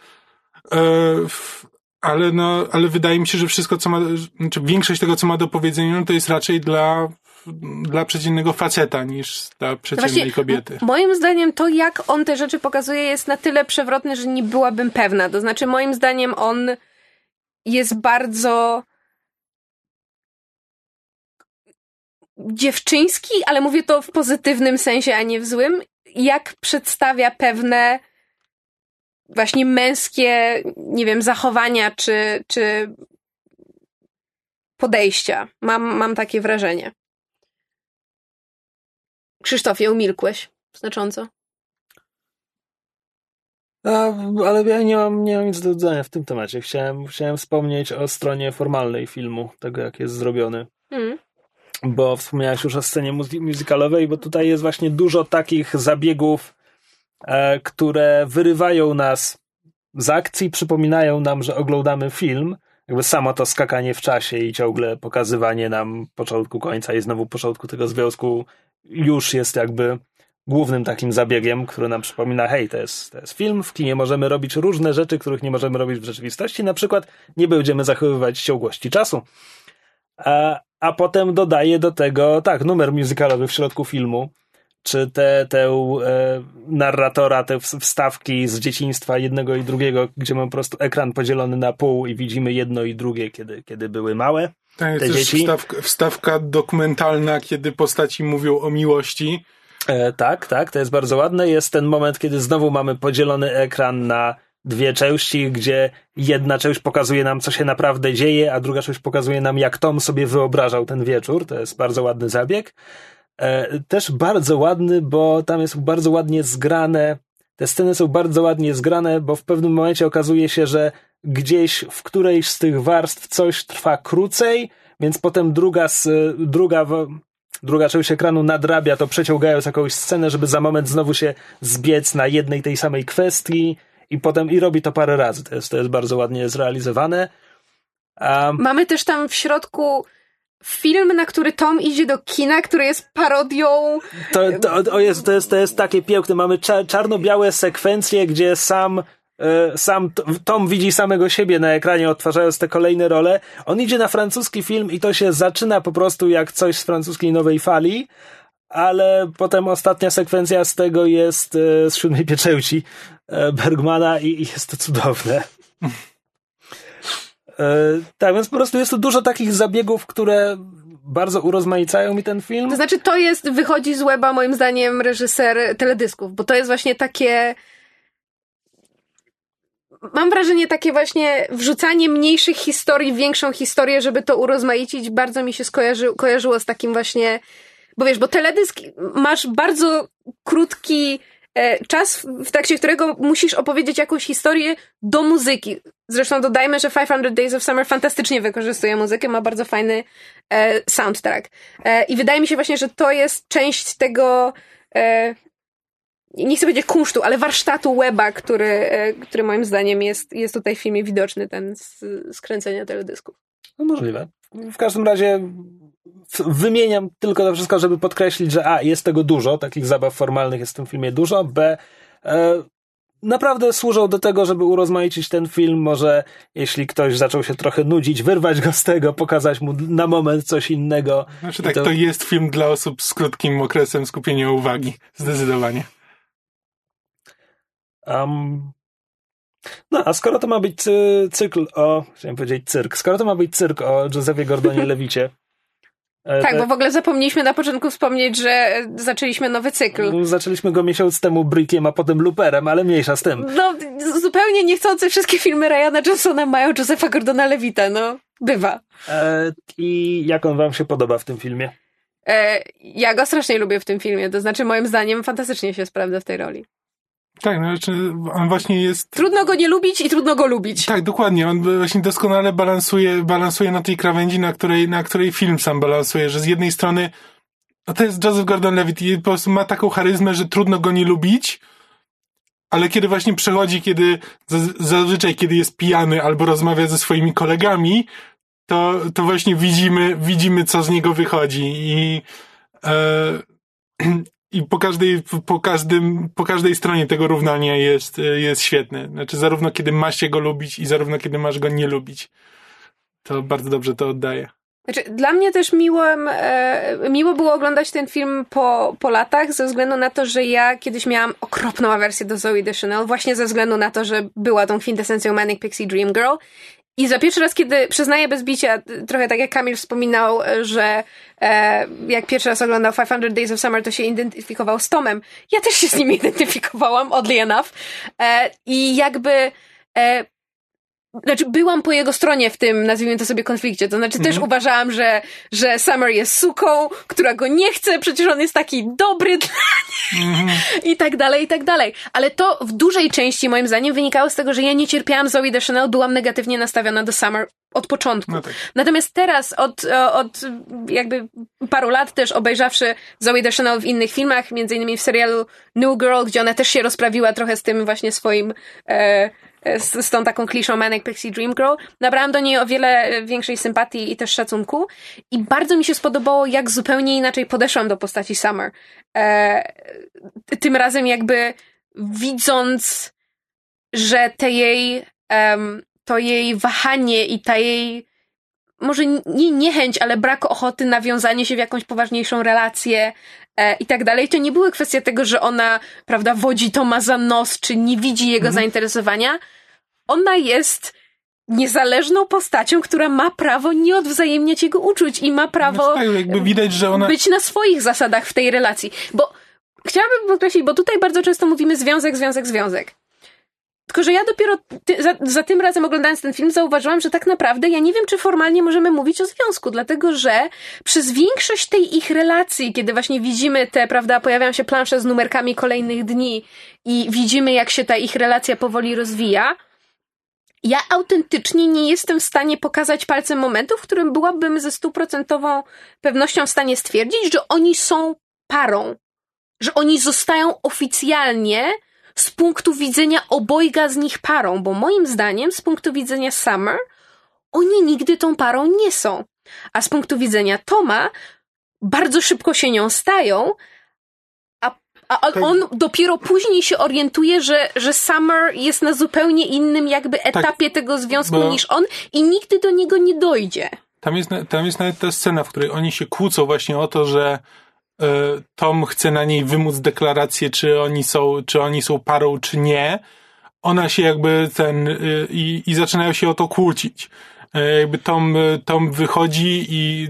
Ale wydaje mi się, że wszystko, znaczy większość tego, co ma do powiedzenia, no to jest raczej dla przeciętnego faceta niż dla przeciętnej kobiety. Moim zdaniem to, jak on te rzeczy pokazuje, jest na tyle przewrotne, że nie byłabym pewna. To znaczy, moim zdaniem on jest bardzo dziewczyński, ale mówię to w pozytywnym sensie, a nie w złym, jak przedstawia pewne właśnie męskie, nie wiem, zachowania czy podejścia. Mam takie wrażenie. Krzysztofie, umilkłeś znacząco. Ale ja nie mam nic do dodania w tym temacie. Chciałem wspomnieć o stronie formalnej filmu, tego jak jest zrobiony. Bo wspomniałaś już o scenie musicalowej, bo tutaj jest właśnie dużo takich zabiegów, które wyrywają nas z akcji przypominają nam, że oglądamy film, jakby samo to skakanie w czasie i ciągle pokazywanie nam początku, końca i znowu początku tego związku już jest jakby głównym takim zabiegiem, który nam przypomina, hej, to jest film, w kinie możemy robić różne rzeczy, których nie możemy robić w rzeczywistości, na przykład nie będziemy zachowywać ciągłości czasu. A potem dodaje do tego, numer musicalowy w środku filmu, czy narratora, te wstawki z dzieciństwa jednego i drugiego, gdzie mamy po prostu ekran podzielony na pół i widzimy jedno i drugie, kiedy były małe. Tak, te jest dzieci. Wstawka dokumentalna, kiedy postaci mówią o miłości. Tak, to jest bardzo ładne. Jest ten moment, kiedy znowu mamy podzielony ekran na dwie części, gdzie jedna część pokazuje nam, co się naprawdę dzieje, a druga część pokazuje nam, jak Tom sobie wyobrażał ten wieczór. To jest bardzo ładny zabieg. Też bardzo ładny, bo tam jest bardzo ładnie zgrane. Te sceny są bardzo ładnie zgrane, bo w pewnym momencie okazuje się, że gdzieś w którejś z tych warstw coś trwa krócej, więc potem druga część ekranu nadrabia to, przeciągając jakąś scenę, żeby za moment znowu się zbiec na jednej tej samej kwestii i robi to parę razy. To jest bardzo ładnie zrealizowane. Mamy też tam w środku film, na który Tom idzie do kina, który jest parodią. To jest takie piękne. Mamy czarno-białe sekwencje, gdzie sam Tom widzi samego siebie na ekranie, odtwarzając te kolejne role. On idzie na francuski film i to się zaczyna po prostu jak coś z francuskiej nowej fali, ale potem ostatnia sekwencja z tego jest z Siódmej pieczęci Bergmana i jest to cudowne. Tak, więc po prostu jest tu dużo takich zabiegów, które bardzo urozmaicają mi ten film. To znaczy, wychodzi z łeba moim zdaniem reżyser teledysków, bo to jest właśnie takie... Mam wrażenie, takie właśnie wrzucanie mniejszych historii w większą historię, żeby to urozmaicić, bardzo mi się kojarzyło z takim właśnie... Bo teledysk masz bardzo krótki czas, w trakcie którego musisz opowiedzieć jakąś historię do muzyki. Zresztą dodajmy, że 500 Days of Summer fantastycznie wykorzystuje muzykę, ma bardzo fajny soundtrack. I wydaje mi się właśnie, że to jest część tego... nie chcę powiedzieć kunsztu, ale warsztatu Weba, który moim zdaniem jest tutaj w filmie widoczny, ten z kręcenia teledysków. No możliwe. W każdym razie wymieniam tylko to wszystko, żeby podkreślić, że jest tego dużo, takich zabaw formalnych jest w tym filmie dużo, naprawdę służą do tego, żeby urozmaicić ten film. Może jeśli ktoś zaczął się trochę nudzić, wyrwać go z tego, pokazać mu na moment coś innego. Znaczy to jest film dla osób z krótkim okresem skupienia uwagi. Zdecydowanie. A skoro to ma być skoro to ma być cyrk o Josephie Gordonie-Levicie. Tak, bo w ogóle zapomnieliśmy na początku wspomnieć, że zaczęliśmy nowy cykl. Zaczęliśmy go miesiąc temu Brickiem, a potem Looperem, ale mniejsza z tym. No, zupełnie niechcący wszystkie filmy Ryana Johnsona mają Josepha Gordona-Levita, bywa. I jak on wam się podoba w tym filmie? Ja go strasznie lubię w tym filmie, to znaczy moim zdaniem fantastycznie się sprawdza w tej roli. Tak, on właśnie jest... Trudno go nie lubić i trudno go lubić. Tak, dokładnie. On właśnie doskonale balansuje na tej krawędzi, na której film sam balansuje, że z jednej strony to jest Joseph Gordon-Levitt i po prostu ma taką charyzmę, że trudno go nie lubić, ale kiedy właśnie przechodzi, zazwyczaj kiedy jest pijany albo rozmawia ze swoimi kolegami, to właśnie widzimy, co z niego wychodzi i po każdej stronie tego równania jest świetny. Znaczy zarówno kiedy ma się go lubić i zarówno kiedy masz go nie lubić. To bardzo dobrze to oddaje. Znaczy, dla mnie też miło było oglądać ten film po latach, ze względu na to, że ja kiedyś miałam okropną awersję do Zooey Deschanel, właśnie ze względu na to, że była tą kwintesencją Manic Pixie Dream Girl. I za pierwszy raz, kiedy, przyznaję bez bicia, trochę tak jak Kamil wspominał, że jak pierwszy raz oglądał 500 Days of Summer, to się identyfikował z Tomem. Ja też się z nim identyfikowałam, oddly enough. I jakby... Znaczy, byłam po jego stronie w tym, nazwijmy to sobie, konflikcie. To znaczy, też uważałam, że Summer jest suką, która go nie chce, przecież on jest taki dobry dla niej. I tak dalej, i tak dalej. Ale to w dużej części, moim zdaniem, wynikało z tego, że ja nie cierpiałam Zooey Deschanel, byłam negatywnie nastawiona do Summer od początku. No tak. Natomiast teraz, od jakby paru lat też obejrzawszy Zooey Deschanel w innych filmach, między innymi w serialu New Girl, gdzie ona też się rozprawiła trochę z tym właśnie swoim z tą taką kliszą Manic Pixie Dream Girl. Nabrałam do niej o wiele większej sympatii i też szacunku. I bardzo mi się spodobało, jak zupełnie inaczej podeszłam do postaci Summer. Tym razem jakby widząc, że to jej wahanie i ta jej może nie niechęć, ale brak ochoty na wiązanie się w jakąś poważniejszą relację i tak dalej, to nie były kwestie tego, że ona, prawda, wodzi Toma za nos, czy nie widzi jego zainteresowania. Ona jest niezależną postacią, która ma prawo nie odwzajemniać jego uczuć i ma prawo jakby widać, że ona... być na swoich zasadach w tej relacji. Bo chciałabym podkreślić, bo tutaj bardzo często mówimy związek. Tylko, że ja dopiero za tym razem oglądając ten film zauważyłam, że tak naprawdę ja nie wiem, czy formalnie możemy mówić o związku, dlatego, że przez większość tej ich relacji, kiedy właśnie widzimy te, prawda, pojawiają się plansze z numerkami kolejnych dni i widzimy, jak się ta ich relacja powoli rozwija, ja autentycznie nie jestem w stanie pokazać palcem momentu, w którym byłabym ze 100% pewnością w stanie stwierdzić, że oni są parą, że oni zostają oficjalnie z punktu widzenia obojga z nich parą, bo moim zdaniem z punktu widzenia Summer oni nigdy tą parą nie są. A z punktu widzenia Toma bardzo szybko się nią stają, a on dopiero później się orientuje, że Summer jest na zupełnie innym jakby etapie tego związku niż on i nigdy do niego nie dojdzie. Tam jest nawet ta scena, w której oni się kłócą właśnie o to, że Tom chce na niej wymóc deklarację, czy oni są parą, czy nie. Ona się jakby i zaczynają się o to kłócić. Jakby Tom wychodzi i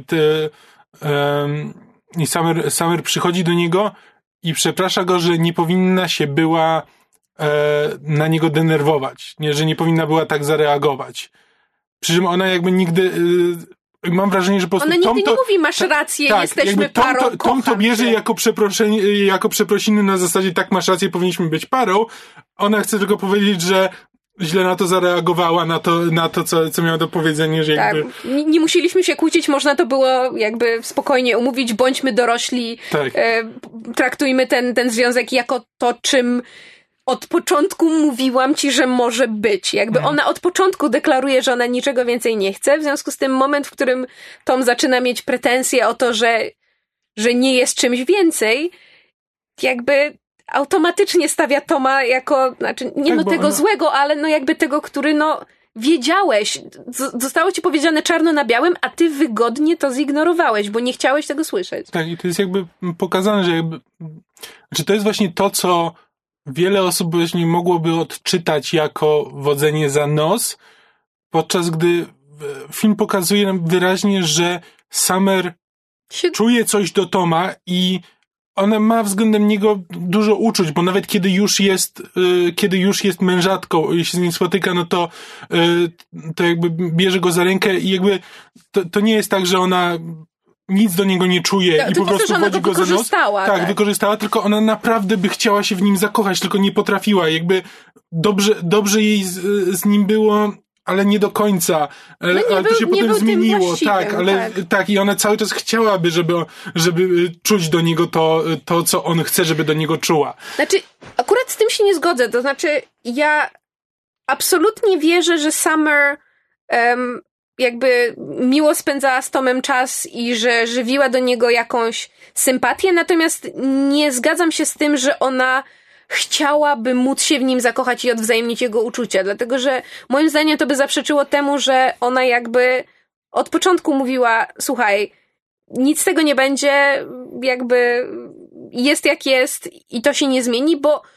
Summer przychodzi do niego i przeprasza go, że nie powinna się była na niego denerwować, nie, że nie powinna była tak zareagować. Przy czym ona jakby nigdy... Mam wrażenie, że po prostu ona nigdy nie mówi, masz rację, jesteśmy parą, Tom to bierze jako przeprosiny na zasadzie, tak, masz rację, powinniśmy być parą. Ona chce tylko powiedzieć, że źle na to zareagowała, na to co miała do powiedzenia, że jakby... Tak, nie musieliśmy się kłócić, można to było jakby spokojnie umówić, bądźmy dorośli, traktujmy ten związek jako to, czym od początku mówiłam ci, że może być. Jakby ona od początku deklaruje, że ona niczego więcej nie chce, w związku z tym moment, w którym Tom zaczyna mieć pretensje o to, że nie jest czymś więcej, jakby automatycznie stawia Toma jako, znaczy nie tego złego, ale jakby tego, który wiedziałeś, zostało ci powiedziane czarno na białym, a ty wygodnie to zignorowałeś, bo nie chciałeś tego słyszeć. Tak, i to jest jakby pokazane, że jakby, znaczy to jest właśnie to, co wiele osób właśnie mogłoby odczytać jako wodzenie za nos, podczas gdy film pokazuje nam wyraźnie, że Summer czuje coś do Toma i ona ma względem niego dużo uczuć, bo nawet kiedy już jest mężatką i się z nim spotyka, no to jakby bierze go za rękę i jakby to nie jest tak, że ona nic do niego nie czuje i po prostu wodzi go za nos. Tak, wykorzystała, tylko ona naprawdę by chciała się w nim zakochać, tylko nie potrafiła. Jakby dobrze jej z nim było, ale nie do końca. Ale to się potem zmieniło. Tak, ale tak, i ona cały czas chciałaby, żeby czuć do niego to, co on chce, żeby do niego czuła. Znaczy, akurat z tym się nie zgodzę. To znaczy, ja absolutnie wierzę, że Summer jakby miło spędzała z Tomem czas i że żywiła do niego jakąś sympatię, natomiast nie zgadzam się z tym, że ona chciałaby móc się w nim zakochać i odwzajemnić jego uczucia, dlatego że moim zdaniem to by zaprzeczyło temu, że ona jakby od początku mówiła, słuchaj, nic z tego nie będzie, jakby jest jak jest i to się nie zmieni,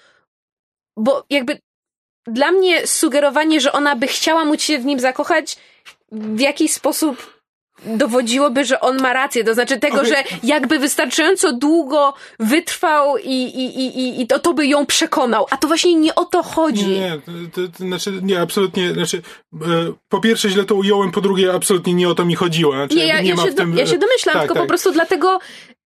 bo jakby dla mnie sugerowanie, że ona by chciała móc się w nim zakochać, w jakiś sposób dowodziłoby, że on ma rację. To znaczy tego, że jakby wystarczająco długo wytrwał i to by ją przekonał. A to właśnie nie o to chodzi. Nie, znaczy, nie, absolutnie. Znaczy, po pierwsze źle to ująłem, po drugie absolutnie nie o to mi chodziło. Znaczy, ja się domyślam, tylko po prostu dlatego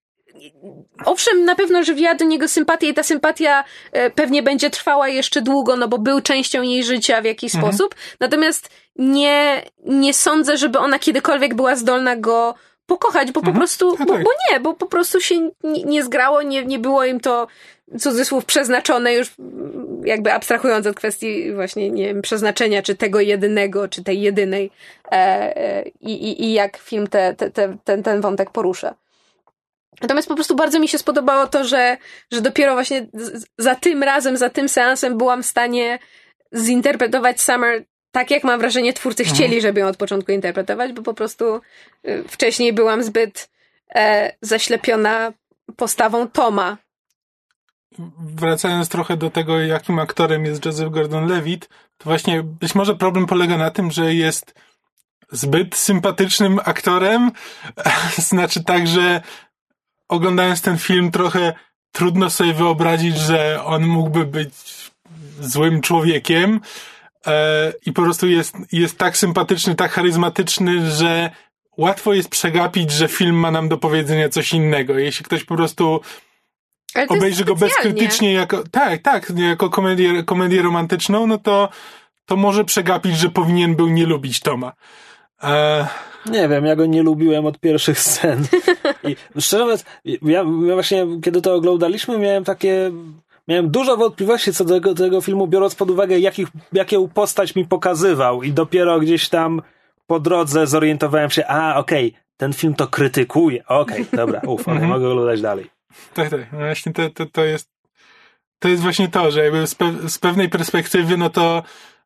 owszem, na pewno żywiła do niego sympatię i ta sympatia pewnie będzie trwała jeszcze długo, no bo był częścią jej życia w jakiś sposób. Natomiast nie sądzę, żeby ona kiedykolwiek była zdolna go pokochać, bo po prostu, bo po prostu się nie zgrało, nie było im to, cudzysłów, przeznaczone już jakby abstrahując od kwestii właśnie, nie wiem, przeznaczenia, czy tego jedynego, czy tej jedynej i jak film ten wątek porusza. Natomiast po prostu bardzo mi się spodobało to, że dopiero właśnie za tym razem, za tym seansem byłam w stanie zinterpretować Summer tak, jak mam wrażenie twórcy chcieli, żeby ją od początku interpretować, bo po prostu wcześniej byłam zbyt zaślepiona postawą Toma. Wracając trochę do tego, jakim aktorem jest Joseph Gordon-Levitt, to właśnie być może problem polega na tym, że jest zbyt sympatycznym aktorem. Znaczy tak, że oglądając ten film trochę trudno sobie wyobrazić, że on mógłby być złym człowiekiem i po prostu jest tak sympatyczny, tak charyzmatyczny, że łatwo jest przegapić, że film ma nam do powiedzenia coś innego. Jeśli ktoś po prostu obejrzy go bezkrytycznie jako komedię romantyczną, no to może przegapić, że powinien był nie lubić Toma. Nie wiem, ja go nie lubiłem od pierwszych scen. I szczerze mówiąc, ja właśnie, kiedy to oglądaliśmy, miałem dużo wątpliwości co do tego filmu, biorąc pod uwagę, jaką postać mi pokazywał. I dopiero gdzieś tam po drodze zorientowałem się, ten film to krytykuje. Dobra, mogę oglądać dalej. Tak, no właśnie to jest właśnie to, że jakby z pewnej perspektywy, no to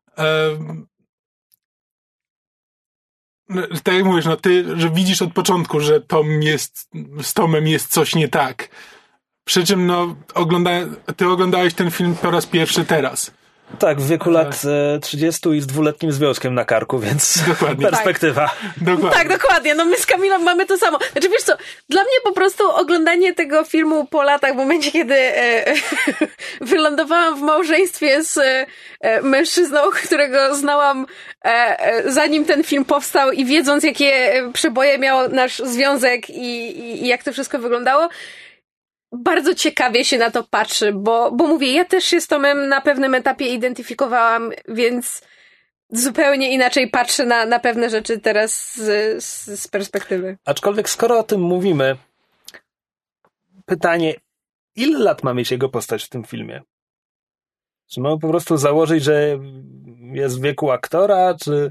tak jak mówisz, no ty, że widzisz od początku, że z Tomem jest coś nie tak. Przy czym ty oglądałeś ten film po raz pierwszy teraz. Tak, w wieku lat 30 i z 2-letnim związkiem na karku, więc dokładnie. Perspektywa. Dokładnie. Tak, dokładnie. No my z Kamilą mamy to samo. Znaczy wiesz co, dla mnie po prostu oglądanie tego filmu po latach, w momencie kiedy wylądowałam w małżeństwie z mężczyzną, którego znałam zanim ten film powstał i wiedząc, jakie przeboje miał nasz związek i jak to wszystko wyglądało, bardzo ciekawie się na to patrzy, bo mówię, ja też się z Tomem na pewnym etapie identyfikowałam, więc zupełnie inaczej patrzę na pewne rzeczy teraz z perspektywy. Aczkolwiek skoro o tym mówimy, pytanie, ile lat ma mieć jego postać w tym filmie? Czy mamy po prostu założyć, że jest w wieku aktora, czy...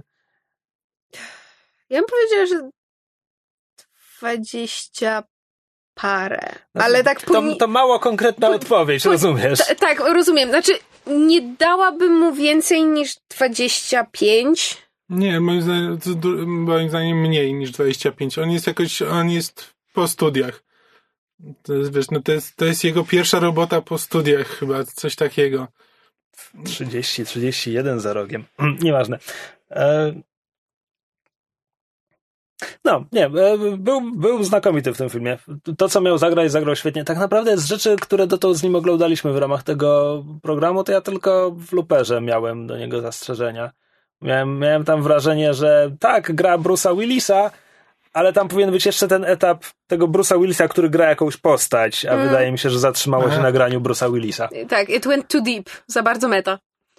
Ja bym powiedziała, że 20 parę. Ale tak to mało konkretna odpowiedź, rozumiesz? Tak, rozumiem. Znaczy, nie dałabym mu więcej niż 25. Nie, moim zdaniem mniej niż 25. On jest po studiach. To jest, wiesz, to jest jego pierwsza robota po studiach chyba, coś takiego. 31 za rogiem. Nieważne. Był znakomity w tym filmie. To, co miał zagrać, zagrał świetnie. Tak naprawdę z rzeczy, które dotąd z nim oglądaliśmy w ramach tego programu, to ja tylko w Looperze miałem do niego zastrzeżenia. Miałem tam wrażenie, że tak, gra Bruce'a Willisa, ale tam powinien być jeszcze ten etap tego Bruce'a Willisa, który gra jakąś postać, a wydaje mi się, że zatrzymało się na graniu Bruce'a Willisa. Tak, it went too deep. Za bardzo meta.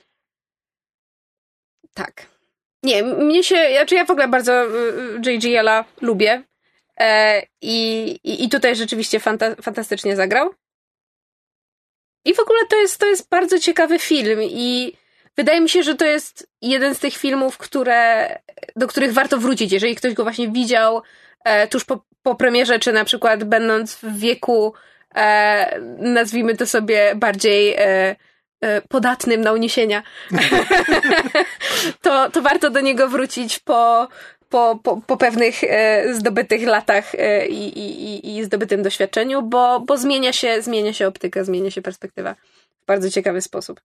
Tak. Nie, ja w ogóle bardzo J.G.L.a lubię i tutaj rzeczywiście fantastycznie zagrał. I w ogóle to jest bardzo ciekawy film i wydaje mi się, że to jest jeden z tych filmów, do których warto wrócić, jeżeli ktoś go właśnie widział tuż po premierze, czy na przykład będąc w wieku, nazwijmy to sobie bardziej podatnym na uniesienia, to warto do niego wrócić po pewnych zdobytych latach i zdobytym doświadczeniu, bo zmienia się optyka, zmienia się perspektywa w bardzo ciekawy sposób.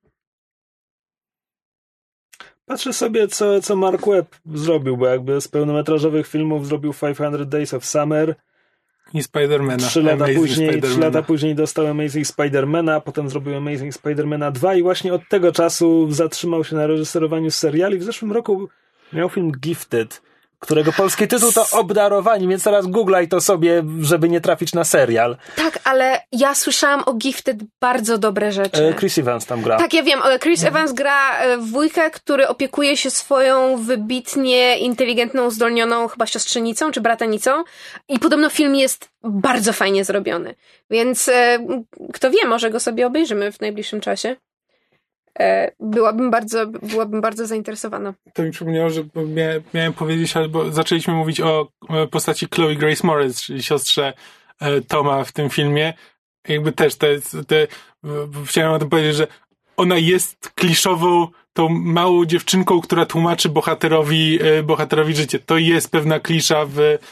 Patrzę sobie, co Mark Webb zrobił, bo jakby z pełnometrażowych filmów zrobił 500 Days of Summer i Spidermana. 3 lata później dostał Amazing Spidermana, potem zrobił Amazing Spidermana 2 i właśnie od tego czasu zatrzymał się na reżyserowaniu seriali. W zeszłym roku miał film Gifted, którego polski tytuł to Obdarowani, więc teraz googlaj to sobie, żeby nie trafić na serial. Tak, ale ja słyszałam o Gifted bardzo dobre rzeczy. Chris Evans tam gra. Tak, ja wiem, ale Chris Evans gra wujka, który opiekuje się swoją wybitnie inteligentną, uzdolnioną chyba siostrzenicą czy bratanicą i podobno film jest bardzo fajnie zrobiony. Więc kto wie, może go sobie obejrzymy w najbliższym czasie. byłabym bardzo zainteresowana. To mi przypomniało, że miałem powiedzieć, albo zaczęliśmy mówić o postaci Chloe Grace Moretz, czyli siostrze Toma w tym filmie. Jakby też chciałem o tym powiedzieć, że ona jest kliszową tą małą dziewczynką, która tłumaczy bohaterowi życie. To jest pewna klisza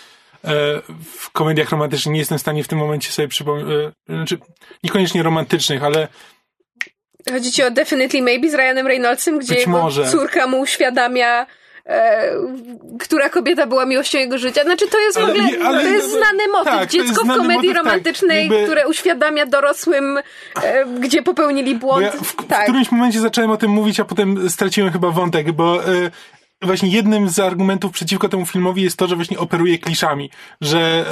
w komediach romantycznych. Nie jestem w stanie w tym momencie sobie przypomnieć, znaczy niekoniecznie romantycznych, ale chodzi ci o Definitely Maybe z Ryanem Reynoldsem, gdzie jego córka mu uświadamia, która kobieta była miłością jego życia. Znaczy to jest w ogóle, to jest znany motyw. Tak, dziecko w komedii romantycznej, tak, które uświadamia dorosłym, gdzie popełnili błąd. Ja w którymś momencie zacząłem o tym mówić, a potem straciłem chyba wątek, bo właśnie jednym z argumentów przeciwko temu filmowi jest to, że właśnie operuje kliszami, że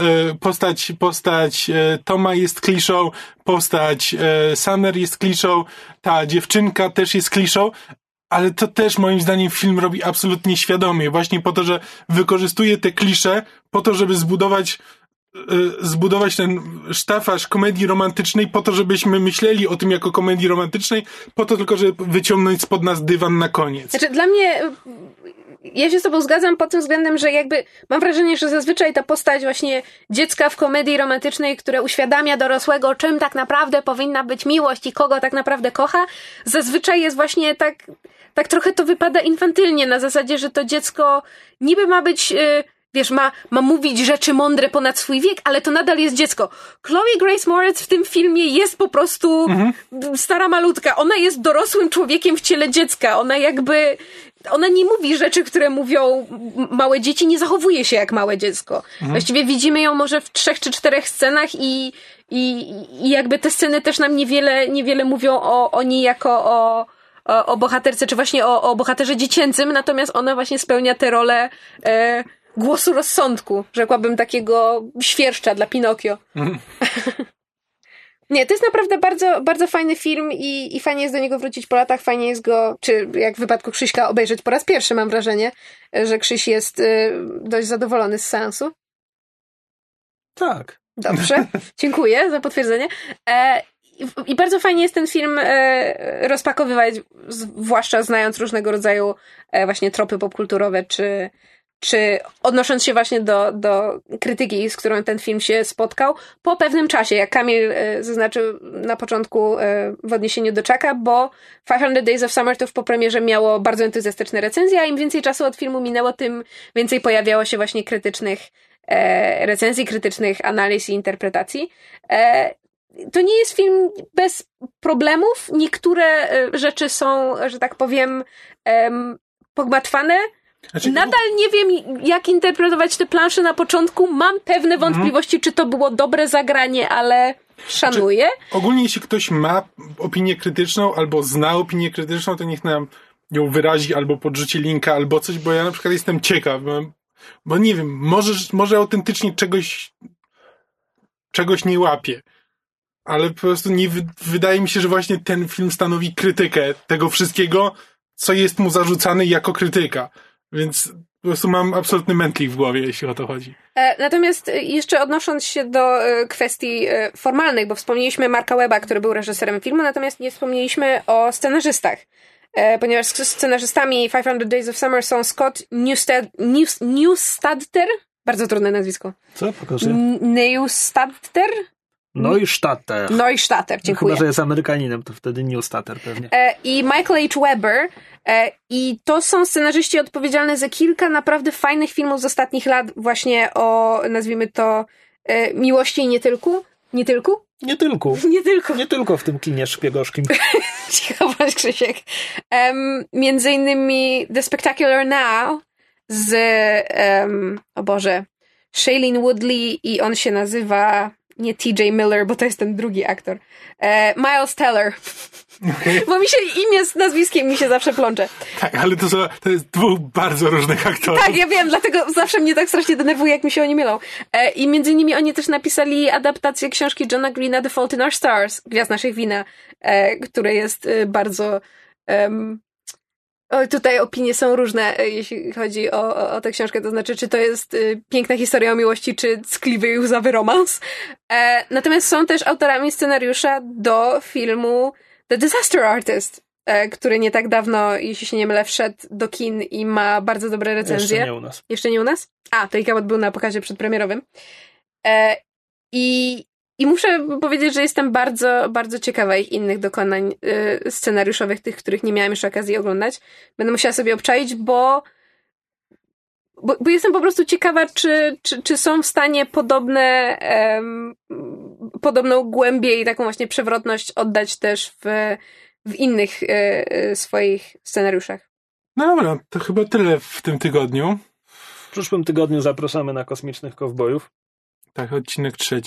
postać Toma jest kliszą, postać Summer jest kliszą, ta dziewczynka też jest kliszą, ale to też moim zdaniem film robi absolutnie świadomie, właśnie po to, że wykorzystuje te klisze po to, żeby zbudować ten sztafaż komedii romantycznej, po to, żebyśmy myśleli o tym jako komedii romantycznej, po to tylko, żeby wyciągnąć spod nas dywan na koniec. Znaczy, dla mnie, ja się z tobą zgadzam pod tym względem, że jakby mam wrażenie, że zazwyczaj ta postać właśnie dziecka w komedii romantycznej, które uświadamia dorosłego, czym tak naprawdę powinna być miłość i kogo tak naprawdę kocha, zazwyczaj jest właśnie tak trochę to wypada infantylnie, na zasadzie, że to dziecko niby ma być, wiesz, ma mówić rzeczy mądre ponad swój wiek, ale to nadal jest dziecko. Chloe Grace Moretz w tym filmie jest po prostu stara malutka. Ona jest dorosłym człowiekiem w ciele dziecka. Ona nie mówi rzeczy, które mówią małe dzieci, nie zachowuje się jak małe dziecko. Właściwie widzimy ją może w 3 czy 4 scenach i jakby te sceny też nam niewiele mówią o niej jako o bohaterce, czy właśnie o bohaterze dziecięcym, natomiast ona właśnie spełnia tę rolę głosu rozsądku, rzekłabym, takiego świerszcza dla Pinokio. Nie, to jest naprawdę bardzo, bardzo fajny film i fajnie jest do niego wrócić po latach, fajnie jest go, czy jak w wypadku Krzyśka, obejrzeć po raz pierwszy, mam wrażenie, że Krzyś jest dość zadowolony z seansu. Tak. Dobrze, dziękuję za potwierdzenie. I bardzo fajnie jest ten film rozpakowywać, zwłaszcza znając różnego rodzaju właśnie tropy popkulturowe, czy odnosząc się właśnie do krytyki, z którą ten film się spotkał, po pewnym czasie, jak Kamil zaznaczył na początku w odniesieniu do Chucka, bo 500 Days of Summer to po premierze miało bardzo entuzjastyczne recenzje, a im więcej czasu od filmu minęło, tym więcej pojawiało się właśnie krytycznych recenzji, krytycznych analiz i interpretacji. To nie jest film bez problemów. Niektóre rzeczy są, że tak powiem, pogmatwane. Znaczy, nadal nie wiem, jak interpretować te plansze na początku. Mam pewne wątpliwości, czy to było dobre zagranie, ale szanuję. Znaczy, ogólnie jeśli ktoś ma opinię krytyczną albo zna opinię krytyczną, to niech nam ją wyrazi albo podrzuci linka albo coś, bo ja na przykład jestem ciekaw, bo nie wiem, może autentycznie czegoś nie łapie. Ale po prostu wydaje mi się, że właśnie ten film stanowi krytykę tego wszystkiego, co jest mu zarzucane jako krytyka. Więc po prostu mam absolutny mętlik w głowie, jeśli o to chodzi. Natomiast jeszcze odnosząc się do kwestii formalnych, bo wspomnieliśmy Marka Webba, który był reżyserem filmu, natomiast nie wspomnieliśmy o scenarzystach. Ponieważ scenarzystami 500 Days of Summer są Scott Neustadter, bardzo trudne nazwisko. Co? Pokażę. Neustadter? Neustadter, dziękuję. Chyba, że jest Amerykaninem, to wtedy Neustadter pewnie. I Michael H. Weber. I to są scenarzyści odpowiedzialni za kilka naprawdę fajnych filmów z ostatnich lat, właśnie o, nazwijmy to, miłości i nie tylko. Nie tylko? Nie tylko. Nie tylko. Nie tylko w tym kinie szpiegowskim. Cicho bądź, Krzysiek. Między innymi The Spectacular Now z, o Boże, Shailene Woodley i on się nazywa nie TJ Miller, bo to jest ten drugi aktor. Miles Teller. Okay. Bo mi się imię z nazwiskiem mi się zawsze plącze. Tak, ale to jest 2 bardzo różnych aktorów. Tak, ja wiem, dlatego zawsze mnie tak strasznie denerwuje, jak mi się oni mylą. I między innymi oni też napisali adaptację książki Johna Greena The Fault in Our Stars, Gwiazd naszych wina, które jest bardzo... Tutaj opinie są różne, jeśli chodzi o tę książkę, to znaczy, czy to jest piękna historia o miłości, czy ckliwy i łzawy romans. Natomiast są też autorami scenariusza do filmu The Disaster Artist, który nie tak dawno, jeśli się nie mylę, wszedł do kin i ma bardzo dobre recenzje. Jeszcze nie u nas. Jeszcze nie u nas? Taika Waititi był na pokazie przedpremierowym. I muszę powiedzieć, że jestem bardzo, bardzo ciekawa ich innych dokonań scenariuszowych, tych, których nie miałam jeszcze okazji oglądać. Będę musiała sobie obczaić, bo jestem po prostu ciekawa, czy są w stanie podobną głębię i taką właśnie przewrotność oddać też w innych swoich scenariuszach. No dobra, to chyba tyle w tym tygodniu. W przyszłym tygodniu zapraszamy na Kosmicznych Kowbojów. Tak, odcinek 3.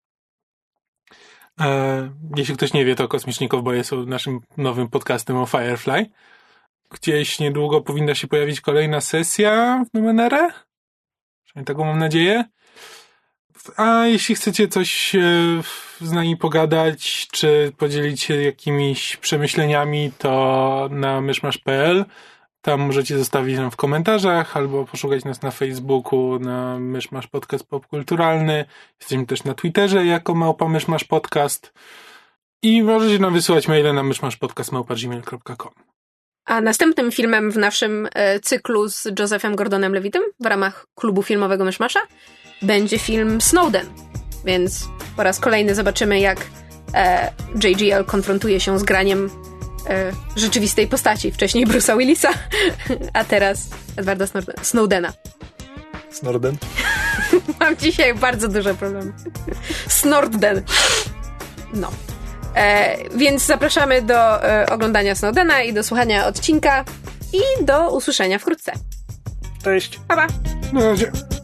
Jeśli ktoś nie wie, to Kosmiczni Kowboje są naszym nowym podcastem o Firefly. Gdzieś niedługo powinna się pojawić kolejna sesja w Numenere. Przynajmniej taką mam nadzieję. A jeśli chcecie coś z nami pogadać, czy podzielić się jakimiś przemyśleniami, to na myszmasz.pl. Tam możecie zostawić nam w komentarzach, albo poszukać nas na Facebooku, na Myszmasz Podcast Popkulturalny. Jesteśmy też na Twitterze jako @myszmaszpodcast. I możecie nam wysyłać maile na myszmaszpodcast@gmail.com. A następnym filmem w naszym cyklu z Josephem Gordonem-Levitem w ramach klubu filmowego Myszmasza będzie film Snowden. Więc po raz kolejny zobaczymy, jak JGL konfrontuje się z graniem rzeczywistej postaci. Wcześniej Bruce'a Willisa, a teraz Edwarda Snowdena. Snowden? Mam dzisiaj bardzo duże problemy. Snowden. No. Więc zapraszamy do oglądania Snowdena i do słuchania odcinka i do usłyszenia wkrótce. Cześć. Pa, pa. Na razie.